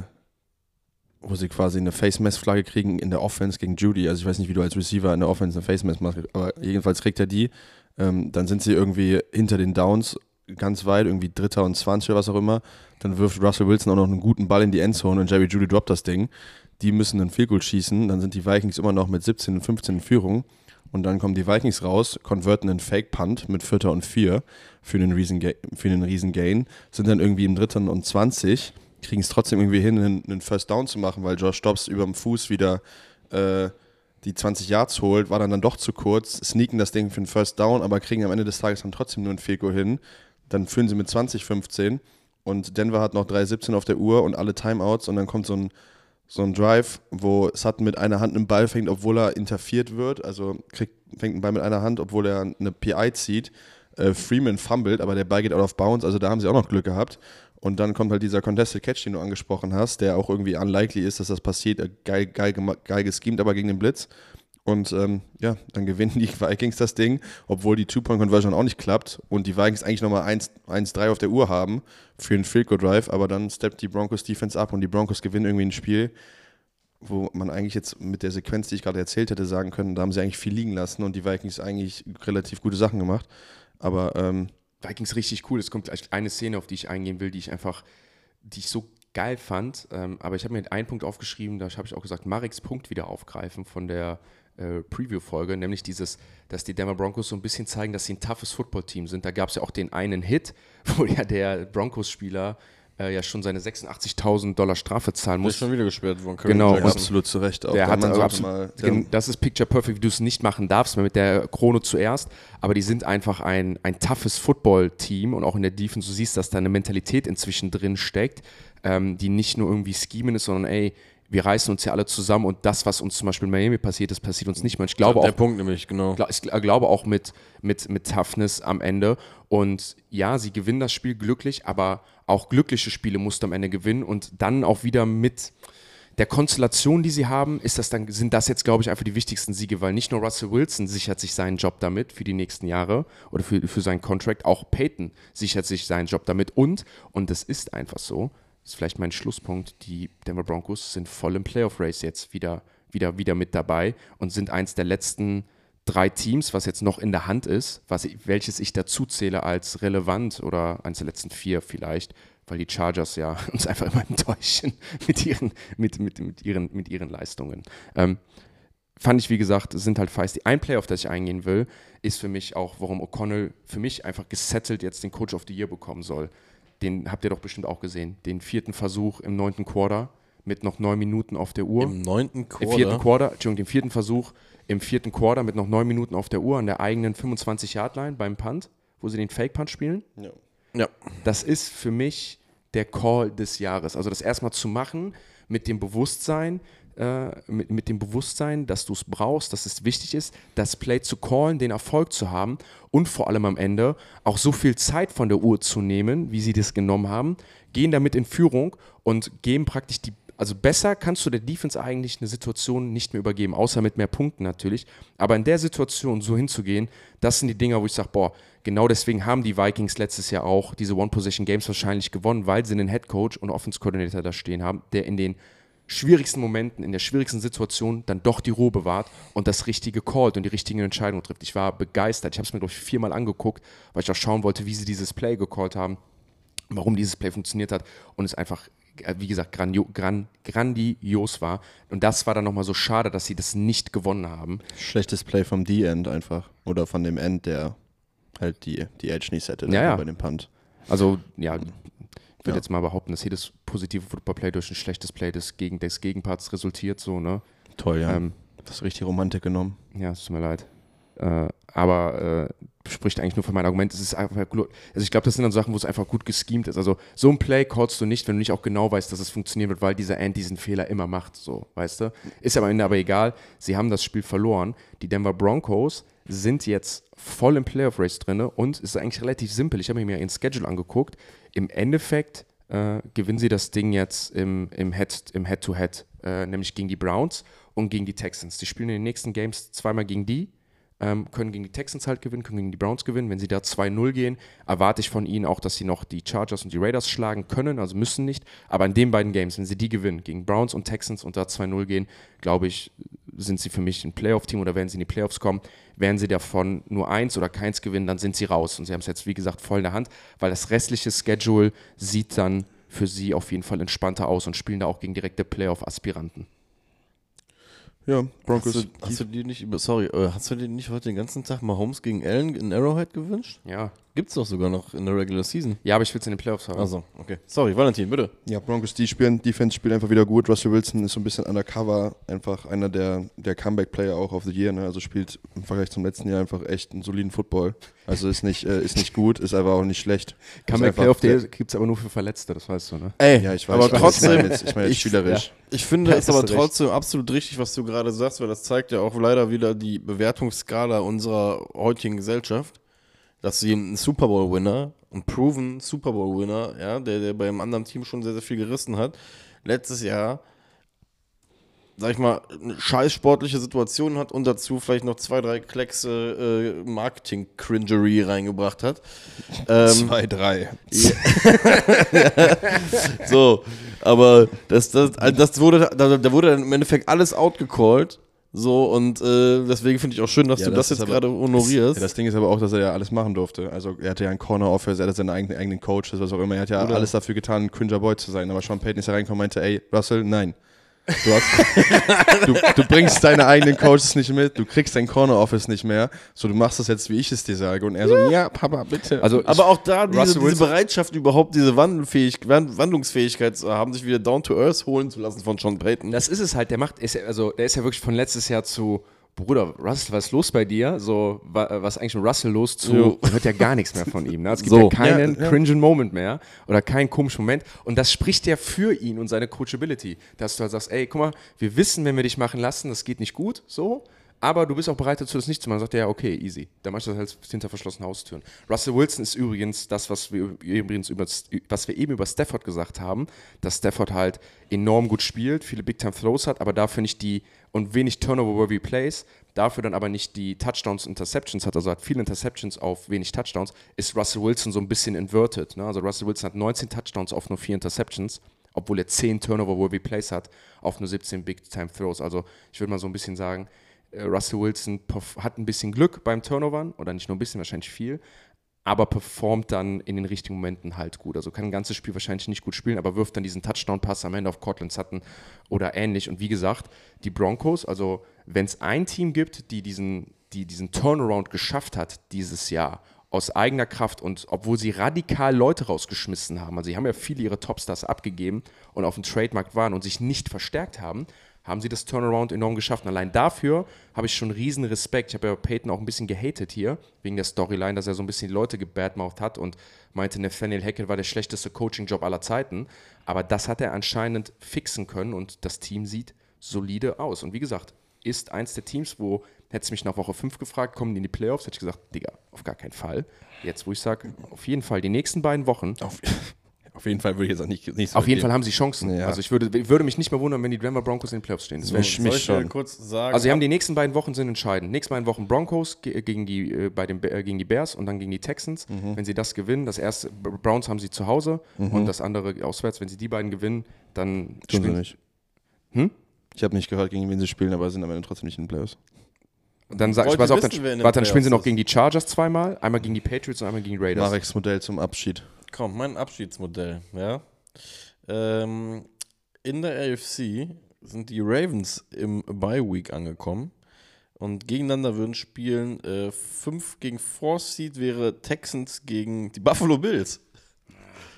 wo sie quasi eine Face-Mess-Flagge kriegen in der Offense gegen Judy. Also ich weiß nicht, wie du als Receiver in der Offense eine Face-Mess machst, aber jedenfalls kriegt er die. Ähm, dann sind sie irgendwie hinter den Downs ganz weit, irgendwie Dritter und zwanzig oder was auch immer. Dann wirft Russell Wilson auch noch einen guten Ball in die Endzone und Jerry Judy droppt das Ding. Die müssen einen Field Goal schießen, dann sind die Vikings immer noch mit siebzehn und fünfzehn in Führung und dann kommen die Vikings raus, konverten einen Fake Punt mit Vierter und Vier für einen riesen, für einen riesen Gain, sind dann irgendwie im Dritten und zwanzig, kriegen es trotzdem irgendwie hin, einen, einen First Down zu machen, weil Josh Dobbs über dem Fuß wieder äh, die zwanzig Yards holt, war dann dann doch zu kurz, sneaken das Ding für einen First Down, aber kriegen am Ende des Tages dann trotzdem nur ein Field Goal hin, dann führen sie mit zwanzig fünfzehn und Denver hat noch drei siebzehn auf der Uhr und alle Timeouts und dann kommt so ein So ein Drive, wo Sutton mit einer Hand einen Ball fängt, obwohl er interferiert wird. Also kriegt, fängt einen Ball mit einer Hand, obwohl er eine P I zieht. Äh, Freeman fummelt, aber der Ball geht out of bounds. Also da haben sie auch noch Glück gehabt. Und dann kommt halt dieser Contested Catch, den du angesprochen hast, der auch irgendwie unlikely ist, dass das passiert. Äh, geil, geil, geil geschemt, aber gegen den Blitz. Und ähm, ja, dann gewinnen die Vikings das Ding, obwohl die Two-Point-Conversion auch nicht klappt und die Vikings eigentlich nochmal eins drei auf der Uhr haben für einen Field-Goal-Drive, aber dann steppt die Broncos-Defense ab und die Broncos gewinnen irgendwie ein Spiel, wo man eigentlich jetzt mit der Sequenz, die ich gerade erzählt hätte, sagen können, da haben sie eigentlich viel liegen lassen und die Vikings eigentlich relativ gute Sachen gemacht. Aber ähm, Vikings richtig cool. Es kommt gleich eine Szene, auf die ich eingehen will, die ich einfach, die ich so geil fand. Ähm, aber ich habe mir einen Punkt aufgeschrieben, da habe ich auch gesagt, Mareks Punkt wieder aufgreifen von der äh, Preview-Folge, nämlich dieses, dass die Denver Broncos so ein bisschen zeigen, dass sie ein toughes Football-Team sind. Da gab es ja auch den einen Hit, wo ja der Broncos-Spieler äh, ja schon seine sechsundachtzigtausend Dollar Strafe zahlen muss. Ist schon wieder gesperrt worden. Curry Genau, Jackson. absolut zu Recht auch. Der hat man also sollte absolut, mal, gen- das ist Picture Perfect, wie du es nicht machen darfst, mit der Krone zuerst, aber die sind einfach ein, ein toughes Football-Team und auch in der Defense, du siehst, dass da eine Mentalität inzwischen drin steckt, ähm, die nicht nur irgendwie schemen ist, sondern ey, wir reißen uns ja alle zusammen und das, was uns zum Beispiel in Miami passiert ist, passiert uns nicht mehr. Ich glaube der auch, Punkt nämlich, genau. ich glaube auch mit, mit, mit Toughness am Ende. Und ja, sie gewinnen das Spiel glücklich, aber auch glückliche Spiele musst du am Ende gewinnen und dann auch wieder mit der Konstellation, die sie haben, ist das dann, sind das jetzt, glaube ich, einfach die wichtigsten Siege, weil nicht nur Russell Wilson sichert sich seinen Job damit für die nächsten Jahre oder für, für seinen Contract, auch Peyton sichert sich seinen Job damit und, und das ist einfach so, das ist vielleicht mein Schlusspunkt, die Denver Broncos sind voll im Playoff-Race jetzt wieder, wieder, wieder mit dabei und sind eins der letzten drei Teams, was jetzt noch in der Hand ist, was, welches ich dazu zähle als relevant oder eins der letzten vier vielleicht, weil die Chargers ja uns einfach immer enttäuschen mit ihren, mit, mit, mit ihren, mit ihren Leistungen. Ähm, fand ich, wie gesagt, sind halt feisty. Ein Play, auf das ich eingehen will, ist für mich auch, warum O'Connell für mich einfach gesettelt jetzt den Coach of the Year bekommen soll. Den habt ihr doch bestimmt auch gesehen. Den vierten Versuch im neunten Quarter mit noch neun Minuten auf der Uhr. Im neunten Quarter? Im vierten Quarter, Entschuldigung, den vierten Versuch im vierten Quarter mit noch neun Minuten auf der Uhr an der eigenen fünfundzwanzig-Yard-Line beim Punt, wo sie den Fake-Punt spielen. Ja. Ja. Das ist für mich der Call des Jahres. Also das erstmal zu machen mit dem Bewusstsein, äh, mit, mit dem Bewusstsein, dass du es brauchst, dass es wichtig ist, das Play zu callen, den Erfolg zu haben und vor allem am Ende auch so viel Zeit von der Uhr zu nehmen, wie sie das genommen haben, gehen damit in Führung und geben praktisch die, also besser kannst du der Defense eigentlich eine Situation nicht mehr übergeben, außer mit mehr Punkten natürlich, aber in der Situation so hinzugehen, das sind die Dinger, wo ich sage, boah, genau deswegen haben die Vikings letztes Jahr auch diese One-Possession-Games wahrscheinlich gewonnen, weil sie einen Head-Coach und Offense-Coordinator da stehen haben, der in den schwierigsten Momenten, in der schwierigsten Situation dann doch die Ruhe bewahrt und das Richtige callt und die richtigen Entscheidungen trifft. Ich war begeistert. Ich habe es mir, glaube ich, viermal angeguckt, weil ich auch schauen wollte, wie sie dieses Play gecallt haben, warum dieses Play funktioniert hat und es einfach, wie gesagt, grandio, gran, grandios war. Und das war dann nochmal so schade, dass sie das nicht gewonnen haben. Schlechtes Play vom D-End einfach. Oder von dem End, der halt die, die Edge nicht settet Ja, ja. bei dem Punt. Also, ja, würde Ja. jetzt mal behaupten, dass jedes positive Footballplay durch ein schlechtes Play des, Gegen des Gegenparts resultiert, so, ne? Toll, ja. Ähm, Das ist richtig Romantik genommen. ja, es tut mir leid. Äh, aber äh, spricht eigentlich nur für mein Argument. Es ist einfach, also ich glaube, das sind dann Sachen, wo es einfach gut geschemt ist. Also so ein Play callst du nicht, wenn du nicht auch genau weißt, dass es funktionieren wird, weil dieser End diesen Fehler immer macht, so, weißt du? Ist am Ende aber egal. Sie haben das Spiel verloren. Die Denver Broncos sind jetzt voll im Playoff-Race drin und es ist eigentlich relativ simpel. Ich habe mir ihren Schedule angeguckt. Im Endeffekt äh, gewinnen sie das Ding jetzt im, im Head, im Head-to-Head, äh, nämlich gegen die Browns und gegen die Texans. Die spielen in den nächsten Games zweimal gegen die. Ähm, können gegen die Texans halt gewinnen, können gegen die Browns gewinnen. Wenn sie da zwei null gehen, erwarte ich von ihnen auch, dass sie noch die Chargers und die Raiders schlagen können, also müssen nicht. Aber in den beiden Games, wenn sie die gewinnen, gegen Browns und Texans und da zwei null gehen, glaube ich, sind sie für mich ein Playoff-Team oder werden sie in die Playoffs kommen. Werden sie davon nur eins oder keins gewinnen, dann sind sie raus. Und sie haben es jetzt, wie gesagt, voll in der Hand, weil das restliche Schedule sieht dann für sie auf jeden Fall entspannter aus und spielen da auch gegen direkte Playoff-Aspiranten. Ja, Broncos. Hast du, hast du dir nicht, über- sorry, äh, hast du dir nicht heute den ganzen Tag Mahomes gegen Allen in Arrowhead gewünscht? Ja. Gibt's doch sogar noch in der Regular Season. Ja, aber ich will es in den Playoffs haben. Also, okay. Sorry, Valentin, bitte. Ja, Broncos, die spielen, Defense spielt einfach wieder gut. Russell Wilson ist so ein bisschen undercover, einfach einer der, der Comeback-Player auch of the Year, ne? Also spielt im Vergleich zum letzten Jahr einfach echt einen soliden Football. Also ist nicht, äh, ist nicht gut, ist aber auch nicht schlecht. Comeback Ist einfach- Playoff gibt es aber nur für Verletzte, das weißt du, ne? Ey, Ja, ich weiß, aber ich weiß, trotzdem, ich meine jetzt, ich meine jetzt ich- spielerisch. Ich finde Da es hast aber du recht. trotzdem absolut richtig, was du gerade sagst, weil das zeigt ja auch leider wieder die Bewertungsskala unserer heutigen Gesellschaft, dass sie einen Super Bowl-Winner, einen proven Super Bowl-Winner, ja, der, der beim anderen Team schon sehr, sehr viel gerissen hat, letztes Jahr, sag ich mal, eine scheiß sportliche Situation hat und dazu vielleicht noch zwei, drei Kleckse äh, Marketing-Cringery reingebracht hat. Ähm, Zwei, drei. So, aber das, das, also das wurde, da, da wurde dann im Endeffekt alles outgecallt. So, und äh, deswegen finde ich auch schön, dass Ja, du das, das ist jetzt aber- gerade honorierst. Ja, das Ding ist aber auch, dass er ja alles machen durfte. Also er hatte ja einen Corner-Office, er hatte seinen eigenen, eigenen Coach, das was auch immer. Er hat ja Oder- alles dafür getan, ein Cringer Boy zu sein. Aber Sean Payton ist ja reingekommen und meinte, ey, Russell, nein. Du, hast, du, du bringst deine eigenen Coaches nicht mit, du kriegst dein Corner-Office nicht mehr. So, du machst das jetzt, wie ich es dir sage. Und er so, ja, Papa, bitte. Also Aber auch da diese, Russell diese Wilson- Bereitschaft, überhaupt diese Wandelfähig, Wand- Wandlungsfähigkeit zu haben, sich wieder down to earth holen zu lassen von Sean Payton. Das ist es halt, der macht, ist ja, also der ist ja wirklich von letztes Jahr zu, Bruder, Russell, was ist los bei dir? So, wa, was ist eigentlich mit Russell los zu, Jo. man hört ja gar nichts mehr von ihm. Ne? Es gibt So. ja keinen Ja, ja. cringen Moment mehr oder keinen komischen Moment. Und das spricht ja für ihn und seine Coachability. Dass du halt sagst, ey, guck mal, wir wissen, wenn wir dich machen lassen, das geht nicht gut, so. Aber du bist auch bereit dazu, das nicht zu machen. Dann sagt er, ja, okay, easy. Dann machst du das halt hinter verschlossenen Haustüren. Russell Wilson ist übrigens das, was wir übrigens über, was wir eben über Stafford gesagt haben, dass Stafford halt enorm gut spielt, viele Big-Time-Throws hat, aber dafür nicht die, und wenig Turnover-worthy Plays, dafür dann aber nicht die Touchdowns und Interceptions hat, also hat viele Interceptions auf wenig Touchdowns, ist Russell Wilson so ein bisschen inverted. Ne? Also Russell Wilson hat neunzehn Touchdowns auf nur vier Interceptions, obwohl er zehn Turnover-worthy Plays hat, auf nur siebzehn Big-Time-Throws. Also ich würde mal so ein bisschen sagen, Russell Wilson perf- hat ein bisschen Glück beim Turnovern, oder nicht nur ein bisschen, wahrscheinlich viel, aber performt dann in den richtigen Momenten halt gut. Also kann ein ganzes Spiel wahrscheinlich nicht gut spielen, aber wirft dann diesen Touchdown-Pass am Ende auf Cortland Sutton oder ähnlich. Und wie gesagt, die Broncos, also wenn es ein Team gibt, die diesen, die diesen Turnaround geschafft hat dieses Jahr, aus eigener Kraft und obwohl sie radikal Leute rausgeschmissen haben, also sie haben ja viele ihre Topstars abgegeben und auf dem Trademarkt waren und sich nicht verstärkt haben, haben sie das Turnaround enorm geschafft. Und allein dafür habe ich schon riesen Respekt. Ich habe ja Peyton auch ein bisschen gehatet hier, wegen der Storyline, dass er so ein bisschen die Leute gebadmouthed hat und meinte, Nathaniel Hackett war der schlechteste Coaching-Job aller Zeiten. Aber das hat er anscheinend fixen können und das Team sieht solide aus. Und wie gesagt, ist eins der Teams, wo, hättest du mich nach Woche fünf gefragt, kommen die in die Playoffs, hätte ich gesagt, Digga, auf gar keinen Fall. Jetzt, wo ich sage, auf jeden Fall, die nächsten beiden Wochen, Auf, auf jeden Fall würde ich jetzt auch nicht, nicht so auf jeden gehen. Fall haben sie Chancen. Ja. Also ich würde, würde mich nicht mehr wundern, wenn die Denver Broncos in den Playoffs stehen. Das wäre mich- mich Soll ich dir schon. kurz sagen? Also sie haben die nächsten beiden Wochen sind entscheidend. Nächsten beiden Wochen Broncos ge- gegen die, äh, bei den, äh, gegen die Bears und dann gegen die Texans. Wenn sie das gewinnen, das erste B- Browns haben sie zu Hause und das andere auswärts. Wenn sie die beiden gewinnen, dann Tun sie spielen- nicht. Hm? Ich habe nicht gehört, gegen wen sie spielen, aber sind am Ende trotzdem nicht in den Playoffs. Dann sag ich, Wollt pass ihr auf, dann, wissen, wer in den warte, dann spielen sie noch Playoffs gegen die Chargers zweimal, einmal gegen die Patriots und einmal gegen die Raiders. Mareks Modell zum Abschied. Komm, mein Abschiedsmodell, ja. Ähm, in der A F C sind die Ravens im Bye Week angekommen und gegeneinander würden spielen äh, fünf gegen vier Seed wäre Texans gegen die Buffalo Bills.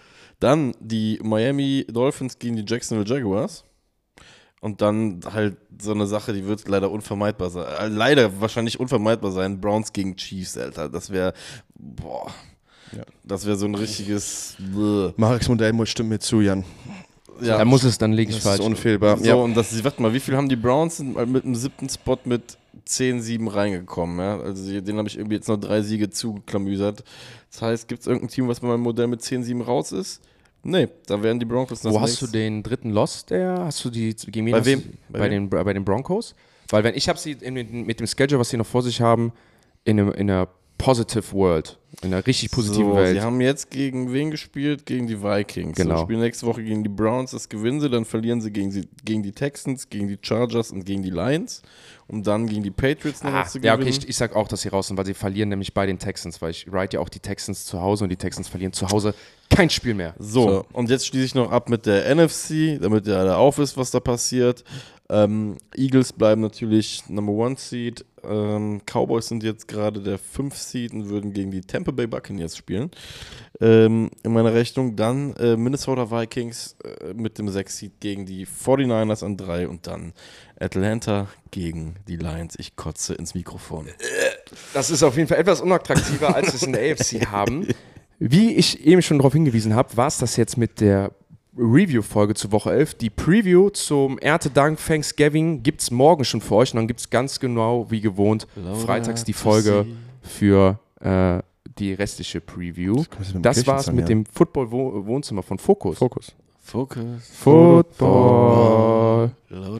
Dann die Miami Dolphins gegen die Jacksonville Jaguars. Und dann halt so eine Sache, die wird leider unvermeidbar sein. Äh, leider wahrscheinlich unvermeidbar sein. Browns gegen Chiefs, Alter. Das wäre, boah, Ja. das wäre so ein richtiges Bläh. Mareks Modell stimmt mir zu, Jan. Ja. Da muss es, dann liege ich Das falsch. ist unfehlbar. So, und das, warte mal, wie viel haben die Browns sind mit dem siebten Spot mit zehn sieben reingekommen, ja? Also den habe ich irgendwie jetzt noch drei Siege zugeklamüsert. Das heißt, gibt es irgendein Team, was bei meinem Modell mit zehn sieben raus ist? Nee, da werden die Broncos das Wo hast du nächste- den dritten Loss, der? Hast du die gegen wen Bei hast wem? Du, Bei bei, wem? den, bei den Broncos? Weil wenn ich habe sie in, den- mit dem Schedule, was sie noch vor sich haben, in, einem, in einer positive World, in einer richtig positiven so, Welt. Sie haben jetzt gegen wen gespielt? Gegen die Vikings. Genau. So, spielen nächste Woche gegen die Browns, das gewinnen sie, dann verlieren sie gegen, sie gegen die Texans, gegen die Chargers und gegen die Lions, um dann gegen die Patriots noch Ah, was zu ja, gewinnen. okay, ich, ich sag auch, dass sie raus sind, weil sie verlieren nämlich bei den Texans, weil ich ride ja auch die Texans zu Hause und die Texans verlieren zu Hause kein Spiel mehr. So, So. und jetzt schließe ich noch ab mit der N F C, damit ihr alle aufwisst, was da passiert. Ähm, Eagles bleiben natürlich Number One Seed. Ähm, Cowboys sind jetzt gerade der fünf Seed und würden gegen die Tampa Bay Buccaneers spielen. Ähm, in meiner Rechnung dann äh, Minnesota Vikings äh, mit dem sechs Seed gegen die forty-niners an drei und dann Atlanta gegen die Lions. Ich kotze ins Mikrofon. Das ist auf jeden Fall etwas unattraktiver, als wir es in der A F C haben. Wie ich eben schon darauf hingewiesen habe, war es das jetzt mit der Review-Folge zu Woche elf. Die Preview zum Erntedank Thanksgiving gibt es morgen schon für euch und dann gibt es ganz genau wie gewohnt freitags die Folge für äh, die restliche Preview. Das war es mit dem Football-Wohnzimmer von Focus. Fokus. Focus. Football.